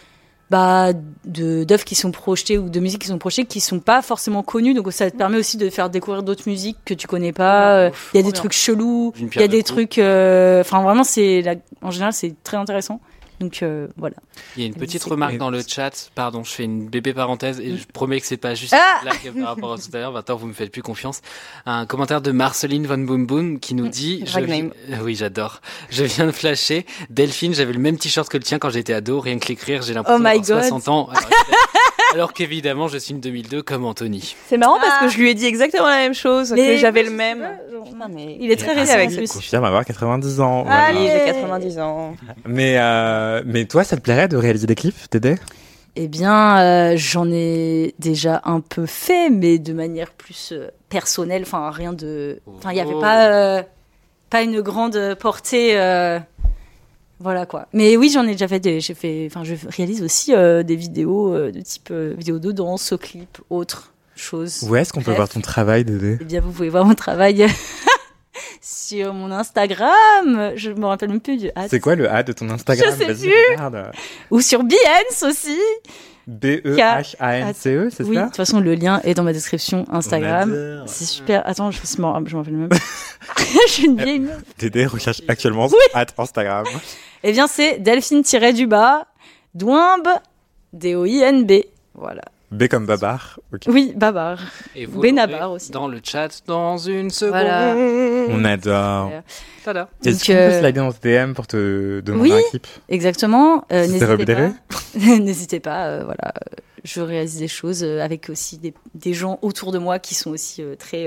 [SPEAKER 4] d'œuvres qui sont projetées ou de musiques qui sont projetées qui sont pas forcément connues, donc ça te permet aussi de faire découvrir d'autres musiques que tu connais pas. Il y a des trucs chelous, il y a des trucs vraiment en général c'est très intéressant. Donc voilà.
[SPEAKER 5] Il y a une petite remarque dans le chat. Pardon, je fais une bébé parenthèse et je promets que c'est pas juste là par rapport à tout à l'heure. Maintenant, vous me faites plus confiance. Un commentaire de Marceline Von Boom Boom qui nous dit oui, j'adore. Je viens de flasher. Delphine, j'avais le même t-shirt que le tien quand j'étais ado. Rien que l'écrire, j'ai l'impression d'avoir 60 ans. Alors qu'évidemment, je suis une 2002 comme Anthony.
[SPEAKER 3] C'est marrant parce que je lui ai dit exactement la même chose, que j'avais le même.
[SPEAKER 4] Il est très récent.
[SPEAKER 6] Je confirme avoir 90 ans.
[SPEAKER 3] Allez, j'ai 90 ans.
[SPEAKER 6] Mais toi, ça te plairait de réaliser des clips, Dédé?
[SPEAKER 4] Eh bien, j'en ai déjà un peu fait, mais de manière plus personnelle. Enfin, rien de. Enfin, il y avait pas une grande portée. Voilà quoi. Mais oui, j'en ai déjà fait je réalise aussi des vidéos de type vidéo de danse, clip, autre chose.
[SPEAKER 6] Où est-ce qu'on peut voir ton travail, Dédé?
[SPEAKER 4] Eh bien, vous pouvez voir mon travail sur mon Instagram. Je me rappelle même plus du ad.
[SPEAKER 6] C'est quoi le ad de ton Instagram?
[SPEAKER 4] Je sais plus. Ou sur Behance aussi.
[SPEAKER 6] Behance, c'est ça?
[SPEAKER 4] Oui, de toute façon, le lien est dans ma description Instagram. C'est super. Attends, je m'en rappelle même. Je suis une vieille meuf.
[SPEAKER 6] Dédé recherche actuellement Instagram.
[SPEAKER 4] Eh bien, c'est Delphine-du-bas, Douimb, D-O-I-N-B. Voilà.
[SPEAKER 6] B comme Babar. Okay.
[SPEAKER 4] Oui, Babar.
[SPEAKER 5] Et vous
[SPEAKER 4] Benabar aussi.
[SPEAKER 5] Dans le chat, dans une seconde.
[SPEAKER 4] Voilà.
[SPEAKER 6] On adore.
[SPEAKER 5] Tada.
[SPEAKER 6] Est-ce qu'on peut slider dans ce DM pour te demander un clip?
[SPEAKER 4] Exactement.
[SPEAKER 6] N'hésitez pas.
[SPEAKER 4] N'hésitez pas. Voilà. Je réalise des choses avec aussi des gens autour de moi qui sont aussi très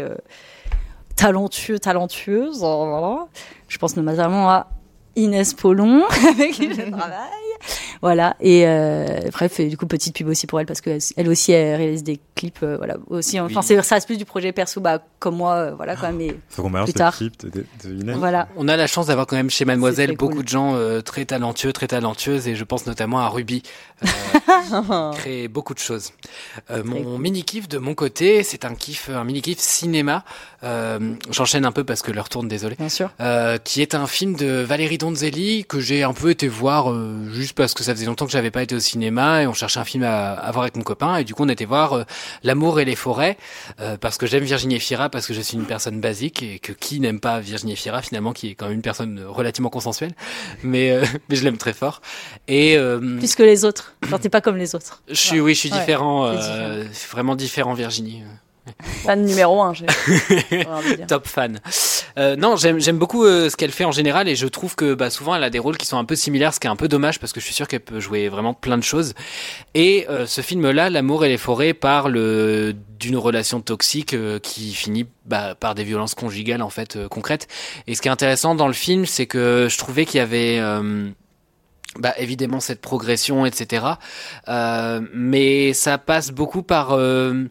[SPEAKER 4] talentueuses. Voilà. Je pense notamment à Inès Paulon, avec qui je travaille. Voilà. Et bref, du coup, petite pub aussi pour elle, parce qu'elle aussi, elle réalise des clips. Voilà. Aussi, enfin, ça reste plus du projet perso, comme moi, voilà, quand même. Mais
[SPEAKER 6] faut qu'on balance le clip de Inès.
[SPEAKER 4] Voilà.
[SPEAKER 5] On a la chance d'avoir quand même chez Mademoiselle beaucoup de gens très talentueux, très talentueuses, et je pense notamment à Ruby, qui crée beaucoup de choses. Mon mini-kiff de mon côté, c'est un mini-kiff cinéma. J'enchaîne un peu parce que l'heure tourne, désolé.
[SPEAKER 4] Bien sûr.
[SPEAKER 5] Qui est un film de Valérie Donzelli que j'ai un peu été voir juste parce que ça faisait longtemps que j'avais pas été au cinéma et on cherchait un film à voir avec mon copain et du coup on était voir L'amour et les forêts parce que j'aime Virginie Efira, parce que je suis une personne basique et que qui n'aime pas Virginie Efira finalement, qui est quand même une personne relativement consensuelle, mais je l'aime très fort. Et
[SPEAKER 4] plus que les autres. Genre t'es pas comme les autres.
[SPEAKER 5] Je suis différent, vraiment différent, Virginie.
[SPEAKER 3] Fan numéro 1,
[SPEAKER 5] Top fan. Non, j'aime beaucoup ce qu'elle fait en général et je trouve que souvent elle a des rôles qui sont un peu similaires, ce qui est un peu dommage parce que je suis sûr qu'elle peut jouer vraiment plein de choses. Et ce film-là, L'amour et les forêts, parle d'une relation toxique qui finit par des violences conjugales en fait concrètes. Et ce qui est intéressant dans le film, c'est que je trouvais qu'il y avait évidemment cette progression, etc. Mais ça passe beaucoup par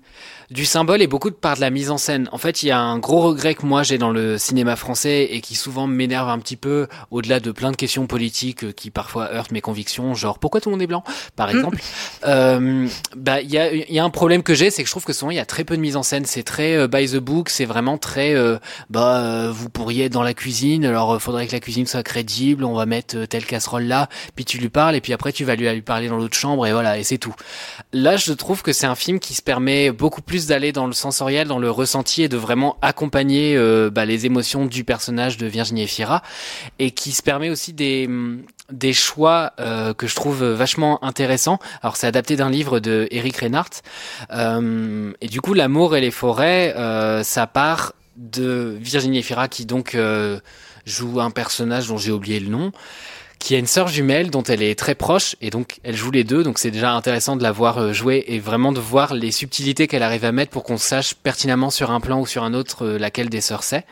[SPEAKER 5] du symbole et beaucoup par de la mise en scène. En fait, il y a un gros regret que moi j'ai dans le cinéma français et qui souvent m'énerve un petit peu, au-delà de plein de questions politiques qui parfois heurtent mes convictions, genre pourquoi tout le monde est blanc, par exemple. Il y a un problème que j'ai, c'est que je trouve que souvent il y a très peu de mise en scène. C'est très by the book, c'est vraiment très vous pourriez être dans la cuisine, alors faudrait que la cuisine soit crédible, on va mettre telle casserole là, puis tu lui parles et puis après tu vas lui parler dans l'autre chambre et voilà, et c'est tout. Là, je trouve que c'est un film qui se permet beaucoup plus d'aller dans le sensoriel, dans le ressenti et de vraiment accompagner les émotions du personnage de Virginie Efira, et qui se permet aussi des choix que je trouve vachement intéressants. Alors c'est adapté d'un livre de Éric Reinhardt, et du coup L'amour et les forêts, ça part de Virginie Efira qui donc joue un personnage dont j'ai oublié le nom, qui a une sœur jumelle dont elle est très proche, et donc elle joue les deux, donc c'est déjà intéressant de la voir jouer et vraiment de voir les subtilités qu'elle arrive à mettre pour qu'on sache pertinemment sur un plan ou sur un autre laquelle des sœurs c'est.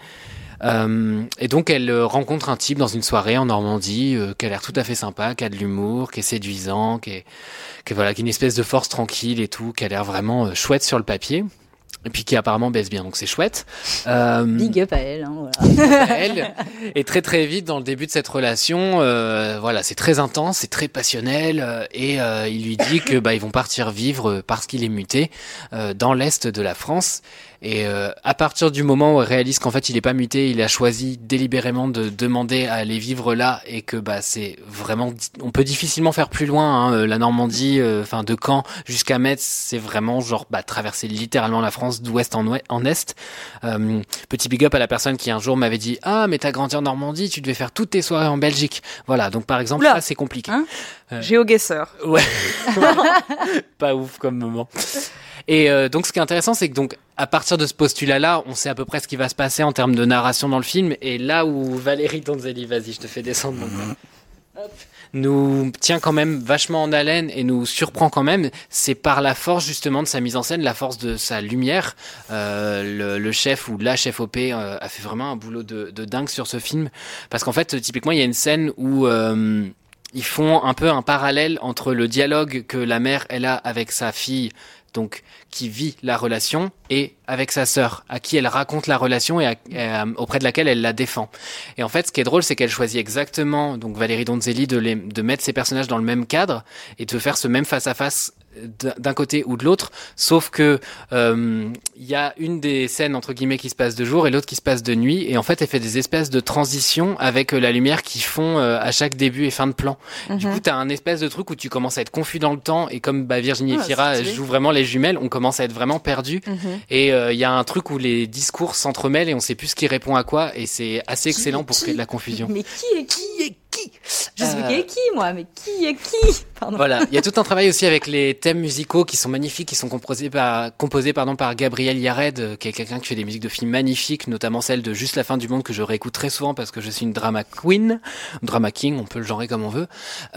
[SPEAKER 5] Et donc elle rencontre un type dans une soirée en Normandie qui a l'air tout à fait sympa, qui a de l'humour, qui est séduisant, qui est une espèce de force tranquille et tout, qui a l'air vraiment chouette sur le papier. Et puis qui apparemment baisse bien, donc c'est chouette.
[SPEAKER 4] Big up à elle, hein, voilà.
[SPEAKER 5] À elle. Et très très vite dans le début de cette relation, c'est très intense, c'est très passionnel, et il lui dit que ils vont partir vivre parce qu'il est muté dans l'est de la France. Et à partir du moment où elle réalise qu'en fait il est pas muté, il a choisi délibérément de demander à aller vivre là, et que c'est vraiment, on peut difficilement faire plus loin, hein, la Normandie, de Caen jusqu'à Metz, c'est vraiment traverser littéralement la France d'ouest en est. Petit big up à la personne qui un jour m'avait dit mais t'as grandi en Normandie, tu devais faire toutes tes soirées en Belgique. Voilà, donc par exemple ça c'est compliqué.
[SPEAKER 3] Hein GeoGuessr.
[SPEAKER 5] Ouais. Pas ouf comme moment. Et donc ce qui est intéressant, c'est que donc à partir de ce postulat-là, on sait à peu près ce qui va se passer en termes de narration dans le film. Et là où Valérie Donzelli, vas-y, je te fais descendre mon hop, nous tient quand même vachement en haleine et nous surprend quand même, c'est par la force justement de sa mise en scène, la force de sa lumière. Le chef ou la chef OP a fait vraiment un boulot de dingue sur ce film, parce qu'en fait typiquement il y a une scène où ils font un peu un parallèle entre le dialogue que la mère elle a avec sa fille, donc qui vit la relation, et avec sa sœur, à qui elle raconte la relation et auprès de laquelle elle la défend. Et en fait, ce qui est drôle, c'est qu'elle choisit exactement, donc Valérie Donzelli, de mettre ces personnages dans le même cadre et de faire ce même face-à-face d'un côté ou de l'autre, sauf que y a une des scènes entre guillemets qui se passe de jour et l'autre qui se passe de nuit, et en fait elle fait des espèces de transitions avec la lumière qui fond à chaque début et fin de plan. Du coup t'as un espèce de truc où tu commences à être confus dans le temps, et comme Virginie Efira joue vraiment les jumelles, on commence à être vraiment perdu, et il y a un truc où les discours s'entremêlent et on sait plus qui répond à quoi, et c'est assez excellent pour créer de la confision.
[SPEAKER 4] Mais qui est qui Je sais qui est qui, moi, mais qui est qui? Pardon.
[SPEAKER 5] Voilà, il y a tout un travail aussi avec les thèmes musicaux qui sont magnifiques, qui sont composés par Gabriel Yared, qui est quelqu'un qui fait des musiques de films magnifiques, notamment celle de Juste la fin du monde, que je réécoute très souvent parce que je suis une drama queen, drama king, on peut le genrer comme on veut.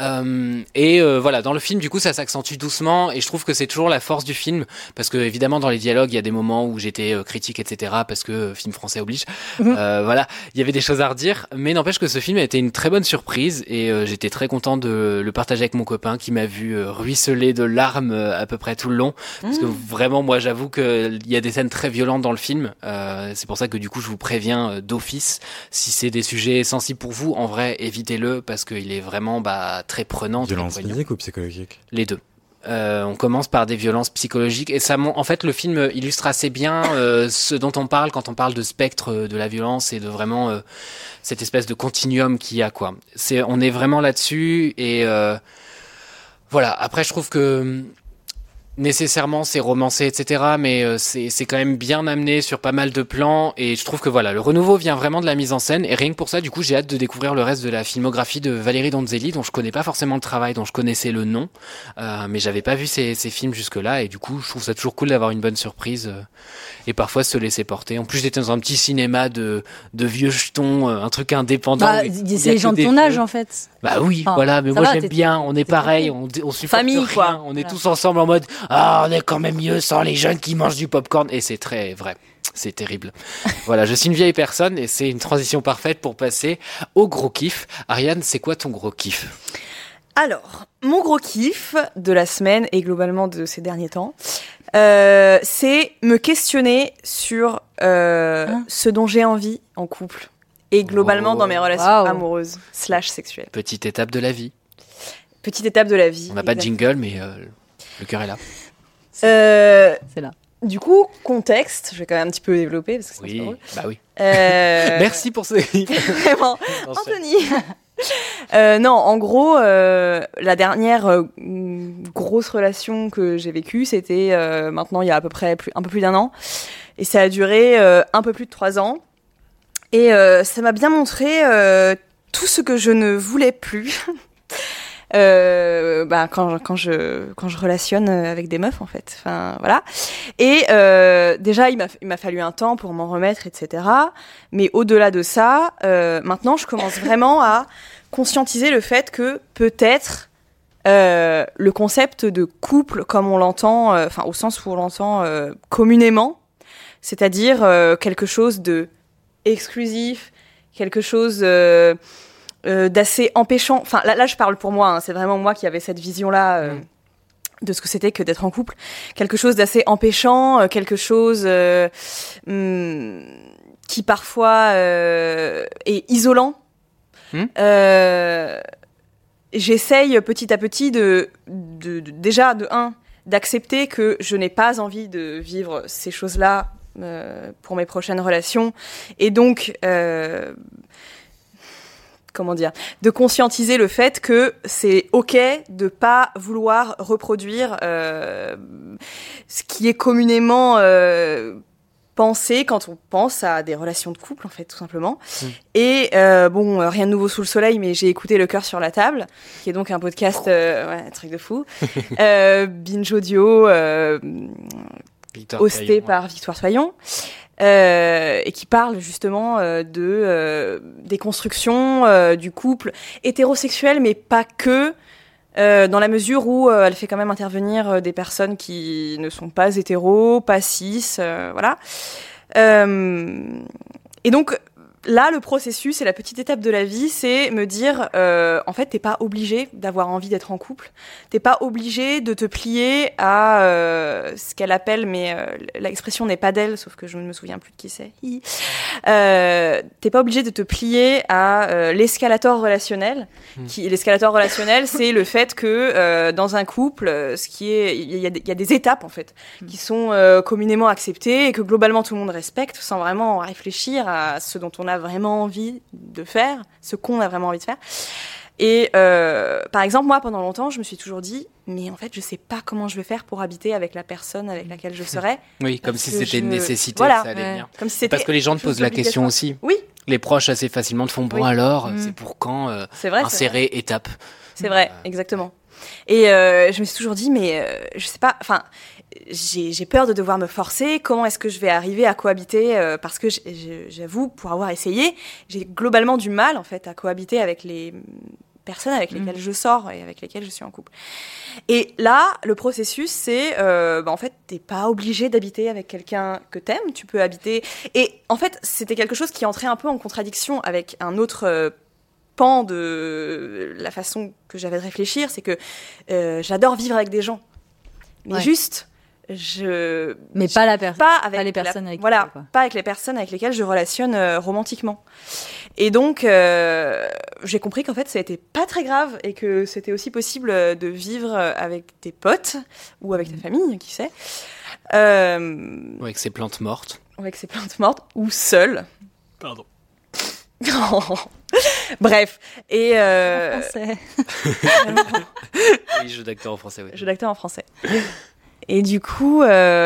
[SPEAKER 5] Voilà, dans le film, du coup, ça s'accentue doucement, et je trouve que c'est toujours la force du film, parce que évidemment dans les dialogues, il y a des moments où j'étais critique, etc., parce que film français oblige. Voilà, il y avait des choses à redire, mais n'empêche que ce film a été une très bonne surprise, et j'étais très content de le partager avec mon copain qui m'a vu ruisseler de larmes à peu près tout le long, parce que vraiment moi j'avoue qu'il y a des scènes très violentes dans le film, c'est pour ça que du coup je vous préviens d'office, si c'est des sujets sensibles pour vous, en vrai évitez-le, parce qu'il est vraiment très prenant.
[SPEAKER 6] Violence physique ou psychologique? Les deux.
[SPEAKER 5] On commence par des violences psychologiques, et ça, en fait, le film illustre assez bien ce dont on parle quand on parle de spectre de la violence, et de vraiment cette espèce de continuum qu'il y a, quoi. On est vraiment là-dessus, et voilà. Après, je trouve que nécessairement c'est romancé, etc., mais c'est quand même bien amené sur pas mal de plans, et je trouve que voilà, le renouveau vient vraiment de la mise en scène, et rien que pour ça, du coup, j'ai hâte de découvrir le reste de la filmographie de Valérie Donzelli, dont je connais pas forcément le travail, dont je connaissais le nom, mais j'avais pas vu ses films jusque-là, et du coup, je trouve ça toujours cool d'avoir une bonne surprise, et parfois se laisser porter. En plus, j'étais dans un petit cinéma de vieux jetons, un truc indépendant.
[SPEAKER 4] C'est les gens de ton âge, en fait.
[SPEAKER 5] Bah oui, voilà, mais moi j'aime bien, on est pareil, on supporte
[SPEAKER 3] famille,
[SPEAKER 5] rien,
[SPEAKER 3] quoi.
[SPEAKER 5] On est tous ensemble en mode on est quand même mieux sans les jeunes qui mangent du popcorn, et c'est très vrai. C'est terrible. Voilà, je suis une vieille personne, et c'est une transition parfaite pour passer au gros kiff. Ariane, c'est quoi ton gros kiff?
[SPEAKER 3] Alors, mon gros kiff de la semaine et globalement de ces derniers temps, C'est me questionner sur ce dont j'ai envie en couple et globalement dans mes relations amoureuses / sexuelles.
[SPEAKER 5] Petite étape de la vie.
[SPEAKER 3] Petite étape de la vie.
[SPEAKER 5] On n'a pas de jingle, mais le cœur est là.
[SPEAKER 4] C'est là.
[SPEAKER 3] Du coup, contexte, je vais quand même un petit peu développer parce que c'est pas drôle.
[SPEAKER 5] Bah oui. Merci pour ce...
[SPEAKER 3] Vraiment, Anthony. Non, en gros, la dernière grosse relation que j'ai vécue, c'était maintenant il y a à peu près un peu plus d'1 an, et ça a duré un peu plus de 3 ans, et ça m'a bien montré tout ce que je ne voulais plus. Quand je relationne avec des meufs en fait, enfin voilà. Et déjà il m'a fallu un temps pour m'en remettre, etc. Mais au-delà de ça, maintenant je commence vraiment à conscientiser le fait que peut-être le concept de couple comme on l'entend, au sens où on l'entend communément, c'est-à-dire quelque chose de exclusif, quelque chose d'assez empêchant. Enfin, là, je parle pour moi. Hein, c'est vraiment moi qui avais cette vision-là de ce que c'était que d'être en couple. Quelque chose d'assez empêchant, quelque chose qui parfois est isolant. J'essaye petit à petit déjà d'accepter que je n'ai pas envie de vivre ces choses-là pour mes prochaines relations, et donc de conscientiser le fait que c'est ok de pas vouloir reproduire ce qui est communément pensé quand on pense à des relations de couple, en fait, tout simplement. Et rien de nouveau sous le soleil, mais j'ai écouté Le Cœur sur la table, qui est donc un podcast, un truc de fou, binge audio, hosté par Victoire Soyon. Et qui parle justement des constructions du couple hétérosexuel, mais pas que, dans la mesure où elle fait quand même intervenir des personnes qui ne sont pas hétéros, pas cis, voilà. Et donc là, le processus et la petite étape de la vie, c'est me dire, en fait, t'es pas obligé d'avoir envie d'être en couple. T'es pas obligé de te plier à ce qu'elle appelle, mais l'expression n'est pas d'elle, sauf que je ne me souviens plus de qui c'est. T'es pas obligé de te plier à l'escalator relationnel. L'escalator relationnel, c'est le fait que dans un couple, il y a des étapes en fait qui sont communément acceptées et que globalement tout le monde respecte, sans vraiment réfléchir à ce dont on a vraiment envie de faire, ce qu'on a vraiment envie de faire. Et par exemple, moi, pendant longtemps, je me suis toujours dit, mais en fait, je sais pas comment je vais faire pour habiter avec la personne avec laquelle je serai.
[SPEAKER 5] Oui, comme si c'était une nécessité,
[SPEAKER 3] voilà.
[SPEAKER 5] Ça allait venir.
[SPEAKER 3] Comme si c'était
[SPEAKER 5] parce que les gens te posent la question aussi.
[SPEAKER 3] Oui.
[SPEAKER 5] Les proches assez facilement te font, alors, c'est pour quand insérer étape.
[SPEAKER 3] C'est vrai, exactement. Et je me suis toujours dit, mais je sais pas, enfin, j'ai peur de devoir me forcer. Comment est-ce que je vais arriver à cohabiter parce que j'avoue, pour avoir essayé, j'ai globalement du mal en fait à cohabiter avec les personnes avec lesquelles je sors et avec lesquelles je suis en couple. Et là, le processus, c'est en fait, t'es pas obligé d'habiter avec quelqu'un que t'aimes. Tu peux habiter. Et en fait, c'était quelque chose qui entrait un peu en contradiction avec un autre pan de la façon que j'avais de réfléchir, c'est que j'adore vivre avec des gens, mais juste
[SPEAKER 4] pas avec les personnes avec
[SPEAKER 3] pas avec les personnes avec lesquelles je relationne romantiquement. Et donc j'ai compris qu'en fait ça n'était pas très grave et que c'était aussi possible de vivre avec tes potes ou avec ta famille, qui sait,
[SPEAKER 5] ou avec ses plantes mortes,
[SPEAKER 3] ou seul.
[SPEAKER 5] Pardon.
[SPEAKER 3] Bref, et
[SPEAKER 4] en français.
[SPEAKER 5] Oui, jeu d'acteur en français. Oui.
[SPEAKER 3] Jeu d'acteur en français. Et du coup,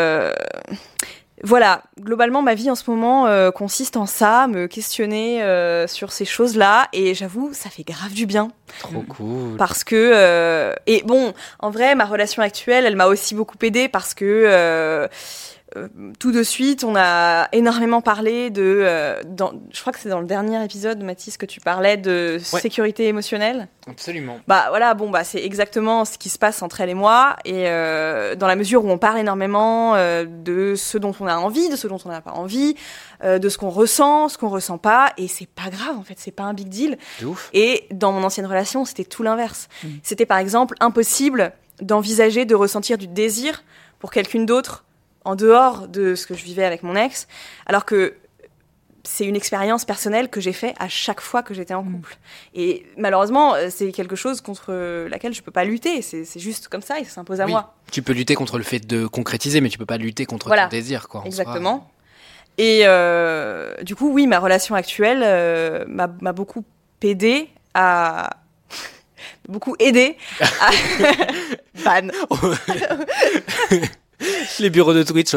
[SPEAKER 3] voilà, globalement, ma vie en ce moment consiste en ça, me questionner sur ces choses-là, et j'avoue, ça fait grave du bien.
[SPEAKER 5] Trop cool.
[SPEAKER 3] Parce que, et bon, en vrai, ma relation actuelle, elle m'a aussi beaucoup aidée parce que tout de suite, on a énormément parlé je crois que c'est dans le dernier épisode, Mathis, que tu parlais de sécurité émotionnelle.
[SPEAKER 5] Absolument.
[SPEAKER 3] C'est exactement ce qui se passe entre elle et moi, et dans la mesure où on parle énormément de ce dont on a envie, de ce dont on n'a pas envie, de ce qu'on ressent pas, et c'est pas grave en fait, c'est pas un big deal.
[SPEAKER 5] De ouf.
[SPEAKER 3] Et dans mon ancienne relation, c'était tout l'inverse. C'était par exemple impossible d'envisager de ressentir du désir pour quelqu'une d'autre en dehors de ce que je vivais avec mon ex, alors que c'est une expérience personnelle que j'ai fait à chaque fois que j'étais en couple. Et malheureusement, c'est quelque chose contre laquelle je peux pas lutter. C'est juste comme ça et ça s'impose à moi.
[SPEAKER 5] Tu peux lutter contre le fait de concrétiser, mais tu peux pas lutter contre ton désir, quoi.
[SPEAKER 3] Exactement. Et du coup, oui, ma relation actuelle m'a beaucoup aidé à... beaucoup aidé à... Ban.
[SPEAKER 5] Les bureaux de Twitch.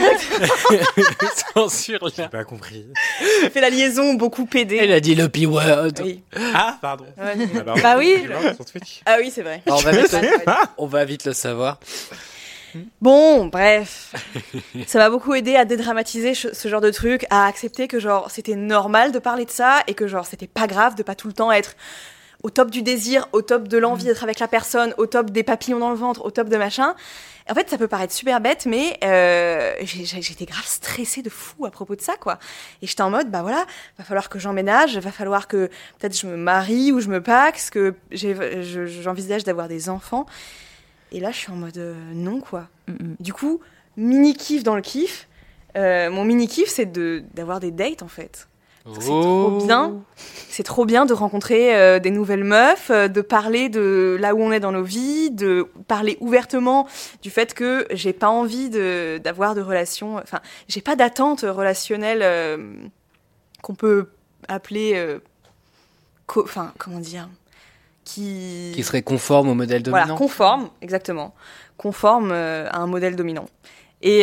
[SPEAKER 5] Censure là.
[SPEAKER 6] J'ai pas compris.
[SPEAKER 3] J'ai fait la liaison, beaucoup aidé.
[SPEAKER 5] Elle a dit le P-word.
[SPEAKER 3] Oui.
[SPEAKER 6] Ah, pardon.
[SPEAKER 3] Ouais.
[SPEAKER 4] Bah oui.
[SPEAKER 6] Sur Twitch.
[SPEAKER 3] Ah oui, c'est vrai.
[SPEAKER 5] On va vite le savoir.
[SPEAKER 3] Bon, bref. Ça m'a beaucoup aidé à dédramatiser ce genre de truc, à accepter que genre c'était normal de parler de ça et que genre c'était pas grave de pas tout le temps être au top du désir, au top de l'envie d'être avec la personne, au top des papillons dans le ventre, au top de machin. En fait, ça peut paraître super bête, mais j'étais grave stressée de fou à propos de ça, quoi. Et j'étais en mode, bah voilà, va falloir que j'emménage, va falloir que peut-être je me marie ou je me paxe, que j'envisage d'avoir des enfants. Et là, je suis en mode non, quoi. Du coup, mini kiff dans le kiff. Mon mini kiff, c'est d'avoir des dates, en fait. C'est trop bien. C'est trop bien de rencontrer des nouvelles meufs, de parler de là où on est dans nos vies, de parler ouvertement du fait que j'ai pas envie d'avoir de relations. Enfin, j'ai pas d'attente relationnelle qu'on peut appeler. Enfin, comment dire, qui
[SPEAKER 5] serait conforme au modèle dominant.
[SPEAKER 3] Voilà, conforme, exactement. Conforme à un modèle dominant. Et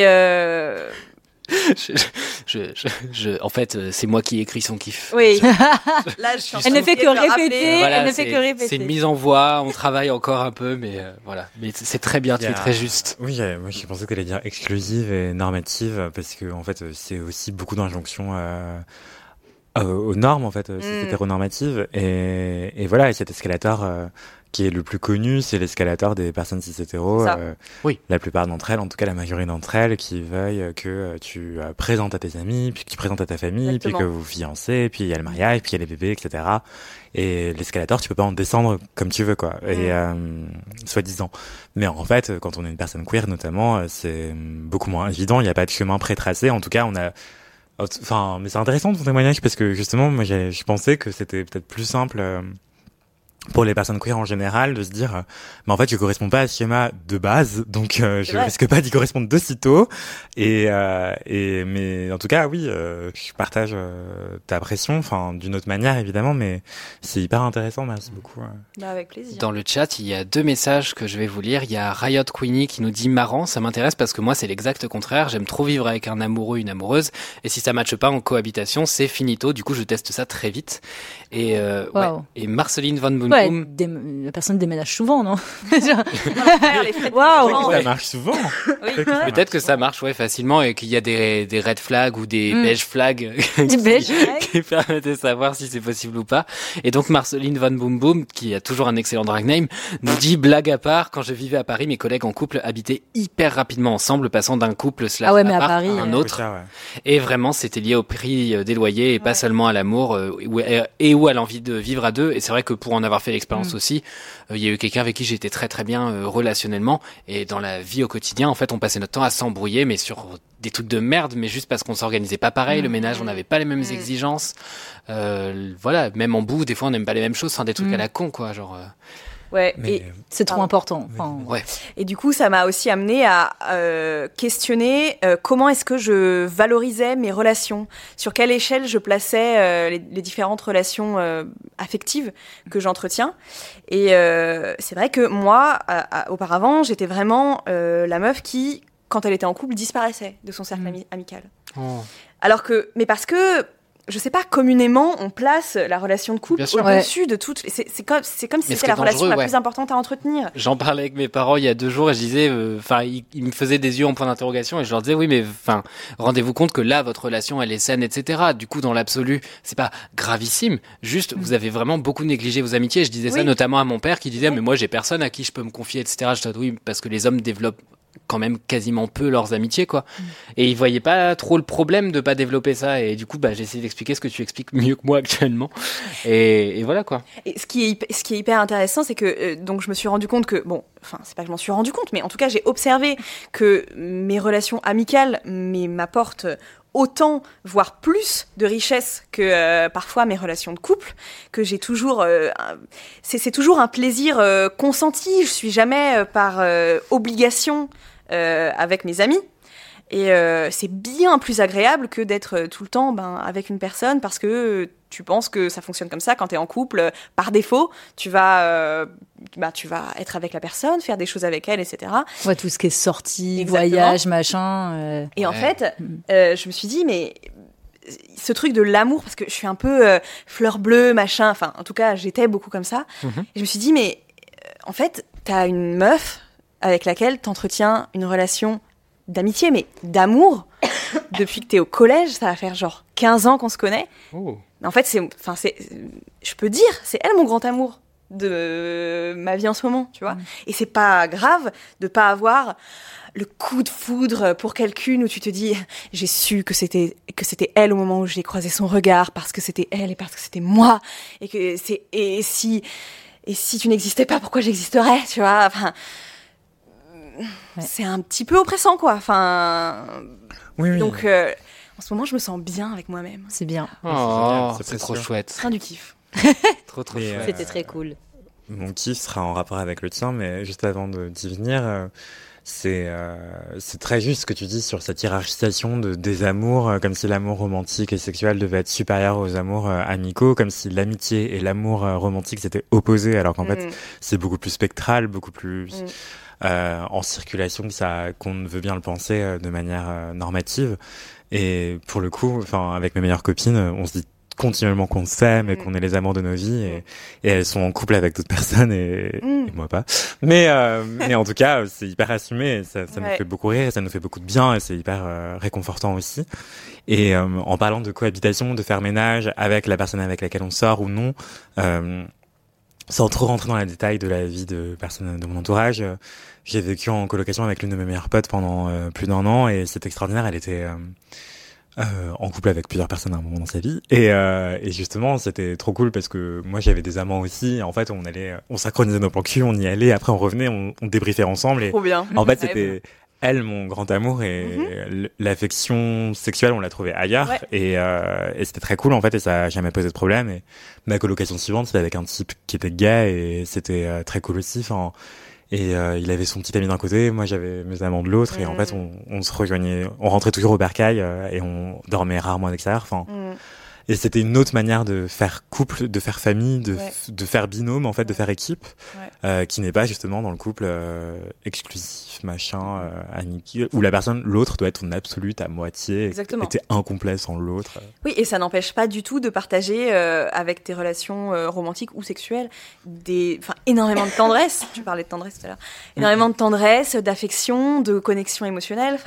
[SPEAKER 5] en fait, c'est moi qui écris son kiff.
[SPEAKER 3] oui. Là,
[SPEAKER 4] Elle ne fait que répéter.
[SPEAKER 5] Voilà,
[SPEAKER 4] elle ne fait que répéter.
[SPEAKER 5] C'est une mise en voix. On travaille encore un peu, mais voilà. Mais c'est très bien. Tu es très juste.
[SPEAKER 6] Oui, moi je pensais que t'allais dire exclusive et normative parce que en fait c'est aussi beaucoup d'injonctions aux normes en fait, c'est hétéronormative et voilà, et cet escalator qui est le plus connu, c'est l'escalator des personnes cis-hétéros.
[SPEAKER 5] Oui.
[SPEAKER 6] La plupart d'entre elles, en tout cas la majorité d'entre elles, qui veuillent que tu présentes à tes amis, puis que tu présentes à ta famille,
[SPEAKER 3] Exactement.
[SPEAKER 6] puis que vous fiancez, puis il y a le mariage, puis il y a les bébés, etc. Et l'escalator, tu peux pas en descendre comme tu veux, quoi. Et soi-disant. Mais en fait, quand on est une personne queer, notamment, c'est beaucoup moins évident. Il n'y a pas de chemin pré-tracé. En tout cas, on a... Enfin, mais c'est intéressant ton témoignage parce que justement, moi, je pensais que c'était peut-être plus simple pour les personnes queer en général de se dire mais en fait je corresponds pas à ce schéma de base, donc je risque pas d'y correspondre de sitôt et mais en tout cas oui, je partage ta pression, enfin d'une autre manière évidemment, mais c'est hyper intéressant, merci beaucoup.
[SPEAKER 3] Bah, avec plaisir.
[SPEAKER 5] Dans le chat, il y a 2 messages que je vais vous lire. Il y a Riot Queenie qui nous dit marrant, ça m'intéresse parce que moi c'est l'exact contraire, j'aime trop vivre avec un amoureux, une amoureuse, et si ça matche pas en cohabitation, c'est finito. Du coup, je teste ça très vite. Et
[SPEAKER 4] Wow.
[SPEAKER 5] et Marceline Van Boom.
[SPEAKER 4] Ouais, la personne déménage souvent, non?
[SPEAKER 3] Waouh.
[SPEAKER 6] Ça marche souvent.
[SPEAKER 5] Peut-être que ça marche facilement et qu'il y a des red flags ou des beige flags
[SPEAKER 4] Des beige flags.
[SPEAKER 5] qui permettent de savoir si c'est possible ou pas. Et donc Marceline Van Boom Boom, qui a toujours un excellent drag name, nous dit blague à part, quand je vivais à Paris, mes collègues en couple habitaient hyper rapidement ensemble, passant d'un couple slash
[SPEAKER 4] mais à
[SPEAKER 5] appart
[SPEAKER 4] Paris,
[SPEAKER 5] à un autre. Et vraiment, c'était lié au prix des loyers et pas seulement à l'amour ou à l'envie de vivre à deux. Et c'est vrai que pour en avoir fait l'expérience aussi, il y a eu quelqu'un avec qui j'étais très très bien relationnellement, et dans la vie au quotidien, en fait, on passait notre temps à s'embrouiller, mais sur des trucs de merde, mais juste parce qu'on s'organisait pas pareil, le ménage, on n'avait pas les mêmes exigences, voilà, même en bout, des fois on n'aime pas les mêmes choses, enfin des trucs à la con, quoi, genre.
[SPEAKER 3] Ouais.
[SPEAKER 6] Mais,
[SPEAKER 3] Et
[SPEAKER 4] C'est trop important. Enfin,
[SPEAKER 5] Ouais.
[SPEAKER 3] Et du coup, ça m'a aussi amené à questionner comment est-ce que je valorisais mes relations, sur quelle échelle je plaçais les différentes relations affectives que j'entretiens. Et c'est vrai que moi, auparavant, j'étais vraiment la meuf qui, quand elle était en couple, disparaissait de son cercle amical.
[SPEAKER 5] Oh.
[SPEAKER 3] Alors que, mais parce que, je sais pas, communément, on place la relation de couple
[SPEAKER 5] Bien sûr.
[SPEAKER 3] au-dessus de toutes. C'est comme si
[SPEAKER 5] Mais
[SPEAKER 3] c'était
[SPEAKER 5] ce
[SPEAKER 3] la
[SPEAKER 5] qui est
[SPEAKER 3] relation
[SPEAKER 5] dangereux,
[SPEAKER 3] la plus importante à entretenir.
[SPEAKER 5] J'en parlais avec mes parents il y a 2 jours et je disais, enfin, ils me faisaient des yeux en point d'interrogation et je leur disais, oui, mais enfin, rendez-vous compte que là, votre relation, elle est saine, etc. Du coup, dans l'absolu, c'est pas gravissime. Juste, vous avez vraiment beaucoup négligé vos amitiés. Je disais ça
[SPEAKER 3] Oui.
[SPEAKER 5] notamment à mon père qui disait, mais moi, j'ai personne à qui je peux me confier, etc. Je disais, oui, parce que les hommes développent quand même quasiment peu leurs amitiés, quoi. Et ils voyaient pas trop le problème de pas développer ça. Et du coup, j'ai essayé d'expliquer ce que tu expliques mieux que moi actuellement. Et voilà, quoi.
[SPEAKER 3] Et ce qui est hyper intéressant, c'est que donc je me suis rendu compte que c'est pas que je m'en suis rendu compte, mais en tout cas j'ai observé que mes relations amicales m'apportent autant, voire plus de richesse que parfois mes relations de couple, que j'ai toujours... c'est toujours un plaisir consenti, je suis jamais par obligation avec mes amis. Et c'est bien plus agréable que d'être tout le temps avec une personne parce que tu penses que ça fonctionne comme ça quand t'es en couple. Par défaut, tu vas être avec la personne, faire des choses avec elle, etc.
[SPEAKER 4] Ouais, tout ce qui est sortie, voyage, machin.
[SPEAKER 3] Et en fait, je me suis dit, mais ce truc de l'amour, parce que je suis un peu fleur bleue, machin, enfin, en tout cas, j'étais beaucoup comme ça. Et je me suis dit, mais en fait, t'as une meuf avec laquelle t'entretiens une relation d'amitié, mais d'amour, depuis que t'es au collège, ça va faire genre 15 ans qu'on se connaît.
[SPEAKER 5] Oh.
[SPEAKER 3] Mais en fait, je peux dire, c'est elle mon grand amour de ma vie en ce moment, tu vois. Et c'est pas grave de pas avoir le coup de foudre pour quelqu'une où tu te dis, j'ai su que c'était elle au moment où j'ai croisé son regard, parce que c'était elle et parce que c'était moi, et si tu n'existais pas, pourquoi j'existerais, tu vois. Enfin, c'est un petit peu oppressant, quoi. Enfin,
[SPEAKER 6] oui.
[SPEAKER 3] Donc, en ce moment, je me sens bien avec moi-même.
[SPEAKER 4] C'est bien.
[SPEAKER 5] Oh,
[SPEAKER 6] c'est
[SPEAKER 5] c'est trop chouette.
[SPEAKER 3] Train du kiff.
[SPEAKER 5] Trop chouette.
[SPEAKER 4] C'était très cool.
[SPEAKER 6] Mon kiff sera en rapport avec le tien, mais juste avant d'y venir, c'est très juste ce que tu dis sur cette hiérarchisation des amours, comme si l'amour romantique et sexuel devait être supérieur aux amours amicaux, comme si l'amitié et l'amour romantique s'étaient opposés, alors qu'en fait, c'est beaucoup plus spectral, beaucoup plus... en circulation qu'on veut bien le penser de manière normative. Et pour le coup, avec mes meilleures copines, on se dit continuellement qu'on s'aime et qu'on est les amants de nos vies, et elles sont en couple avec d'autres personnes et moi pas. Mais en tout cas, c'est hyper assumé et ça nous fait beaucoup rire et ça nous fait beaucoup de bien et c'est hyper réconfortant aussi. Et en parlant de cohabitation, de faire ménage avec la personne avec laquelle on sort ou non, sans trop rentrer dans les détails de la vie de personnes de mon entourage, j'ai vécu en colocation avec l'une de mes meilleures potes pendant plus d'1 an et c'est extraordinaire. Elle était en couple avec plusieurs personnes à un moment dans sa vie et justement c'était trop cool parce que moi j'avais des amants aussi. En fait, on synchronisait nos plans cul, on y allait, après on revenait, on débriefait ensemble et
[SPEAKER 3] trop bien.
[SPEAKER 6] En fait, c'était elle mon grand amour et l'affection sexuelle on l'a trouvée ailleurs et c'était très cool en fait et ça a jamais posé de problème. Et ma colocation suivante c'était avec un type qui était gay et c'était très cool aussi. Et il avait son petit ami d'un côté, moi j'avais mes amants de l'autre et en fait on se rejoignait, on rentrait toujours au bercail et on dormait rarement à l'extérieur. Et c'était une autre manière de faire couple, de faire famille, de faire binôme en fait, de faire équipe, qui n'est pas justement dans le couple exclusif, machin, amical, où l'autre doit être ton absolue, à moitié,
[SPEAKER 3] Exactement.
[SPEAKER 6] Et t'es incomplet sans l'autre.
[SPEAKER 3] Oui, et ça n'empêche pas du tout de partager avec tes relations romantiques ou sexuelles énormément de tendresse. Tu parlais de tendresse tout à l'heure. Énormément de tendresse, d'affection, de connexion émotionnelle.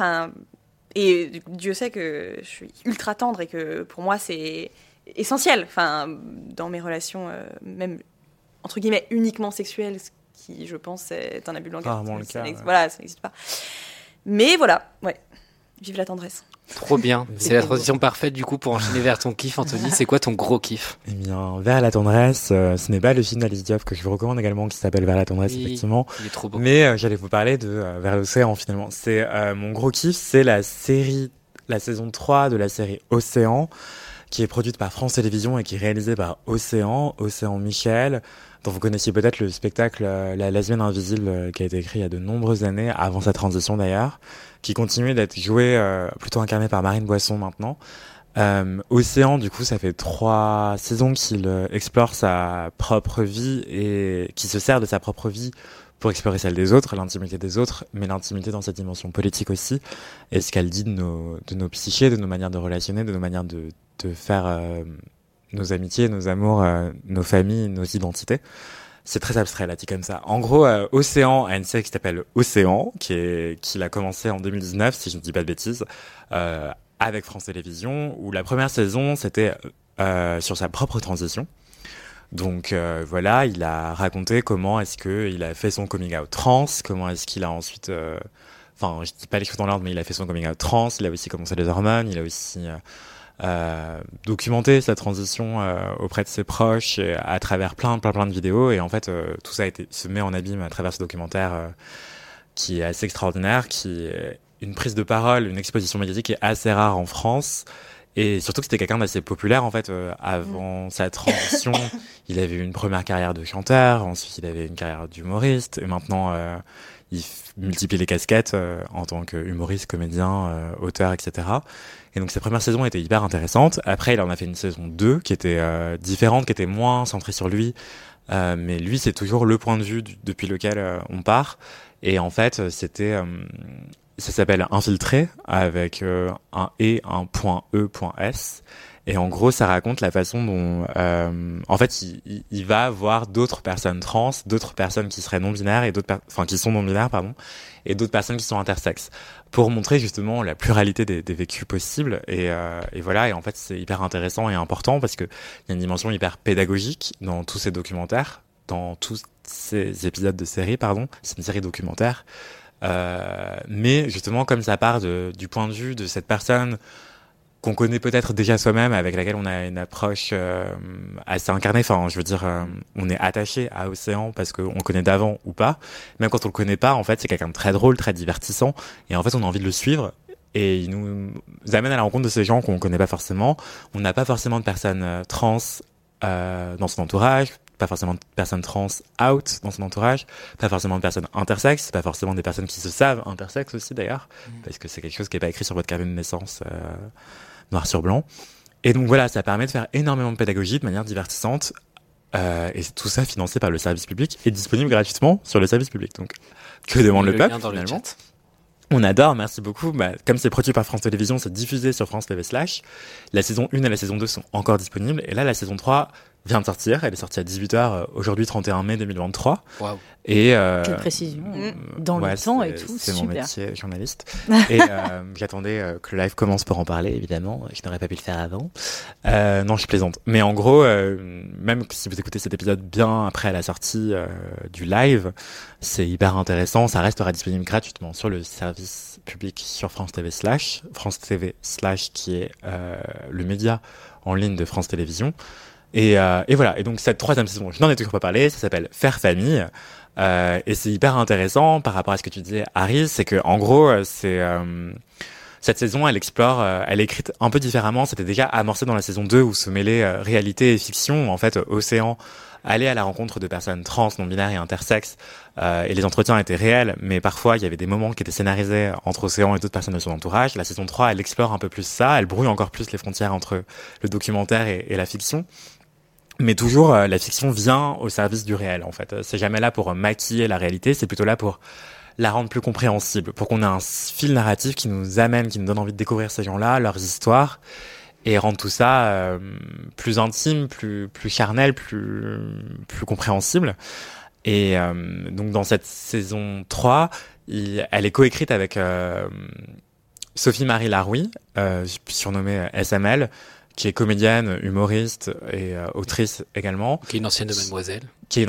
[SPEAKER 3] Et Dieu sait que je suis ultra tendre et que pour moi c'est essentiel. Dans mes relations, même entre guillemets uniquement sexuelles, ce qui je pense est un abus de langage.
[SPEAKER 6] Rarement le cas.
[SPEAKER 3] Voilà, ça n'existe pas. Mais voilà, vive la tendresse.
[SPEAKER 5] Trop bien. C'est la transition parfaite du coup pour enchaîner vers ton kiff, Anthony. C'est quoi ton gros kiff?
[SPEAKER 6] Eh bien, Vers la tendresse, ce n'est pas le film d'Alice Diop que je vous recommande également qui s'appelle Vers la tendresse, effectivement.
[SPEAKER 5] Il est trop beau.
[SPEAKER 6] Mais j'allais vous parler de Vers l'océan finalement. C'est mon gros kiff, c'est la saison 3 de la série Océan, qui est produite par France Télévisions et qui est réalisée par Océan Michel, dont vous connaissiez peut-être le spectacle La lesbienne invisible, qui a été écrit il y a de nombreuses années, avant sa transition d'ailleurs, qui continue d'être joué, plutôt incarné par Marine Boisson maintenant. Océan, du coup, ça fait 3 saisons qu'il explore sa propre vie et qui se sert de sa propre vie pour explorer celle des autres, l'intimité des autres, mais l'intimité dans cette dimension politique aussi, et ce qu'elle dit de nos psychés, de nos manières de relationner, de nos manières de faire nos amitiés, nos amours, nos familles, nos identités. C'est très abstrait là, dit comme ça. En gros, Océan a une série qui s'appelle Océan, qu'il a commencé en 2019, si je ne dis pas de bêtises, avec France Télévisions, où la première saison, c'était sur sa propre transition. Donc voilà, il a raconté comment est-ce qu'il a fait son coming out trans, comment est-ce qu'il a ensuite enfin, je dis pas les choses dans l'ordre, mais il a fait son coming out trans, il a aussi commencé les hormones, il a aussi documenté sa transition auprès de ses proches à travers plein de vidéos. Et en fait, tout ça se met en abîme à travers ce documentaire qui est assez extraordinaire, qui est une prise de parole, une exposition médiatique qui est assez rare en France. Et surtout que c'était quelqu'un d'assez populaire en fait avant sa transition. Il avait eu une première carrière de chanteur, ensuite il avait une carrière d'humoriste, et maintenant il multiplie les casquettes en tant qu'humoriste, comédien, auteur, etc. Et donc sa première saison était hyper intéressante. Après il en a fait une saison 2 qui était différente, qui était moins centrée sur lui. Mais lui c'est toujours le point de vue depuis lequel on part. Et en fait c'était... ça s'appelle Infiltré avec un et un point .e.s. Et en gros, ça raconte la façon dont, en fait, il va voir d'autres personnes trans, d'autres personnes qui seraient non-binaires et qui sont non-binaires, pardon, et d'autres personnes qui sont intersexes, pour montrer justement la pluralité des vécus possibles. Et voilà. Et en fait, c'est hyper intéressant et important parce que il y a une dimension hyper pédagogique dans tous ces documentaires, dans tous ces épisodes de série, pardon. C'est une série documentaire. Mais justement, comme ça part du point de vue de cette personne qu'on connaît peut-être déjà soi-même, avec laquelle on a une approche assez incarnée. Enfin, je veux dire, on est attaché à Océan parce qu'on le connaît d'avant ou pas. Même quand on le connaît pas, en fait, c'est quelqu'un de très drôle, très divertissant. Et en fait, on a envie de le suivre. Et il nous amène à la rencontre de ces gens qu'on connaît pas forcément. On n'a pas forcément de personnes trans dans son entourage, pas forcément de personnes trans out dans son entourage, pas forcément de personnes intersexes, pas forcément des personnes qui se savent intersexes aussi d'ailleurs, parce que c'est quelque chose qui est pas écrit sur votre carnet de naissance noir sur blanc. Et donc voilà, ça permet de faire énormément de pédagogie de manière divertissante, et tout ça financé par le service public et disponible gratuitement sur le service public. Donc que demande le peuple finalement? On adore, merci beaucoup. Comme c'est produit par France Télévisions, c'est diffusé sur France TV/. La saison 1 et la saison 2 sont encore disponibles. Et là, la saison 3 vient de sortir. Elle est sortie à 18h aujourd'hui, 31 mai 2023.
[SPEAKER 5] Waouh.
[SPEAKER 6] Et
[SPEAKER 4] quelle précision. Dans le temps et tout,
[SPEAKER 6] c'est
[SPEAKER 4] super.
[SPEAKER 6] Mon métier, journaliste. Et j'attendais que le live commence pour en parler, évidemment. Je n'aurais pas pu le faire avant. Non, je plaisante. Mais en gros, même si vous écoutez cet épisode bien après la sortie du live, c'est hyper intéressant. Ça restera disponible gratuitement sur le service public sur France TV/. France TV/, qui est le média en ligne de France Télévisions. Et voilà. Et donc cette troisième saison, je n'en ai toujours pas parlé, ça s'appelle Faire famille. Et c'est hyper intéressant par rapport à ce que tu disais, Harry, c'est que en gros, cette saison, elle explore, elle est écrite un peu différemment. C'était déjà amorcé dans la saison 2 où se mêlaient réalité et fiction. En fait, Océan allait à la rencontre de personnes trans, non-binaires et intersexes, et les entretiens étaient réels, mais parfois il y avait des moments qui étaient scénarisés entre Océan et d'autres personnes de son entourage. La saison 3, elle explore un peu plus ça, elle brouille encore plus les frontières entre le documentaire et la fiction. Mais toujours, la fiction vient au service du réel, en fait. C'est jamais là pour maquiller la réalité, c'est plutôt là pour la rendre plus compréhensible, pour qu'on ait un fil narratif qui nous amène, qui nous donne envie de découvrir ces gens-là, leurs histoires, et rendre tout ça plus intime, plus charnel, plus compréhensible. Et donc dans cette saison 3, elle est coécrite avec Sophie-Marie Larouille, surnommée SML, qui est comédienne, humoriste et autrice également.
[SPEAKER 5] Qui est une ancienne de Mademoiselle.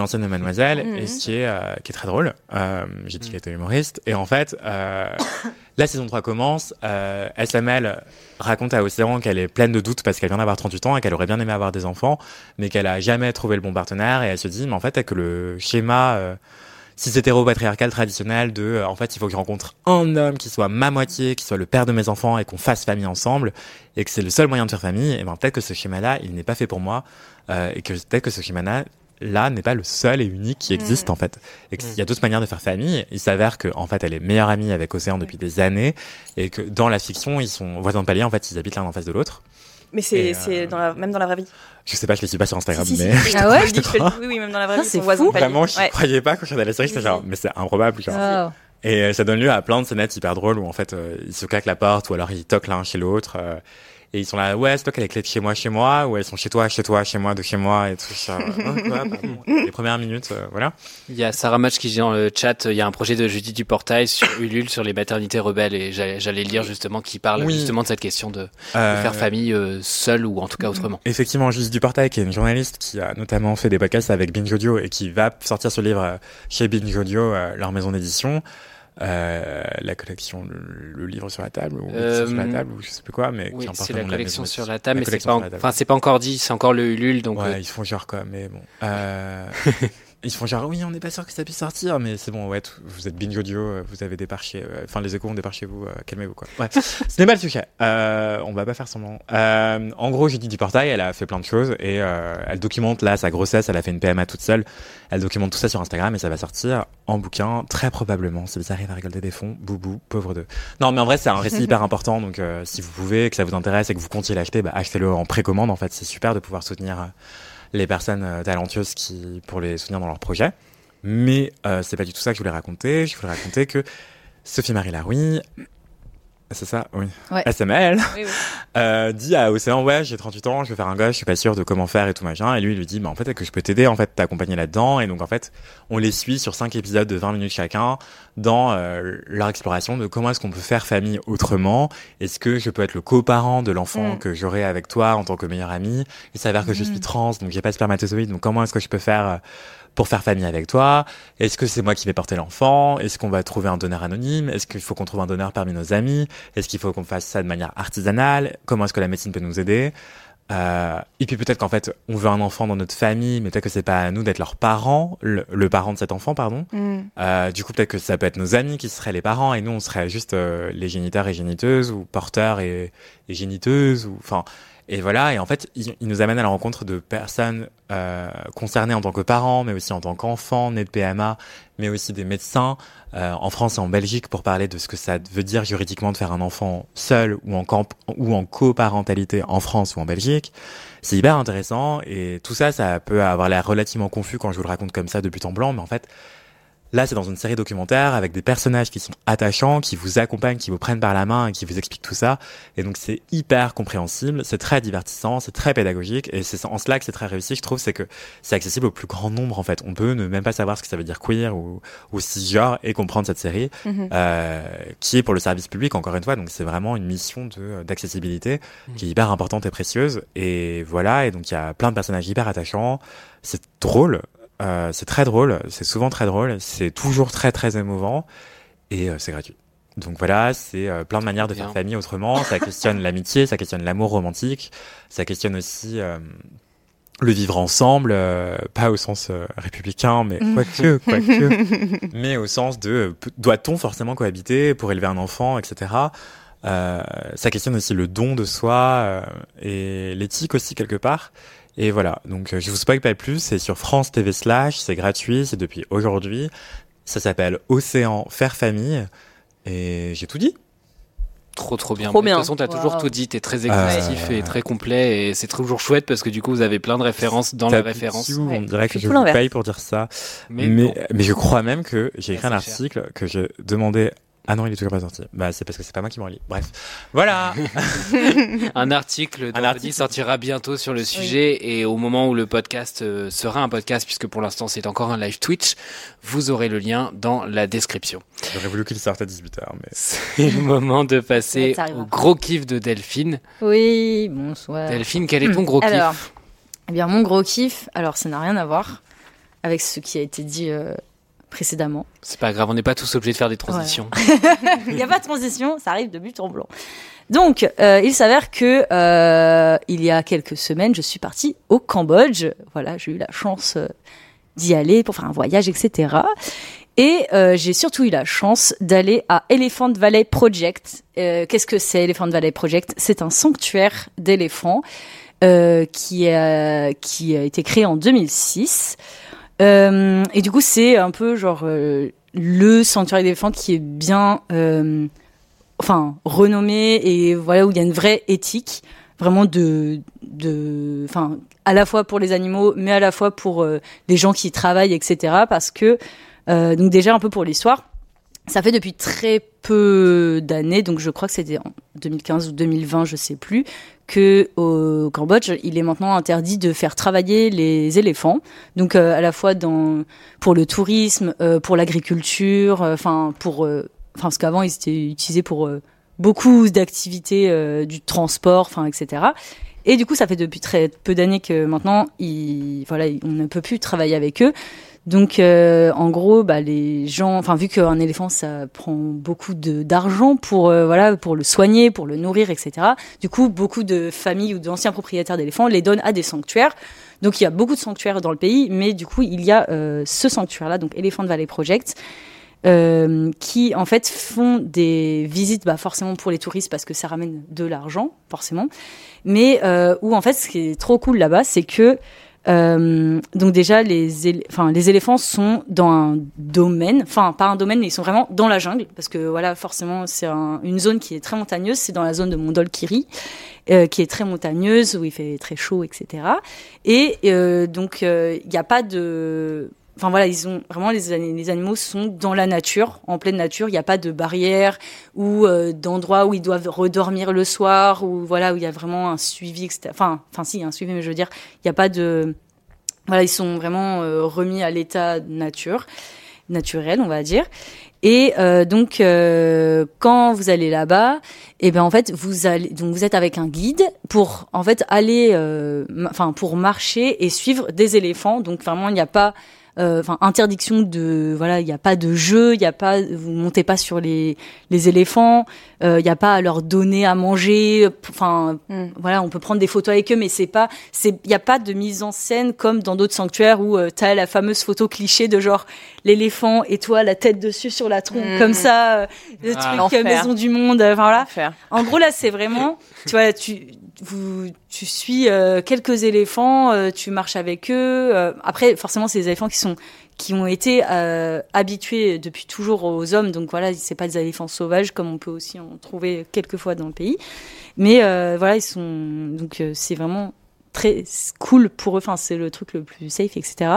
[SPEAKER 6] Et qui est très drôle. J'ai dit qu'elle était humoriste. Et en fait, la saison 3 commence. SML raconte à Océan qu'elle est pleine de doutes parce qu'elle vient d'avoir 38 ans et qu'elle aurait bien aimé avoir des enfants, mais qu'elle a jamais trouvé le bon partenaire. Et elle se dit, mais en fait, que le schéma cis-hétéro-patriarcal traditionnel de en fait il faut que je rencontre un homme qui soit ma moitié, qui soit le père de mes enfants et qu'on fasse famille ensemble, et que c'est le seul moyen de faire famille, et peut-être que ce schéma-là il n'est pas fait pour moi, et que peut-être que ce schéma-là n'est pas le seul et unique qui existe en fait, et qu'il y a d'autres manières de faire famille. Il s'avère que en fait elle est meilleure amie avec Océan depuis des années, et que dans la fiction ils sont voisins de palier, en fait ils habitent l'un en face de l'autre.
[SPEAKER 3] Mais c'est même dans la vraie vie.
[SPEAKER 6] Je sais pas, je les suis pas sur Instagram, mais
[SPEAKER 3] ah ouais, oui, même dans la vraie vie,
[SPEAKER 4] c'est
[SPEAKER 3] fou.
[SPEAKER 6] Vraiment, je croyais pas quand je regardais la série, j'étais genre, mais c'est improbable, genre. Oh. Et ça donne lieu à plein de scénettes hyper drôles où en fait ils se claquent la porte, ou alors ils toquent l'un chez l'autre, et ils sont là, ouais, c'est toi qui as les clés de chez moi, ou elles sont chez toi, chez moi, de chez moi, et tout ça. Les premières minutes, voilà.
[SPEAKER 5] Il y a Sarah Match qui dit dans le chat, il y a un projet de Judith Duportail sur Ulule sur les maternités rebelles, et j'allais lire justement, qui parle justement de cette question de faire famille seule, ou en tout cas autrement.
[SPEAKER 6] Effectivement, Judith Duportail, qui est une journaliste qui a notamment fait des podcasts avec Binge Audio et qui va sortir ce livre chez Binge Audio, leur maison d'édition. la collection, le livre sur la table, ou sur la table, ou je sais plus quoi, mais
[SPEAKER 5] oui,
[SPEAKER 6] qui
[SPEAKER 5] c'est la collection sur la table,
[SPEAKER 6] la
[SPEAKER 5] mais c'est pas encore dit, c'est encore le Ulule, donc.
[SPEAKER 6] Ouais, ils font genre quoi, mais bon. Ils font genre, oui, on n'est pas sûr que ça puisse sortir, mais c'est bon, ouais, vous êtes binge audio, vous avez des parts chez, les échos ont des parts chez vous, calmez-vous, quoi. Ouais. Ce n'est pas le sujet. On va pas faire semblant. En gros, Judith Duportail, elle a fait plein de choses et, elle documente, là, sa grossesse, elle a fait une PMA toute seule. Elle documente tout ça sur Instagram et ça va sortir en bouquin, très probablement, si vous arrivez à récolter des fonds, boubou, pauvre d'eux. Non, mais en vrai, c'est un récit hyper important, donc, si vous pouvez, que ça vous intéresse et que vous comptiez l'acheter, bah, achetez-le en précommande, en fait, c'est super de pouvoir soutenir, les personnes talentueuses pour les soutenir dans leurs projets. Mais c'est pas du tout ça que je voulais raconter. Je voulais raconter que Sophie-Marie Laroui, c'est ça, oui,
[SPEAKER 4] ouais.
[SPEAKER 6] SML,
[SPEAKER 4] oui, oui.
[SPEAKER 6] dit à Océan, ouais, j'ai 38 ans, je veux faire un gosse, je suis pas sûr de comment faire et tout machin. Et lui, il lui dit, bah en fait, est-ce que je peux t'aider, en fait, t'accompagner là-dedans. Et donc, en fait, on les suit sur 5 épisodes de 20 minutes chacun dans leur exploration de comment est-ce qu'on peut faire famille autrement. Est-ce que je peux être le coparent de l'enfant que j'aurai avec toi en tant que meilleur ami. Il s'avère que je suis trans, donc j'ai pas de spermatozoïde, donc comment est-ce que je peux faire pour faire famille avec toi? Est-ce que c'est moi qui vais porter l'enfant? Est-ce qu'on va trouver un donneur anonyme? Est-ce qu'il faut qu'on trouve un donneur parmi nos amis? Est-ce qu'il faut qu'on fasse ça de manière artisanale? Comment est-ce que la médecine peut nous aider? Et puis peut-être qu'en fait, on veut un enfant dans notre famille, mais peut-être que c'est pas à nous d'être leurs parents, le parent de cet enfant, pardon. Du coup, peut-être que ça peut être nos amis qui seraient les parents, et nous, on serait juste les géniteurs et géniteuses, ou porteurs et géniteuses, ou enfin. Et voilà, et en fait, il nous amène à la rencontre de personnes concernées en tant que parents, mais aussi en tant qu'enfants nés de PMA, mais aussi des médecins en France et en Belgique pour parler de ce que ça veut dire juridiquement de faire un enfant seul ou en coparentalité en France ou en Belgique. C'est hyper intéressant et tout ça, ça peut avoir l'air relativement confus quand je vous le raconte comme ça de but en blanc, mais en fait, là, c'est dans une série documentaire avec des personnages qui sont attachants, qui vous accompagnent, qui vous prennent par la main et qui vous expliquent tout ça. Et donc, c'est hyper compréhensible, c'est très divertissant, c'est très pédagogique. Et c'est en cela que c'est très réussi, je trouve, c'est que c'est accessible au plus grand nombre, en fait. On peut ne même pas savoir ce que ça veut dire queer ou cisgenre et comprendre cette série, qui est pour le service public, encore une fois. Donc, c'est vraiment une mission d'accessibilité qui est hyper importante et précieuse. Et voilà. Et donc, il y a plein de personnages hyper attachants. C'est drôle. C'est très drôle, c'est souvent très drôle, c'est toujours très très émouvant et c'est gratuit. Donc voilà, c'est plein de manières de faire famille autrement, ça questionne l'amitié, ça questionne l'amour romantique, ça questionne aussi le vivre ensemble, pas au sens républicain, mais quoique, mais au sens de doit-on forcément cohabiter pour élever un enfant, etc. Ça questionne aussi le don de soi et l'éthique aussi quelque part. Et voilà, donc je vous spoil pas plus, c'est sur France TV /, c'est gratuit, c'est depuis aujourd'hui. Ça s'appelle Océan Faire Famille et j'ai tout dit.
[SPEAKER 5] Trop bien.
[SPEAKER 3] Trop
[SPEAKER 5] bien. De toute
[SPEAKER 3] bien.
[SPEAKER 5] façon, t'as toujours tout dit, t'es très exhaustif et très complet et c'est toujours chouette parce que du coup, vous avez plein de références dans les références.
[SPEAKER 6] On dirait que je vous paye pour dire ça. Mais je crois même que j'ai écrit un article que je demandais. Ah non, il est toujours pas sorti. Bah, c'est parce que c'est pas moi qui me relis. Bref. Voilà.
[SPEAKER 5] Un article sortira bientôt sur le sujet et au moment où le podcast sera un podcast, puisque pour l'instant c'est encore un live Twitch, vous aurez le lien dans la description.
[SPEAKER 6] J'aurais voulu qu'il sorte à 18h, mais...
[SPEAKER 5] C'est le moment de passer au gros kiff de Delphine.
[SPEAKER 4] Oui, bonsoir.
[SPEAKER 5] Delphine, quel est ton gros kiff?
[SPEAKER 4] Eh bien, mon gros kiff, alors ça n'a rien à voir avec ce qui a été dit précédemment.
[SPEAKER 5] C'est pas grave, on n'est pas tous obligés de faire des transitions.
[SPEAKER 4] Il n'y a pas de transition, ça arrive de but en blanc. Donc, il s'avère que il y a quelques semaines, je suis partie au Cambodge. Voilà, j'ai eu la chance d'y aller pour faire un voyage, etc. Et j'ai surtout eu la chance d'aller à Elephant Valley Project. Qu'est-ce que c'est Elephant Valley Project? C'est un sanctuaire d'éléphants qui a été créé en 2006. Et du coup, c'est un peu genre le sanctuaire d'éléphants qui est bien, renommé et voilà où il y a une vraie éthique, vraiment à la fois pour les animaux, mais à la fois pour les gens qui y travaillent, etc. Parce que donc déjà un peu pour l'histoire, ça fait depuis très peu d'années, donc je crois que c'était en 2015 ou 2020, je sais plus, que au Cambodge, il est maintenant interdit de faire travailler les éléphants. Donc à la fois pour le tourisme, pour l'agriculture, parce qu'avant ils étaient utilisés pour beaucoup d'activités du transport, etc. Et du coup, ça fait depuis très peu d'années que maintenant, on ne peut plus travailler avec eux. Donc, en gros, les gens, enfin, vu qu'un éléphant, ça prend beaucoup d'argent pour, pour le soigner, pour le nourrir, etc. Du coup, beaucoup de familles ou d'anciens propriétaires d'éléphants les donnent à des sanctuaires. Donc, il y a beaucoup de sanctuaires dans le pays, mais du coup, il y a ce sanctuaire-là, donc Elephant Valley Project, qui en fait font des visites, forcément pour les touristes parce que ça ramène de l'argent, forcément. Mais où en fait, ce qui est trop cool là-bas, c'est que donc déjà les éléphants sont dans un domaine, enfin pas un domaine mais ils sont vraiment dans la jungle parce que voilà forcément c'est une zone qui est très montagneuse, c'est dans la zone de Mondolkiri qui est très montagneuse où il fait très chaud, etc. Et donc il n'y a pas de Enfin voilà, ils ont vraiment les animaux sont dans la nature, en pleine nature. Il n'y a pas de barrière ou d'endroits où ils doivent redormir le soir ou voilà où il y a vraiment un suivi, etc. Enfin si, il y a un suivi, mais je veux dire, il n'y a pas de voilà, ils sont vraiment remis à l'état naturel, on va dire. Et donc quand vous allez là-bas, et ben en fait vous êtes avec un guide pour en fait aller pour marcher et suivre des éléphants. Donc vraiment il n'y a pas interdiction de il y a pas de jeu, il y a pas, vous montez pas sur les éléphants, il y a pas à leur donner à manger, on peut prendre des photos avec eux, mais il y a pas de mise en scène comme dans d'autres sanctuaires où t'as la fameuse photo cliché de genre l'éléphant et toi la tête dessus sur la trompe comme ça, le truc maison du monde, voilà. En gros là c'est vraiment, tu vois, tu suis quelques éléphants, tu marches avec eux. Après, forcément, c'est des éléphants qui ont été habitués depuis toujours aux hommes. Donc voilà, c'est pas des éléphants sauvages comme on peut aussi en trouver quelques fois dans le pays. Mais ils sont donc c'est vraiment très cool pour eux. Enfin, c'est le truc le plus safe, etc.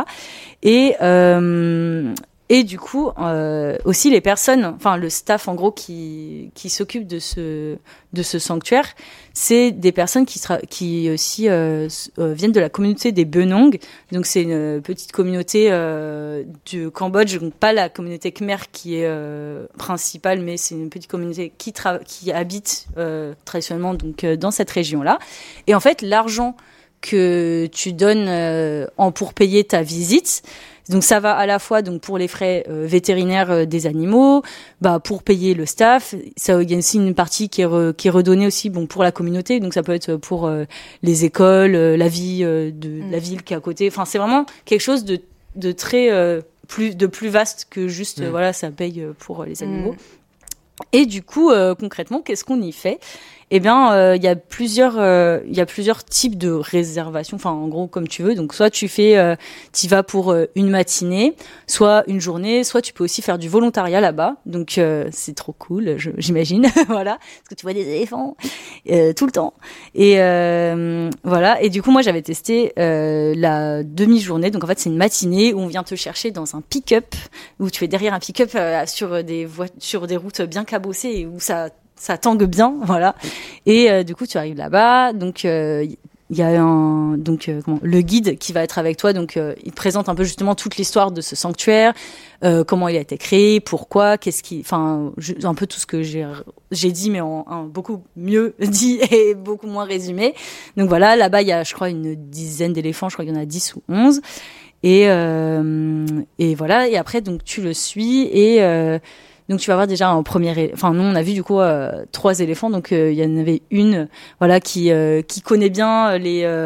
[SPEAKER 4] Et du coup, aussi les personnes, le staff en gros qui s'occupe de ce sanctuaire, c'est des personnes qui aussi viennent de la communauté des Benong. Donc c'est une petite communauté du Cambodge, donc pas la communauté Khmer qui est principale, mais c'est une petite communauté qui habite traditionnellement donc dans cette région-là. Et en fait, l'argent que tu donnes pour payer ta visite. Donc ça va à la fois donc pour les frais vétérinaires des animaux, pour payer le staff, ça il y a aussi une partie qui est redonnée aussi pour la communauté, donc ça peut être pour les écoles, la vie de la ville qui est à côté. Enfin c'est vraiment quelque chose de très plus vaste que juste ça paye pour les animaux. Et du coup concrètement qu'est-ce qu'on y fait ? Eh bien, il y a plusieurs types de réservations. Enfin, en gros, comme tu veux. Donc, soit tu vas pour une matinée, soit une journée, soit tu peux aussi faire du volontariat là-bas. Donc, c'est trop cool, j'imagine. Voilà, parce que tu vois des éléphants tout le temps. Et voilà. Et du coup, moi, j'avais testé la demi-journée. Donc, en fait, c'est une matinée où on vient te chercher dans un pick-up, où tu es derrière un pick-up sur des routes bien cabossées et où ça tangue bien, voilà. Et du coup, tu arrives là-bas, donc il y a le guide qui va être avec toi, donc il te présente un peu justement toute l'histoire de ce sanctuaire, comment il a été créé, pourquoi, un peu tout ce que j'ai dit, mais en beaucoup mieux dit et beaucoup moins résumé. Donc voilà, là-bas il y a, je crois, une dizaine d'éléphants, je crois qu'il y en a 10 ou 11. Et voilà, et après donc tu le suis et donc tu vas voir déjà un premier, nous on a vu du coup 3 éléphants, donc il y en avait une qui connaît bien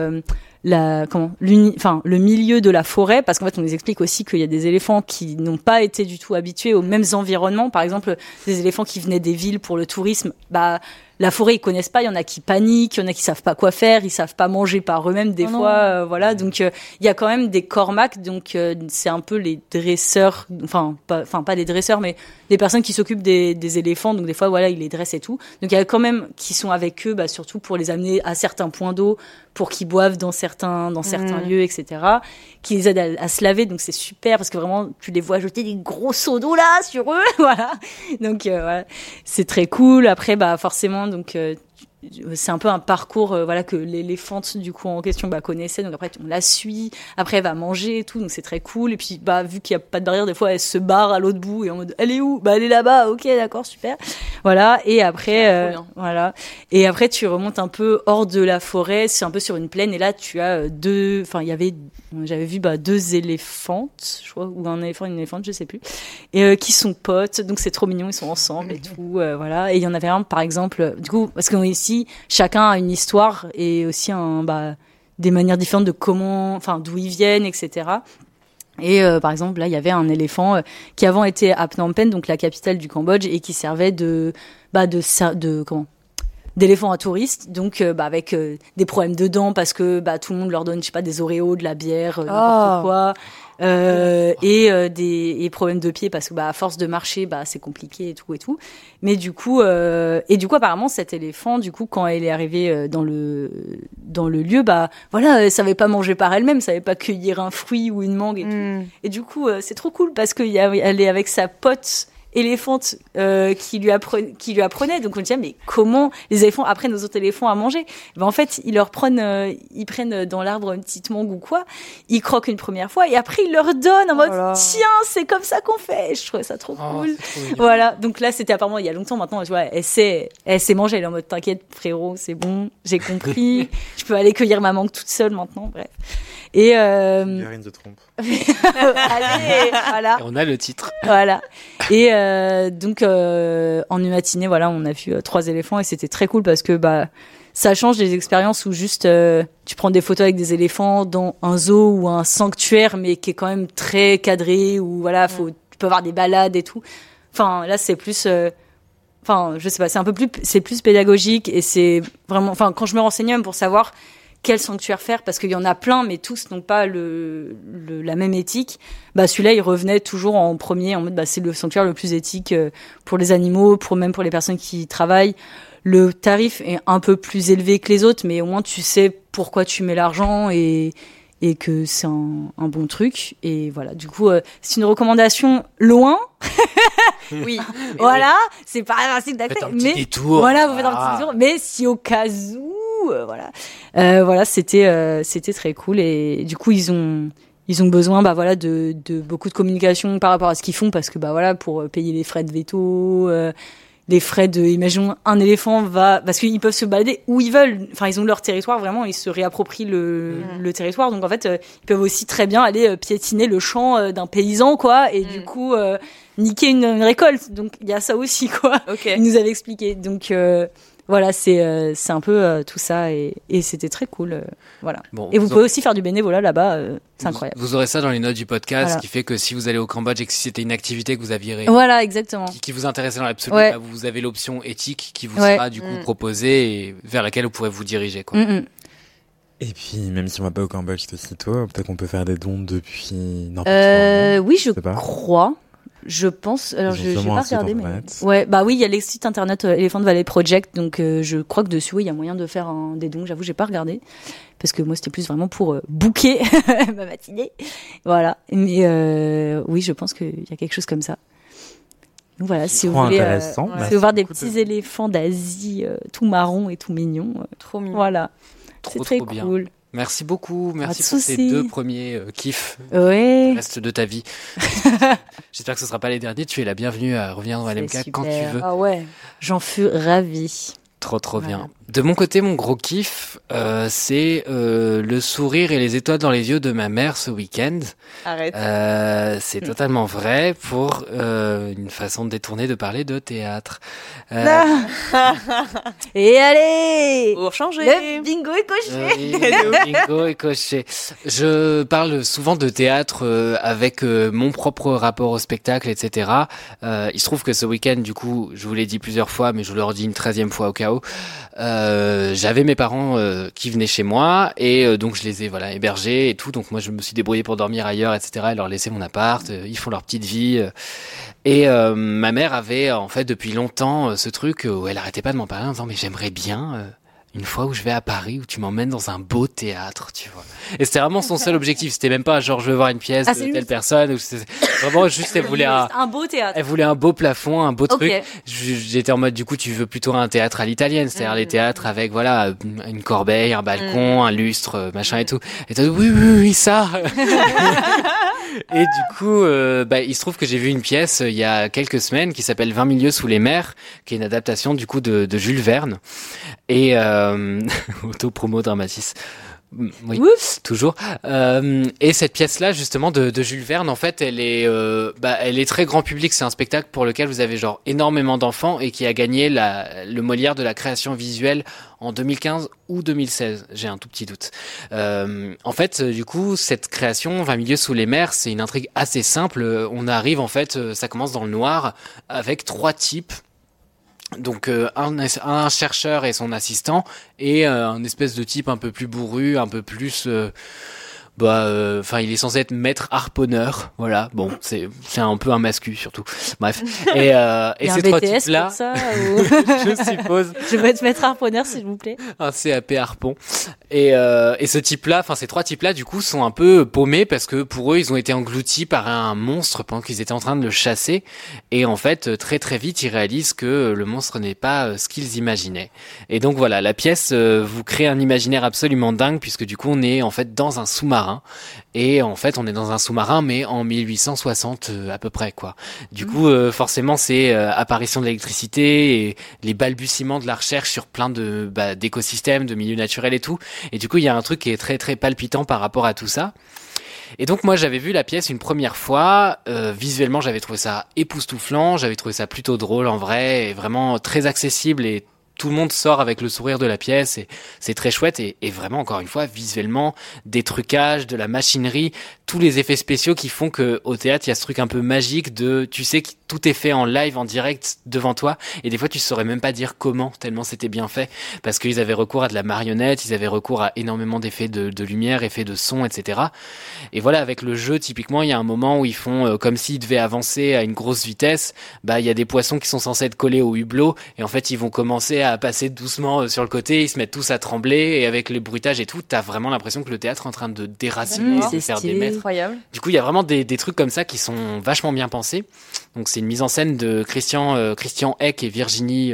[SPEAKER 4] le milieu de la forêt, parce qu'en fait on nous explique aussi qu'il y a des éléphants qui n'ont pas été du tout habitués aux mêmes environnements. Par exemple, des éléphants qui venaient des villes pour le tourisme, la forêt ils connaissent pas, il y en a qui paniquent, il y en a qui savent pas quoi faire, ils savent pas manger par eux-mêmes des fois, voilà. Donc il y a quand même des cormacs, donc c'est un peu les dresseurs, pas des dresseurs, mais des personnes qui s'occupent des éléphants, donc des fois voilà ils les dressent et tout. Donc il y a quand même qui sont avec eux, surtout pour les amener à certains points d'eau, pour qu'ils boivent dans certains lieux, etc. Qui les aident à se laver, donc c'est super parce que vraiment tu les vois jeter des gros seaux d'eau là sur eux, voilà. Donc voilà, c'est très cool. Après forcément donc c'est un peu un parcours voilà que l'éléphante du coup en question connaissait, donc après on la suit, après elle va manger et tout, donc c'est très cool, et puis vu qu'il y a pas de barrière, des fois elle se barre à l'autre bout et en mode elle est où, elle est là-bas, ok d'accord super, voilà, et après voilà, et après tu remontes un peu hors de la forêt, c'est un peu sur une plaine, et là tu as j'avais vu 2 éléphantes, je crois, ou un éléphant et une éléphante, je sais plus, et qui sont potes, donc c'est trop mignon, ils sont ensemble et tout, voilà, et il y en avait un par exemple, du coup parce que ici chacun a une histoire et aussi des manières différentes de d'où ils viennent, etc. Et par exemple là il y avait un éléphant qui avant était à Phnom Penh, donc la capitale du Cambodge, et qui servait d'éléphant à touristes, donc avec des problèmes de dents parce que tout le monde leur donne, je sais pas, des Oreos, de la bière, n'importe quoi, et des problèmes de pied parce que à force de marcher c'est compliqué et tout. Mais du coup apparemment cet éléphant, du coup quand elle est arrivée dans le lieu, elle savait pas manger par elle-même, savait pas cueillir un fruit ou une mangue et tout. Et du coup c'est trop cool parce que elle est avec sa pote éléphante qui lui apprenait, donc on dit mais comment les éléphants apprennent aux autres éléphants à manger? En fait ils prennent dans l'arbre une petite mangue ou quoi, ils croquent une première fois et après ils leur donnent en mode tiens c'est comme ça qu'on fait. Je trouvais ça trop cool. Voilà, donc là c'était apparemment il y a longtemps, maintenant tu vois elle sait manger, elle est en mode t'inquiète frérot c'est bon, j'ai compris, je peux aller cueillir ma mangue toute seule maintenant, bref. Et
[SPEAKER 6] Garine de trompe.
[SPEAKER 4] Allez, voilà.
[SPEAKER 5] Et on a le titre.
[SPEAKER 4] Voilà. Et donc en une matinée, voilà, on a vu 3 éléphants et c'était très cool parce que ça change des expériences où juste tu prends des photos avec des éléphants dans un zoo ou un sanctuaire, mais qui est quand même très cadré, où voilà, tu peux avoir des balades et tout. Enfin là c'est plus je sais pas, c'est plus pédagogique et c'est vraiment, quand je me renseignais même pour savoir quel sanctuaire faire, parce qu'il y en a plein mais tous n'ont pas la même éthique, celui-là il revenait toujours en premier en mode c'est le sanctuaire le plus éthique pour les animaux, même pour les personnes qui travaillent. Le tarif est un peu plus élevé que les autres, mais au moins tu sais pourquoi tu mets l'argent et que c'est un bon truc. Et voilà, du coup c'est une recommandation loin. Oui, voilà, c'est pas facile d'accès, mais
[SPEAKER 5] détour.
[SPEAKER 4] Voilà, vous faites un petit détour, mais si au cas où voilà, c'était très cool. Et du coup ils ont besoin de beaucoup de communication par rapport à ce qu'ils font, parce que pour payer les frais de veto, les frais imaginons un éléphant parce qu'ils peuvent se balader où ils veulent, ils ont leur territoire, vraiment ils se réapproprient le territoire, donc en fait ils peuvent aussi très bien aller piétiner le champ d'un paysan quoi, et du coup niquer une récolte, donc il y a ça aussi quoi. Okay. Il nous avait expliqué, donc voilà, c'est un peu tout ça, et c'était très cool, voilà. Bon, et vous pouvez aussi faire du bénévolat là-bas, c'est incroyable.
[SPEAKER 5] Vous aurez ça dans les notes du podcast, voilà. Ce qui fait que si vous allez au Cambodge et que si c'était une activité que vous aviez
[SPEAKER 4] voilà, exactement.
[SPEAKER 5] Qui vous intéressait dans l'absolu, là, vous avez l'option éthique qui vous sera du coup proposée et vers laquelle vous pourrez vous diriger, quoi.
[SPEAKER 6] Et puis, même si on va pas au Cambodge de sitôt, peut-être qu'on peut faire des dons depuis n'importe où.
[SPEAKER 4] Oui, je crois. Je pense, alors je vais pas regarder, mais oui, il y a les sites internet Elephant Valley Project, donc je crois que dessus il y a moyen de faire des dons. J'avoue, j'ai pas regardé parce que moi c'était plus vraiment pour booker ma matinée, voilà. Mais oui, je pense qu'il y a quelque chose comme ça. Donc voilà, si vous voulez voir des petits éléphants d'Asie tout marrons et tout mignons,
[SPEAKER 3] trop mignon.
[SPEAKER 4] Voilà, c'est très cool.
[SPEAKER 5] Bien. Merci beaucoup, merci pour ces 2 premiers kiffs du reste de ta vie. J'espère que ce ne sera pas les derniers. Tu es la bienvenue à revenir dans LMK quand tu veux.
[SPEAKER 4] Ah ouais, j'en fus ravie.
[SPEAKER 5] Trop bien. De mon côté, mon gros kiff, c'est le sourire et les étoiles dans les yeux de ma mère ce week-end.
[SPEAKER 3] Arrête.
[SPEAKER 5] C'est totalement vrai, pour une façon détournée de parler de théâtre.
[SPEAKER 4] Et allez,
[SPEAKER 3] pour changer,
[SPEAKER 4] le bingo est coché.
[SPEAKER 5] Le bingo est coché. Je parle souvent de théâtre avec mon propre rapport au spectacle, etc. Il se trouve que ce week-end, du coup, je vous l'ai dit plusieurs fois, mais je vous le redis une 13e fois au cas où, j'avais mes parents qui venaient chez moi, et donc je les ai hébergés et tout, donc moi je me suis débrouillé pour dormir ailleurs, etc., et leur laisser mon appart, ils font leur petite vie, et ma mère avait en fait depuis longtemps ce truc où elle arrêtait pas de m'en parler en disant mais j'aimerais bien une fois où je vais à Paris, où tu m'emmènes dans un beau théâtre, tu vois. Et c'était vraiment son seul objectif. C'était même pas genre je veux voir une pièce de telle personne. Ou vraiment juste elle voulait
[SPEAKER 4] un beau théâtre.
[SPEAKER 5] Elle voulait un beau plafond, un beau truc. J'étais en mode du coup tu veux plutôt un théâtre à l'italienne, c'est-à-dire les théâtres avec voilà une corbeille, un balcon, un lustre, machin et tout. Et t'as dit oui ça. Et du coup, il se trouve que j'ai vu une pièce il y a quelques semaines qui s'appelle 20 milieux sous les mers, qui est une adaptation du coup de Jules Verne. Et auto-promo dramatis. Oui, toujours. Et cette pièce-là, justement, de Jules Verne, en fait, elle est très grand public. C'est un spectacle pour lequel vous avez genre énormément d'enfants et qui a gagné le Molière de la création visuelle en 2015 ou 2016. J'ai un tout petit doute. En fait, du coup, cette création, 20 milieux sous les mers, c'est une intrigue assez simple. On arrive, en fait, ça commence dans le noir avec 3 types. Donc un chercheur et son assistant et un espèce de type un peu plus bourru, un peu plus il est censé être maître harponneur, voilà. Bon, c'est un peu un mascu surtout. Bref. Et ces 3 types là, je suppose.
[SPEAKER 4] Je veux être maître harponneur s'il vous plaît.
[SPEAKER 5] Un CAP harpon. Et ce type-là, ces 3 types-là, du coup, sont un peu paumés parce que pour eux, ils ont été engloutis par un monstre pendant qu'ils étaient en train de le chasser. Et en fait, très très vite, ils réalisent que le monstre n'est pas ce qu'ils imaginaient. Et donc voilà, la pièce vous crée un imaginaire absolument dingue puisque du coup, on est en fait dans un sous-marin. Et en fait, on est dans un sous-marin, mais en 1860 à peu près, quoi. Du coup, forcément, c'est apparition de l'électricité et les balbutiements de la recherche sur plein d'écosystèmes, de milieux naturels et tout. Et du coup, il y a un truc qui est très très palpitant par rapport à tout ça. Et donc moi j'avais vu la pièce une première fois, visuellement j'avais trouvé ça époustouflant, j'avais trouvé ça plutôt drôle en vrai, et vraiment très accessible et tout le monde sort avec le sourire de la pièce et c'est très chouette et vraiment encore une fois visuellement des trucages, de la machinerie, tous les effets spéciaux qui font que au théâtre il y a ce truc un peu magique de tu sais que tout est fait en live en direct devant toi et des fois tu saurais même pas dire comment tellement c'était bien fait parce qu'ils avaient recours à de la marionnette, ils avaient recours à énormément d'effets de lumière, effets de son, etc. Et voilà, avec le jeu typiquement il y a un moment où ils font comme s'ils devaient avancer à une grosse vitesse, il y a des poissons qui sont censés être collés au hublot et en fait ils vont commencer à passer doucement sur le côté, ils se mettent tous à trembler et avec les bruitages et tout, t'as vraiment l'impression que le théâtre est en train de déraciner, de faire des mètres.
[SPEAKER 3] Incroyable.
[SPEAKER 5] Du coup, il y a vraiment des trucs comme ça qui sont vachement bien pensés. Donc c'est une mise en scène de Christian Eck et Virginie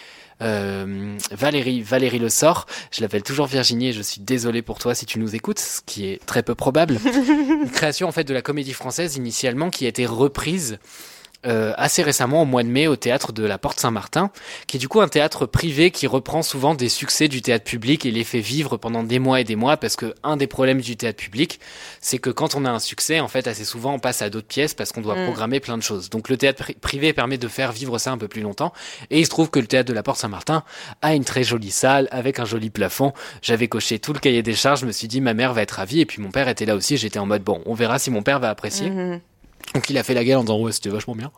[SPEAKER 5] Valérie Le Sort. Je l'appelle toujours Virginie et je suis désolé pour toi si tu nous écoutes, ce qui est très peu probable. Une création en fait de la Comédie Française initialement qui a été reprise assez récemment au mois de mai au théâtre de la Porte Saint-Martin, qui est du coup un théâtre privé qui reprend souvent des succès du théâtre public et les fait vivre pendant des mois et des mois parce que un des problèmes du théâtre public, c'est que quand on a un succès, en fait, assez souvent on passe à d'autres pièces parce qu'on doit programmer plein de choses. Donc le théâtre privé permet de faire vivre ça un peu plus longtemps et il se trouve que le théâtre de la Porte Saint-Martin a une très jolie salle avec un joli plafond. J'avais coché tout le cahier des charges, je me suis dit ma mère va être ravie et puis mon père était là aussi, j'étais en mode bon, on verra si mon père va apprécier. Donc il a fait la gueule en disant ouais c'était vachement bien.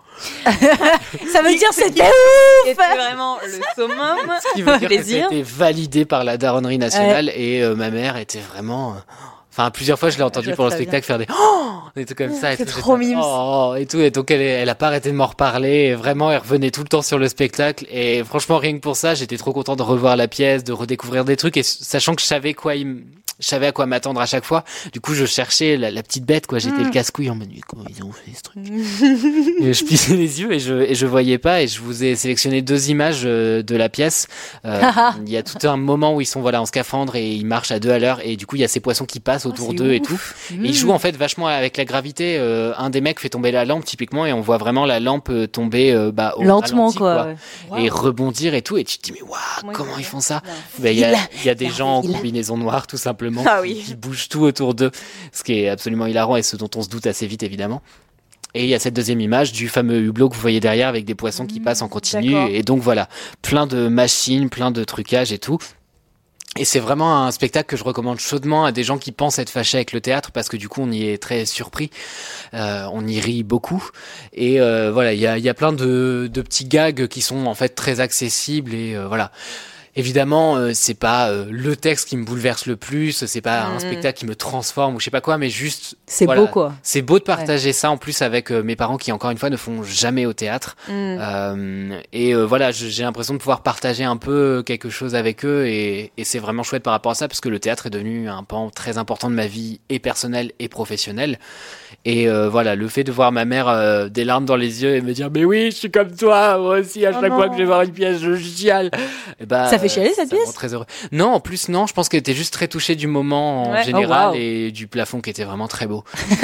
[SPEAKER 4] Ça veut dire c'était ouf.
[SPEAKER 3] C'était vraiment le summum.
[SPEAKER 5] Ce qui veut dire que c'était validé par la daronnerie nationale et ma mère était vraiment. Enfin plusieurs fois je l'ai entendu pour le spectacle faire des trucs comme ça.
[SPEAKER 3] C'est trop mimes.
[SPEAKER 5] Et tout et donc elle a pas arrêté de m'en reparler. Et vraiment elle revenait tout le temps sur le spectacle et franchement rien que pour ça j'étais trop content de revoir la pièce, de redécouvrir des trucs et sachant que je savais à quoi m'attendre à chaque fois. Du coup, je cherchais la petite bête, quoi. J'étais le casse-couille en mode, comment ils ont fait ce truc? Et je plissais les yeux et je voyais pas et je vous ai sélectionné 2 images de la pièce. Il y a tout un moment où ils sont, en scaphandre et ils marchent à 2 à l'heure et du coup, il y a ces poissons qui passent autour d'eux et tout. Et ils jouent, en fait, vachement avec la gravité. Un des mecs fait tomber la lampe, typiquement, et on voit vraiment la lampe tomber, au
[SPEAKER 4] lentement,
[SPEAKER 5] ralenti, quoi. Ouais. Et rebondir et tout. Et tu te dis, mais waouh, comment ils font ça? Il y a des gens en combinaison noire, tout simplement. Qui bougent tout autour d'eux, ce qui est absolument hilarant et ce dont on se doute assez vite évidemment. Et il y a cette deuxième image du fameux hublot que vous voyez derrière avec des poissons qui passent en continu et donc voilà, plein de machines, plein de trucages et tout. Et c'est vraiment un spectacle que je recommande chaudement à des gens qui pensent être fâchés avec le théâtre parce que du coup on y est très surpris, on y rit beaucoup et il y a plein de petits gags qui sont en fait très accessibles et voilà. évidemment, c'est pas le texte qui me bouleverse le plus, c'est pas un spectacle qui me transforme ou je sais pas quoi, mais juste
[SPEAKER 4] c'est beau quoi.
[SPEAKER 5] C'est beau de partager ça en plus avec mes parents qui encore une fois ne font jamais au théâtre. Voilà, j'ai l'impression de pouvoir partager un peu quelque chose avec eux et c'est vraiment chouette par rapport à ça parce que le théâtre est devenu un pan très important de ma vie et personnelle et professionnelle. Et voilà, le fait de voir ma mère des larmes dans les yeux et me dire mais oui, je suis comme toi, moi aussi à chaque fois que je vais voir une pièce, je chiale. Et
[SPEAKER 4] ça fait chialer cette pièce ?
[SPEAKER 5] Très heureux. Non, en plus non, je pense qu'elle était juste très touchée du moment en général et du plafond qui était vraiment très beau.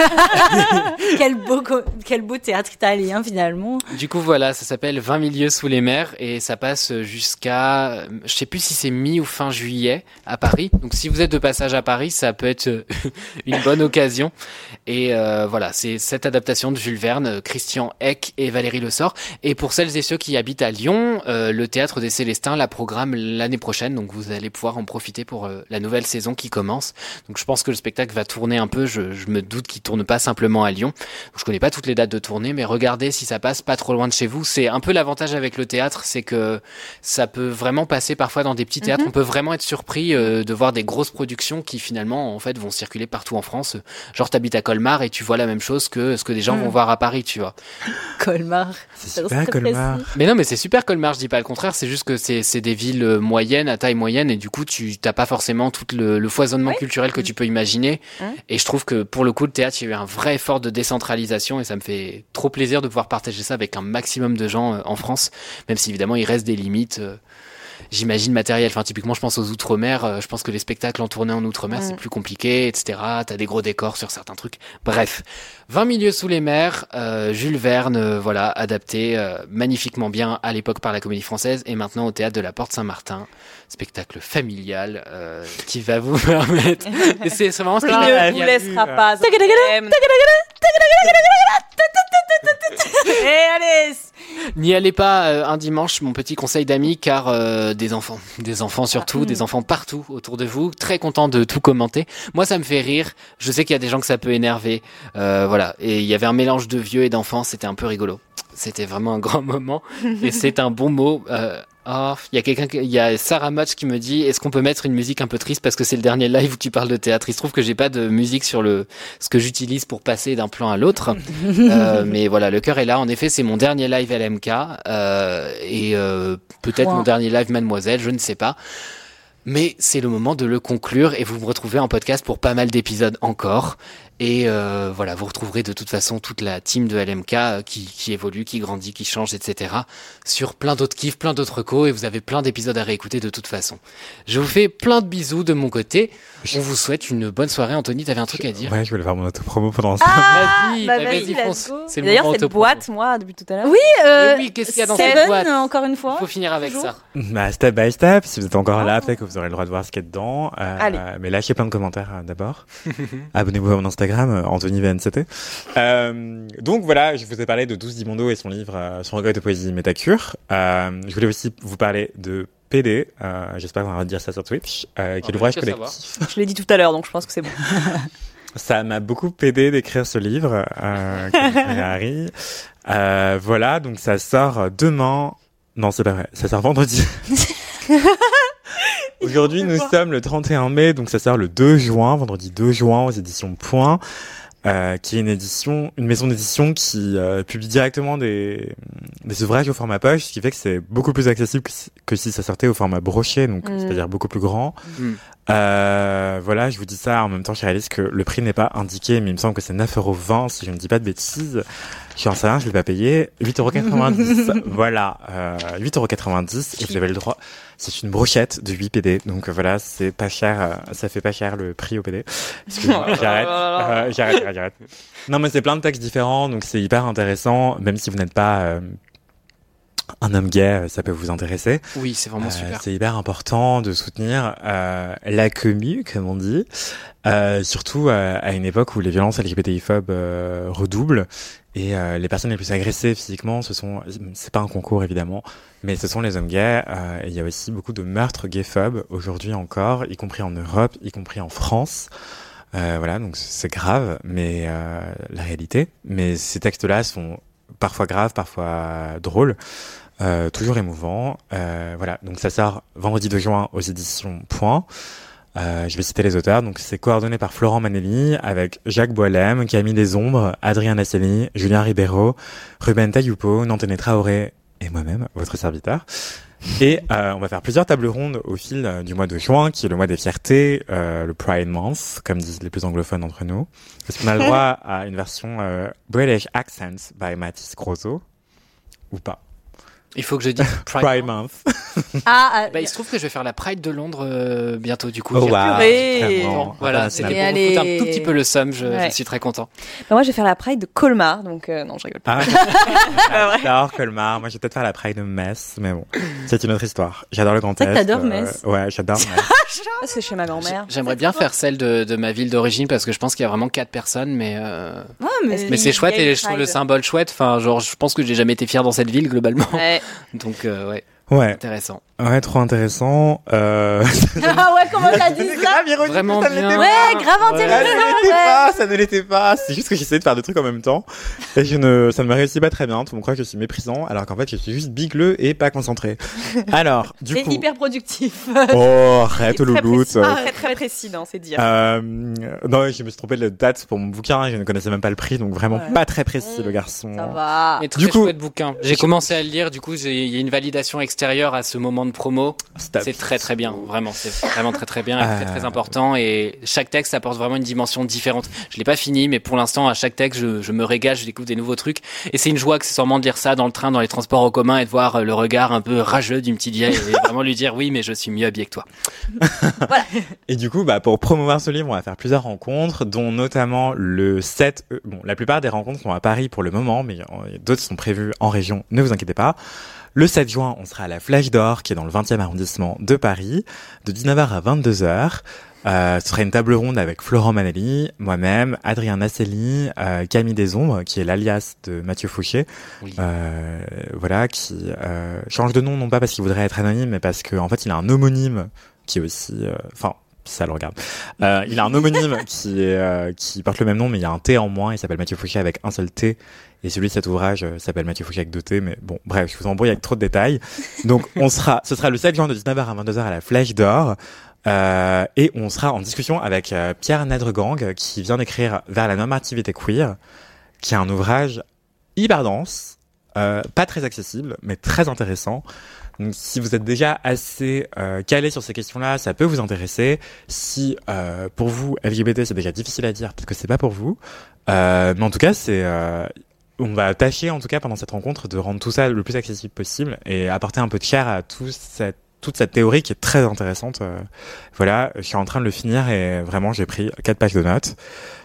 [SPEAKER 4] Quel beau théâtre italien finalement.
[SPEAKER 5] Du coup voilà, ça s'appelle 20 000 lieues sous les mers et ça passe jusqu'à, je sais plus si c'est mi ou fin juillet à Paris. Donc si vous êtes de passage à Paris, ça peut être une bonne occasion. Et voilà, c'est cette adaptation de Jules Verne, Christian Eck et Valérie Le Sort. Et pour celles et ceux qui habitent à Lyon, le Théâtre des Célestins la programme l'année prochaine. Donc vous allez pouvoir en profiter pour la nouvelle saison qui commence. Donc je pense que le spectacle va tourner un peu. Je me doute qu'il tourne pas simplement à Lyon. Donc, je connais pas toutes les dates de tournée, mais regardez si ça passe pas trop loin de chez vous. C'est un peu l'avantage avec le théâtre, c'est que ça peut vraiment passer parfois dans des petits théâtres. On peut vraiment être surpris de voir des grosses productions qui finalement en fait vont circuler partout en France. Genre t'habites à Colmar et tu vois la même chose que ce que des gens vont voir à Paris, tu vois.
[SPEAKER 4] Colmar.
[SPEAKER 6] C'est super Colmar.
[SPEAKER 5] Mais non, mais c'est super Colmar, je dis pas le contraire, c'est juste que c'est des villes moyennes, à taille moyenne, et du coup tu t'as pas forcément tout le foisonnement culturel que tu peux imaginer. Et je trouve que pour le coup le théâtre, il y a eu un vrai effort de décentralisation et ça me fait trop plaisir de pouvoir partager ça avec un maximum de gens en France, même si évidemment il reste des limites. J'imagine matériel, enfin typiquement je pense aux Outre-mer, je pense que les spectacles en tournée en Outre-mer c'est plus compliqué, etc. T'as des gros décors sur certains trucs. Bref, 20 000 lieues sous les mers, Jules Verne, voilà, adapté magnifiquement bien à l'époque par la Comédie Française et maintenant au Théâtre de la Porte Saint-Martin, spectacle familial qui va vous permettre. Et c'est vraiment ce
[SPEAKER 3] qui ne vous laissera pas.
[SPEAKER 4] Et allez,
[SPEAKER 5] n'y allez pas un dimanche, mon petit conseil d'amis, car des enfants surtout, des enfants partout autour de vous, très contents de tout commenter. Moi, ça me fait rire. Je sais qu'il y a des gens que ça peut énerver, voilà. Et il y avait un mélange de vieux et d'enfants, c'était un peu rigolo. C'était vraiment un grand moment, et c'est un bon mot. Il y a Sarah Motch qui me dit est-ce qu'on peut mettre une musique un peu triste parce que c'est le dernier live où tu parles de théâtre. Il se trouve que j'ai pas de musique sur ce que j'utilise pour passer d'un plan à l'autre. Mais voilà, le cœur est là. En effet, c'est mon dernier live LMK et peut-être mon dernier live Mademoiselle, je ne sais pas. Mais c'est le moment de le conclure et vous me retrouvez en podcast pour pas mal d'épisodes encore. Et voilà, vous retrouverez de toute façon toute la team de LMK qui évolue, qui grandit, qui change, etc. sur plein d'autres kiffs, plein d'autres recos, et vous avez plein d'épisodes à réécouter de toute façon. Je vous fais plein de bisous de mon côté. On vous souhaite une bonne soirée. Anthony, t'avais un truc à dire?
[SPEAKER 6] Ouais, je voulais faire mon auto-promo pendant ça.
[SPEAKER 5] Vas-y, fonce. C'est le
[SPEAKER 3] d'ailleurs,
[SPEAKER 5] moment
[SPEAKER 3] cette
[SPEAKER 5] auto-promo.
[SPEAKER 3] boîte, moi, depuis tout à l'heure.
[SPEAKER 5] Oui, qu'est-ce qu'il y a dans cette boîte?
[SPEAKER 4] Encore une fois.
[SPEAKER 5] Faut finir avec ça.
[SPEAKER 6] Bah, step by step, si vous êtes encore là, peut-être que vous aurez le droit de voir ce qu'il y a dedans. Mais lâchez plein de commentaires d'abord. Abonnez-vous à mon Instagram, Anthony VNCT. Donc voilà, je vous ai parlé de Douce Dimondo et son livre, son recueil de poésie Métacure. Je voulais aussi vous parler de PD, j'espère qu'on va dire ça sur Twitch, qui est l'ouvrage collectif.
[SPEAKER 3] Je l'ai dit tout à l'heure, donc je pense que c'est bon.
[SPEAKER 6] Ça m'a beaucoup aidé d'écrire ce livre, Harry. Voilà, donc ça sort demain. Non, c'est pas vrai. Ça sort vendredi. Aujourd'hui, nous sommes le 31 mai, donc ça sort le 2 juin, vendredi 2 juin aux éditions Point. Qui est une maison d'édition qui publie directement des ouvrages au format poche, ce qui fait que c'est beaucoup plus accessible que si ça sortait au format broché, donc c'est-à-dire beaucoup plus grand. Voilà, je vous dis ça en même temps, je réalise que le prix n'est pas indiqué, mais il me semble que c'est 9,20 €, si je ne dis pas de bêtises. Je suis en salaire, je l'ai pas payé. 8,90 €. Voilà, 8,90 € et vous avez le droit. C'est une brochette de 8 PD. Donc voilà, c'est pas cher, ça fait pas cher le prix au PD. Excusez-moi, j'arrête. Non, mais c'est plein de textes différents, donc c'est hyper intéressant, même si vous n'êtes pas un homme gay, ça peut vous intéresser.
[SPEAKER 5] Oui, c'est vraiment super.
[SPEAKER 6] C'est hyper important de soutenir la commu, comme on dit, surtout à une époque où les violences LGBTI-phobes redoublent et les personnes les plus agressées physiquement, c'est pas un concours évidemment, mais ce sont les hommes gays. Et il y a aussi beaucoup de meurtres gayphobes aujourd'hui encore, y compris en Europe, y compris en France. Voilà, donc c'est grave, mais la réalité. Mais ces textes-là sont parfois graves, parfois drôles. toujours émouvant. Voilà, donc ça sort vendredi 2 juin aux éditions Point. Je vais citer les auteurs. Donc c'est coordonné par Florent Manelli avec Jacques Boilem, Camille Desombres, Adrien Nasseli, Julien Ribeiro, Ruben Tayupo, Nantene Traoré et moi-même, votre serviteur. Et on va faire plusieurs tables rondes au fil du mois de juin, qui est le mois des fiertés, le Pride Month, comme disent les plus anglophones d'entre nous. Est-ce qu'on a le droit à une version British Accents by Mathis Grosso ou pas?
[SPEAKER 5] Il faut que je dise
[SPEAKER 6] Pride Month.
[SPEAKER 5] Il se trouve que je vais faire la Pride de Londres bientôt, du coup.
[SPEAKER 6] Oh,
[SPEAKER 3] wow.
[SPEAKER 5] Voilà, c'était pour vous foutre un tout petit peu le seum, je suis très content.
[SPEAKER 3] Moi, je vais faire la Pride de Colmar, donc non, je rigole pas.
[SPEAKER 6] J'adore Colmar. Moi, je vais peut-être faire la Pride de Metz, mais bon, c'est une autre histoire. J'adore le Grand Est.
[SPEAKER 4] C'est vrai que t'adores Metz.
[SPEAKER 6] Ouais, j'adore Metz.
[SPEAKER 3] C'est chez ma grand-mère.
[SPEAKER 5] J'aimerais bien faire celle de ma ville d'origine, parce que je pense qu'il y a vraiment 4 personnes, mais c'est chouette et je trouve le symbole chouette. Enfin, genre, je pense que j'ai jamais été fier dans cette ville, globalement.
[SPEAKER 3] Ouais.
[SPEAKER 5] Donc,
[SPEAKER 6] ouais.
[SPEAKER 5] Intéressant.
[SPEAKER 6] Ouais, trop intéressant.
[SPEAKER 4] Ah ouais, comment t'as dit ça?
[SPEAKER 5] Vraiment bien.
[SPEAKER 4] Ouais, grave intéressant.
[SPEAKER 6] Ça ne l'était pas. C'est juste que j'essayais de faire des trucs en même temps. Et ça ne me réussit pas très bien. Tout le monde croit que je suis méprisant, alors qu'en fait, je suis juste bigleux et pas concentré. Alors, du coup.
[SPEAKER 4] C'est hyper productif.
[SPEAKER 6] Oh, arrête, louloute.
[SPEAKER 3] Très, très précis dans ses dires.
[SPEAKER 6] Non, je me suis trompé de date pour mon bouquin. Je ne connaissais même pas le prix, donc vraiment pas très précis, le garçon.
[SPEAKER 4] Ça va.
[SPEAKER 5] Mais très chouette bouquin. J'ai commencé à le lire, du coup, il y a une validation extérieure à ce moment de promo. C'est très très bien, vraiment, c'est vraiment très très bien, et très très important, et chaque texte apporte vraiment une dimension différente. Je l'ai pas fini, mais pour l'instant, à chaque texte, je me régale, je découvre des nouveaux trucs, et c'est une joie accessoirement de lire ça dans le train, dans les transports en commun, et de voir le regard un peu rageux d'une petite vieille, et vraiment lui dire oui, mais je suis mieux habillé que toi.
[SPEAKER 6] Voilà. Et du coup, pour promouvoir ce livre, on va faire plusieurs rencontres, dont notamment le 7, la plupart des rencontres sont à Paris pour le moment, mais d'autres sont prévues en région, ne vous inquiétez pas. Le 7 juin, on sera à la Flèche d'Or, qui est dans le 20e arrondissement de Paris, de 19h à 22h. Ce sera une table ronde avec Florent Manelli, moi-même, Adrien Nasseli, Camille Desombres, qui est l'alias de Mathieu Fauché, oui. Voilà, qui change de nom, non pas parce qu'il voudrait être anonyme, mais parce qu'en fait, il a un homonyme qui est aussi... ça le regarde. Il a un homonyme qui porte le même nom, mais il y a un T en moins. Il s'appelle Mathieu Fauché avec un seul T. Et celui de cet ouvrage s'appelle Mathieu Fauché avec 2 T. Mais bon, bref, je vous embrouille avec trop de détails. Donc, ce sera le 7 juin de 19h à 22h à la Flèche d'Or. Et on sera en discussion avec Pierre Nadregang, qui vient d'écrire Vers la normativité queer, qui est un ouvrage hyper dense, pas très accessible, mais très intéressant. Donc, si vous êtes déjà assez calé sur ces questions-là, ça peut vous intéresser. Si pour vous LGBT c'est déjà difficile à dire, peut-être que c'est pas pour vous. Mais en tout cas, on va tâcher en tout cas pendant cette rencontre de rendre tout ça le plus accessible possible et apporter un peu de chair à toute cette théorie qui est très intéressante. Voilà, je suis en train de le finir et vraiment j'ai pris 4 pages de notes.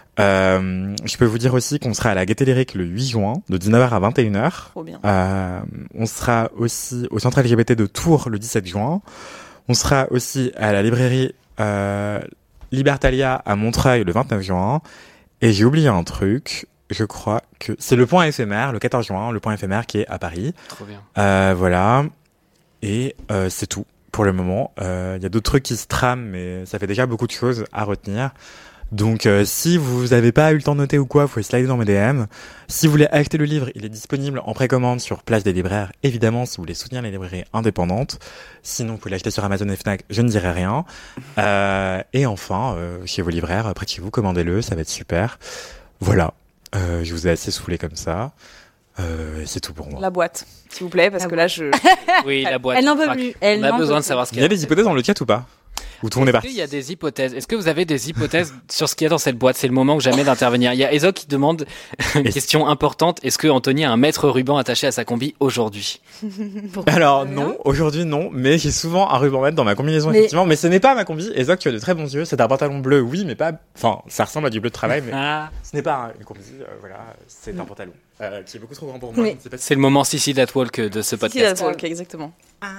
[SPEAKER 6] Je peux vous dire aussi qu'on sera à la Gaîté Lyrique le 8 juin, de 19h à 21h.
[SPEAKER 3] Trop bien.
[SPEAKER 6] On sera aussi au Centre LGBT de Tours le 17 juin. On sera aussi à la librairie Libertalia à Montreuil le 29 juin. Et j'ai oublié un truc, je crois que c'est le point éphémère, le 14 juin, le point éphémère qui est à Paris.
[SPEAKER 5] Trop bien.
[SPEAKER 6] Voilà. Et c'est tout pour le moment. Y a d'autres trucs qui se trament, mais ça fait déjà beaucoup de choses à retenir. Donc si vous n'avez pas eu le temps de noter ou quoi, vous pouvez slider dans mes DM. Si vous voulez acheter le livre, il est disponible en précommande sur Place des Libraires, évidemment, si vous voulez soutenir les librairies indépendantes. Sinon, vous pouvez l'acheter sur Amazon et Fnac, je ne dirai rien. Et enfin, chez vos libraires, près de chez vous, commandez-le, ça va être super. Voilà, je vous ai assez saoulé comme ça. C'est tout pour moi.
[SPEAKER 3] La boîte, s'il vous plaît, parce que là,
[SPEAKER 5] Oui, la boîte.
[SPEAKER 4] Elle n'en peut plus.
[SPEAKER 5] On a besoin de savoir ce qu'il y a.
[SPEAKER 6] Il y a des hypothèses dans le chat ou pas? Ou tout le monde est parti?
[SPEAKER 5] Il y a des hypothèses. Est-ce que vous avez des hypothèses sur ce qu'il y a dans cette boîte? C'est le moment que jamais d'intervenir. Il y a Ezo qui demande une question importante. Est-ce que Anthony a un maître ruban attaché à sa combi aujourd'hui?
[SPEAKER 6] Alors non, aujourd'hui non, mais j'ai souvent un ruban maître dans ma combinaison effectivement, mais ce n'est pas ma combi. Ezo, tu as de très bons yeux. C'est un pantalon bleu, oui, mais pas. Enfin, ça ressemble à du bleu de travail, mais ce n'est pas une combi. Voilà, c'est un pantalon qui est beaucoup trop grand pour moi.
[SPEAKER 5] C'est le moment Sissi That Walk de ce podcast.
[SPEAKER 3] Sissi That Walk, exactement.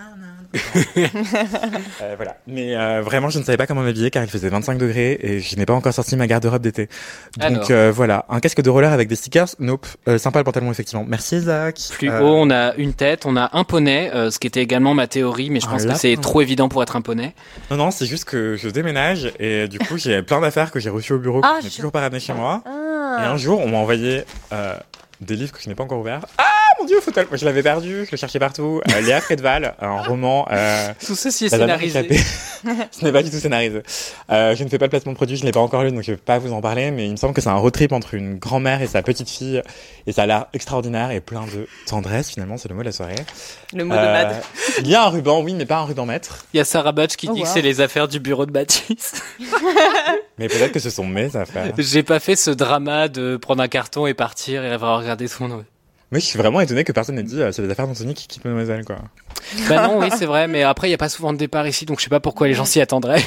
[SPEAKER 6] Voilà. Mais vraiment, je ne savais pas comment m'habiller car il faisait 25 degrés et je n'ai pas encore sorti ma garde-robe d'été. Donc voilà, un casque de roller avec des stickers, nope. Sympa le pantalon effectivement. Merci Isaac.
[SPEAKER 5] Plus haut, on a une tête, on a un poney, ce qui était également ma théorie, mais je pense que c'est trop évident pour être un poney.
[SPEAKER 6] Non, c'est juste que je déménage et du coup j'ai plein d'affaires que j'ai reçues au bureau que je n'ai toujours pas ramenées chez moi. Et un jour, on m'a envoyé des livres que je n'ai pas encore ouverts. mon Dieu, Fatal. Moi, je l'avais perdu, je le cherchais partout. Léa Fredval, un roman.
[SPEAKER 5] Tout ceci est
[SPEAKER 6] La dernière
[SPEAKER 5] scénarisé.
[SPEAKER 6] échappée. Ce n'est pas du tout scénarisé. Je ne fais pas le placement de produit, je l'ai pas encore lu, donc je vais pas vous en parler, mais il me semble que c'est un road trip entre une grand-mère et sa petite fille, et ça a l'air extraordinaire et plein de tendresse, finalement, c'est le mot de la soirée.
[SPEAKER 3] Le mot de Mad.
[SPEAKER 6] Il y a un ruban, oui, mais pas un ruban maître.
[SPEAKER 5] Il y a Sarah Batch qui
[SPEAKER 3] Oh,
[SPEAKER 5] dit que
[SPEAKER 3] wow.
[SPEAKER 5] c'est les affaires du bureau de Baptiste.
[SPEAKER 6] Mais peut-être que ce sont mes affaires.
[SPEAKER 5] J'ai pas fait ce drama de prendre un carton et partir et avoir regardé tout le monde.
[SPEAKER 6] Mais je suis vraiment étonné que personne n'ait dit c'est les affaires d'Anthony qui quitte Mademoiselle, quoi.
[SPEAKER 5] Bah non, oui, c'est vrai, mais après, il y a pas souvent de départ ici, donc je sais pas pourquoi les gens s'y attendraient.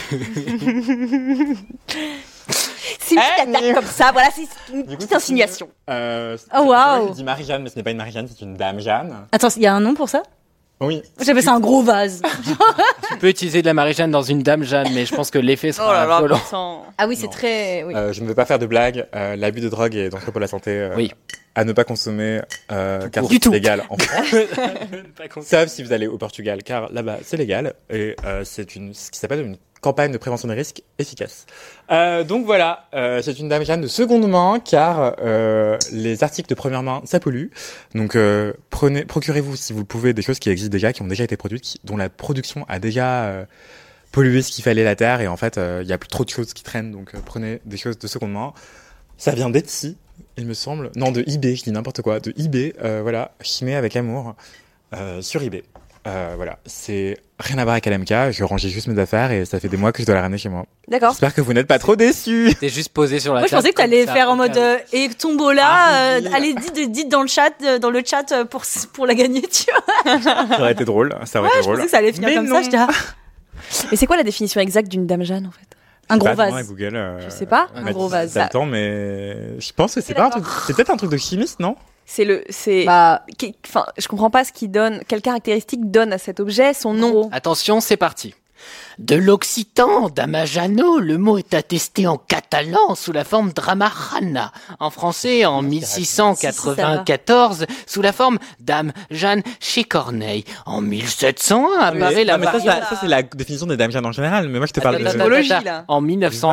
[SPEAKER 3] C'est une petite attaque comme ça, voilà, c'est une petite insinuation.
[SPEAKER 4] Oh, waouh.
[SPEAKER 6] Je dis Marie-Jeanne, mais ce n'est pas une Marie-Jeanne, c'est une Dame Jeanne.
[SPEAKER 4] Attends, il y a un nom pour ça?
[SPEAKER 6] Oui.
[SPEAKER 4] J'appelle ça un gros vase.
[SPEAKER 5] Tu peux utiliser de la Marie-Jeanne dans une Dame Jeanne, mais je pense que l'effet
[SPEAKER 3] Oh là
[SPEAKER 5] sera
[SPEAKER 3] là,
[SPEAKER 5] violent.
[SPEAKER 3] putain.
[SPEAKER 4] Ah oui, c'est
[SPEAKER 6] Non.
[SPEAKER 4] très... Oui.
[SPEAKER 6] Je ne veux pas faire de blagues. L'abus de drogue est dangereux pour la santé.
[SPEAKER 5] Oui.
[SPEAKER 6] À ne pas consommer, car
[SPEAKER 5] Du
[SPEAKER 6] c'est
[SPEAKER 5] tout.
[SPEAKER 6] légal en France.
[SPEAKER 5] Pas con-
[SPEAKER 6] Sauf si vous allez au Portugal, car là-bas, c'est légal. Et c'est ce qui s'appelle une campagne de prévention des risques efficace. Donc voilà, c'est une Dame Jeanne de seconde main, car les articles de première main, ça pollue. Donc procurez-vous, si vous le pouvez, des choses qui existent déjà, qui ont déjà été produites, dont la production a déjà pollué ce qu'il fallait la terre. Et en fait, il y a plus trop de choses qui traînent. Donc prenez des choses de seconde main. Ça vient d'Etsy, il me semble. Non, de eBay, je dis n'importe quoi. De eBay, voilà, chimé avec amour, sur eBay. Voilà, c'est rien à voir avec LMK, je rangeais juste mes affaires et ça fait des mois que je dois la ramener chez moi.
[SPEAKER 3] D'accord.
[SPEAKER 6] J'espère que vous n'êtes pas trop déçus.
[SPEAKER 5] T'es juste posé sur la
[SPEAKER 4] Moi, je
[SPEAKER 5] table
[SPEAKER 4] pensais que
[SPEAKER 5] comme
[SPEAKER 4] t'allais
[SPEAKER 5] ça,
[SPEAKER 4] faire en
[SPEAKER 5] au
[SPEAKER 4] mode
[SPEAKER 5] cas où.
[SPEAKER 4] et tombola,
[SPEAKER 6] Ah, oui.
[SPEAKER 4] allez dites dans le chat pour la gagner, tu vois.
[SPEAKER 6] Ça aurait été drôle, ça aurait
[SPEAKER 4] Ouais,
[SPEAKER 6] été
[SPEAKER 4] je
[SPEAKER 6] drôle.
[SPEAKER 4] pensais que ça allait finir
[SPEAKER 6] Mais
[SPEAKER 4] comme
[SPEAKER 6] non.
[SPEAKER 4] ça. Je dis, ah,
[SPEAKER 3] Et c'est quoi la définition exacte d'une Dame Jeanne, en fait?
[SPEAKER 4] un gros
[SPEAKER 6] Pas devant
[SPEAKER 4] vase.
[SPEAKER 6] à Google,
[SPEAKER 3] Je sais pas.
[SPEAKER 4] Un
[SPEAKER 6] Mathis,
[SPEAKER 4] gros vase.
[SPEAKER 6] t'as le temps, mais je pense que c'est pas un truc, c'est peut-être un truc de chimiste, non?
[SPEAKER 4] Bah,
[SPEAKER 3] Enfin, je comprends pas ce qui donne, quelles caractéristiques donne à cet objet son nom.
[SPEAKER 4] gros.
[SPEAKER 5] Attention, c'est parti.
[SPEAKER 7] De l'occitan, damajano, le mot est attesté en catalan sous la forme dramajana. En français, en 1694, sous la forme Dame Jeanne chez Corneille. En 1701 apparaît la
[SPEAKER 6] Non, mais
[SPEAKER 7] variante...
[SPEAKER 6] ça, c'est la définition des Dames Jeanne en général, mais moi je te parle
[SPEAKER 5] Attends,
[SPEAKER 6] de...
[SPEAKER 5] attends,
[SPEAKER 3] Symbologie,
[SPEAKER 5] attends.
[SPEAKER 3] là.
[SPEAKER 5] En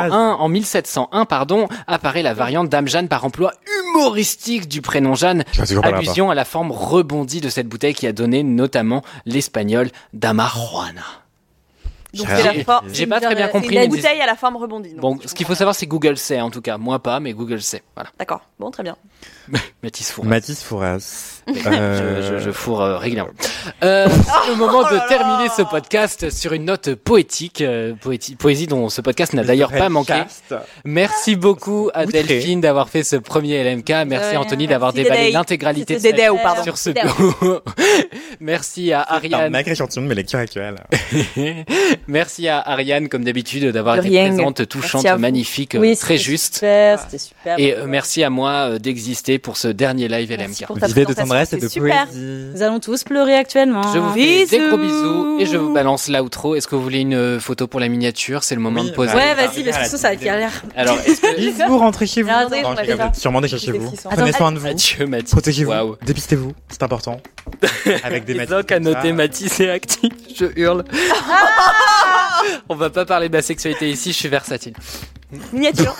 [SPEAKER 5] 1701, apparaît la variante Dame Jeanne par emploi humoristique du prénom Jeanne,
[SPEAKER 6] Je vois toujours pas le rapport.
[SPEAKER 5] allusion à la forme rebondie de cette bouteille qui a donné notamment l'espagnol Dama Juana.
[SPEAKER 3] Donc
[SPEAKER 6] J'ai-
[SPEAKER 3] c'est la forme.
[SPEAKER 5] J'ai pas très bien
[SPEAKER 3] C'est
[SPEAKER 5] compris.
[SPEAKER 3] une
[SPEAKER 5] mais
[SPEAKER 3] bouteille à la forme rebondie. donc,
[SPEAKER 5] Bon,
[SPEAKER 3] si je
[SPEAKER 5] ce qu'il
[SPEAKER 3] comprends
[SPEAKER 5] faut savoir, c'est Google sait, en tout cas. Moi pas, mais Google sait. Voilà.
[SPEAKER 3] bien. D'accord. Bon, très bien.
[SPEAKER 5] Mathis Fourras.
[SPEAKER 6] Mathis Fourras.
[SPEAKER 5] Je fourre régulièrement. C'est le moment de terminer ce podcast sur une note poétique, poésie dont ce podcast n'a d'ailleurs pas manqué.
[SPEAKER 6] Chaste.
[SPEAKER 5] Merci beaucoup à
[SPEAKER 6] Outré.
[SPEAKER 5] Delphine d'avoir fait ce premier LMK. Merci
[SPEAKER 4] rien.
[SPEAKER 5] Anthony d'avoir
[SPEAKER 3] Merci,
[SPEAKER 5] déballé
[SPEAKER 3] Dédé.
[SPEAKER 5] l'intégralité de
[SPEAKER 3] C'était Dédé,
[SPEAKER 5] cette-
[SPEAKER 3] pardon.
[SPEAKER 5] sur ce
[SPEAKER 4] Dédé.
[SPEAKER 5] bureau. Merci à
[SPEAKER 6] Un
[SPEAKER 5] Ariane.
[SPEAKER 6] maigre échantillon de mes lectures actuelles.
[SPEAKER 5] Merci à Ariane, comme d'habitude, d'avoir
[SPEAKER 3] De
[SPEAKER 5] été
[SPEAKER 3] rien.
[SPEAKER 5] présente, touchante,
[SPEAKER 3] Merci à vous.
[SPEAKER 5] magnifique,
[SPEAKER 4] Oui,
[SPEAKER 5] très
[SPEAKER 4] c'était
[SPEAKER 5] juste.
[SPEAKER 4] Super, c'était super.
[SPEAKER 5] Et merci à moi d'exister pour ce dernier live
[SPEAKER 3] Merci
[SPEAKER 5] LMK.
[SPEAKER 3] pour ta
[SPEAKER 6] Vivez de
[SPEAKER 3] présentation,
[SPEAKER 6] tendresse et de
[SPEAKER 3] c'est super.
[SPEAKER 6] poésie.
[SPEAKER 4] Nous allons tous pleurer actuellement.
[SPEAKER 5] Je vous fais des
[SPEAKER 3] Bisous.
[SPEAKER 5] gros bisous et je vous balance l'outro. Est-ce que vous voulez une photo pour la miniature? C'est le moment
[SPEAKER 6] Oui,
[SPEAKER 5] de poser.
[SPEAKER 6] bah,
[SPEAKER 4] Ouais,
[SPEAKER 6] bah,
[SPEAKER 4] vas-y, parce que sinon, ça va être galère.
[SPEAKER 5] Alors, est-ce que...
[SPEAKER 6] Bisous, rentrez chez vous.
[SPEAKER 4] Non, attendez,
[SPEAKER 6] Non,
[SPEAKER 4] on va
[SPEAKER 6] je rigole,
[SPEAKER 4] faire.
[SPEAKER 6] vous êtes sûrement déjà chez
[SPEAKER 3] Des
[SPEAKER 6] vous.
[SPEAKER 3] frissons.
[SPEAKER 6] Prenez soin de vous.
[SPEAKER 5] Adieu Mathis.
[SPEAKER 6] Protégez-vous.
[SPEAKER 5] Waouh.
[SPEAKER 6] Dépistez-vous. C'est important. Avec des
[SPEAKER 5] Isaac a
[SPEAKER 6] comme ça.
[SPEAKER 5] noté Mathis est actif. Je hurle. On va pas parler de ma sexualité ici, je suis versatile.
[SPEAKER 3] Miniature.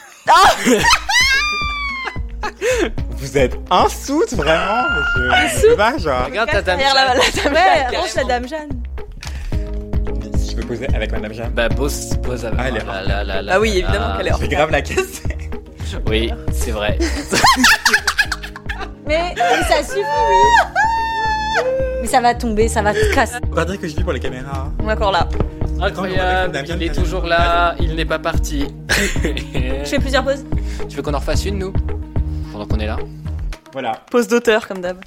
[SPEAKER 6] Vous êtes insoute, vraiment. Je peux pas, genre.
[SPEAKER 5] Regarde ta dame.
[SPEAKER 3] Derrière la dame.
[SPEAKER 4] Ouais, range la dame Jeanne.
[SPEAKER 6] Si je peux poser avec Madame Jeanne.
[SPEAKER 5] Bah pose avec.
[SPEAKER 6] Ah, elle est
[SPEAKER 3] Ah oui, évidemment qu'elle est hors.
[SPEAKER 6] Je vais grave la casser.
[SPEAKER 5] Oui, c'est vrai.
[SPEAKER 4] Mais ça suffit, oui. Mais ça va tomber, ça va te casser.
[SPEAKER 6] On va dire que je vis pour les caméras.
[SPEAKER 3] On est encore là.
[SPEAKER 5] Incroyable, il est toujours là, il n'est pas parti.
[SPEAKER 4] Je fais plusieurs pauses.
[SPEAKER 5] Tu veux qu'on en refasse une, nous? Pendant qu'on est là?
[SPEAKER 6] Voilà.
[SPEAKER 3] Pose d'auteur, comme d'hab.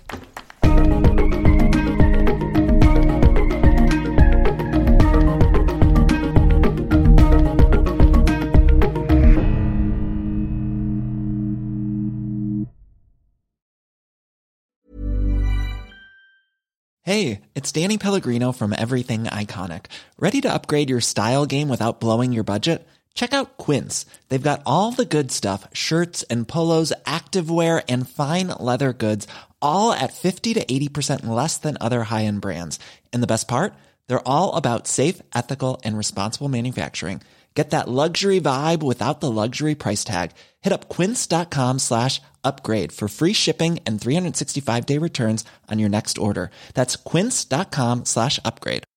[SPEAKER 8] Hey, it's Danny Pellegrino from Everything Iconic. Ready to upgrade your style game without blowing your budget? Check out Quince. They've got all the good stuff, shirts and polos, activewear, and fine leather goods, all at 50 to 80% less than other high-end brands. And the best part? They're all about safe, ethical, and responsible manufacturing. Get that luxury vibe without the luxury price tag. Hit up quince.com/upgrade for free shipping and 365-day returns on your next order. That's quince.com/upgrade.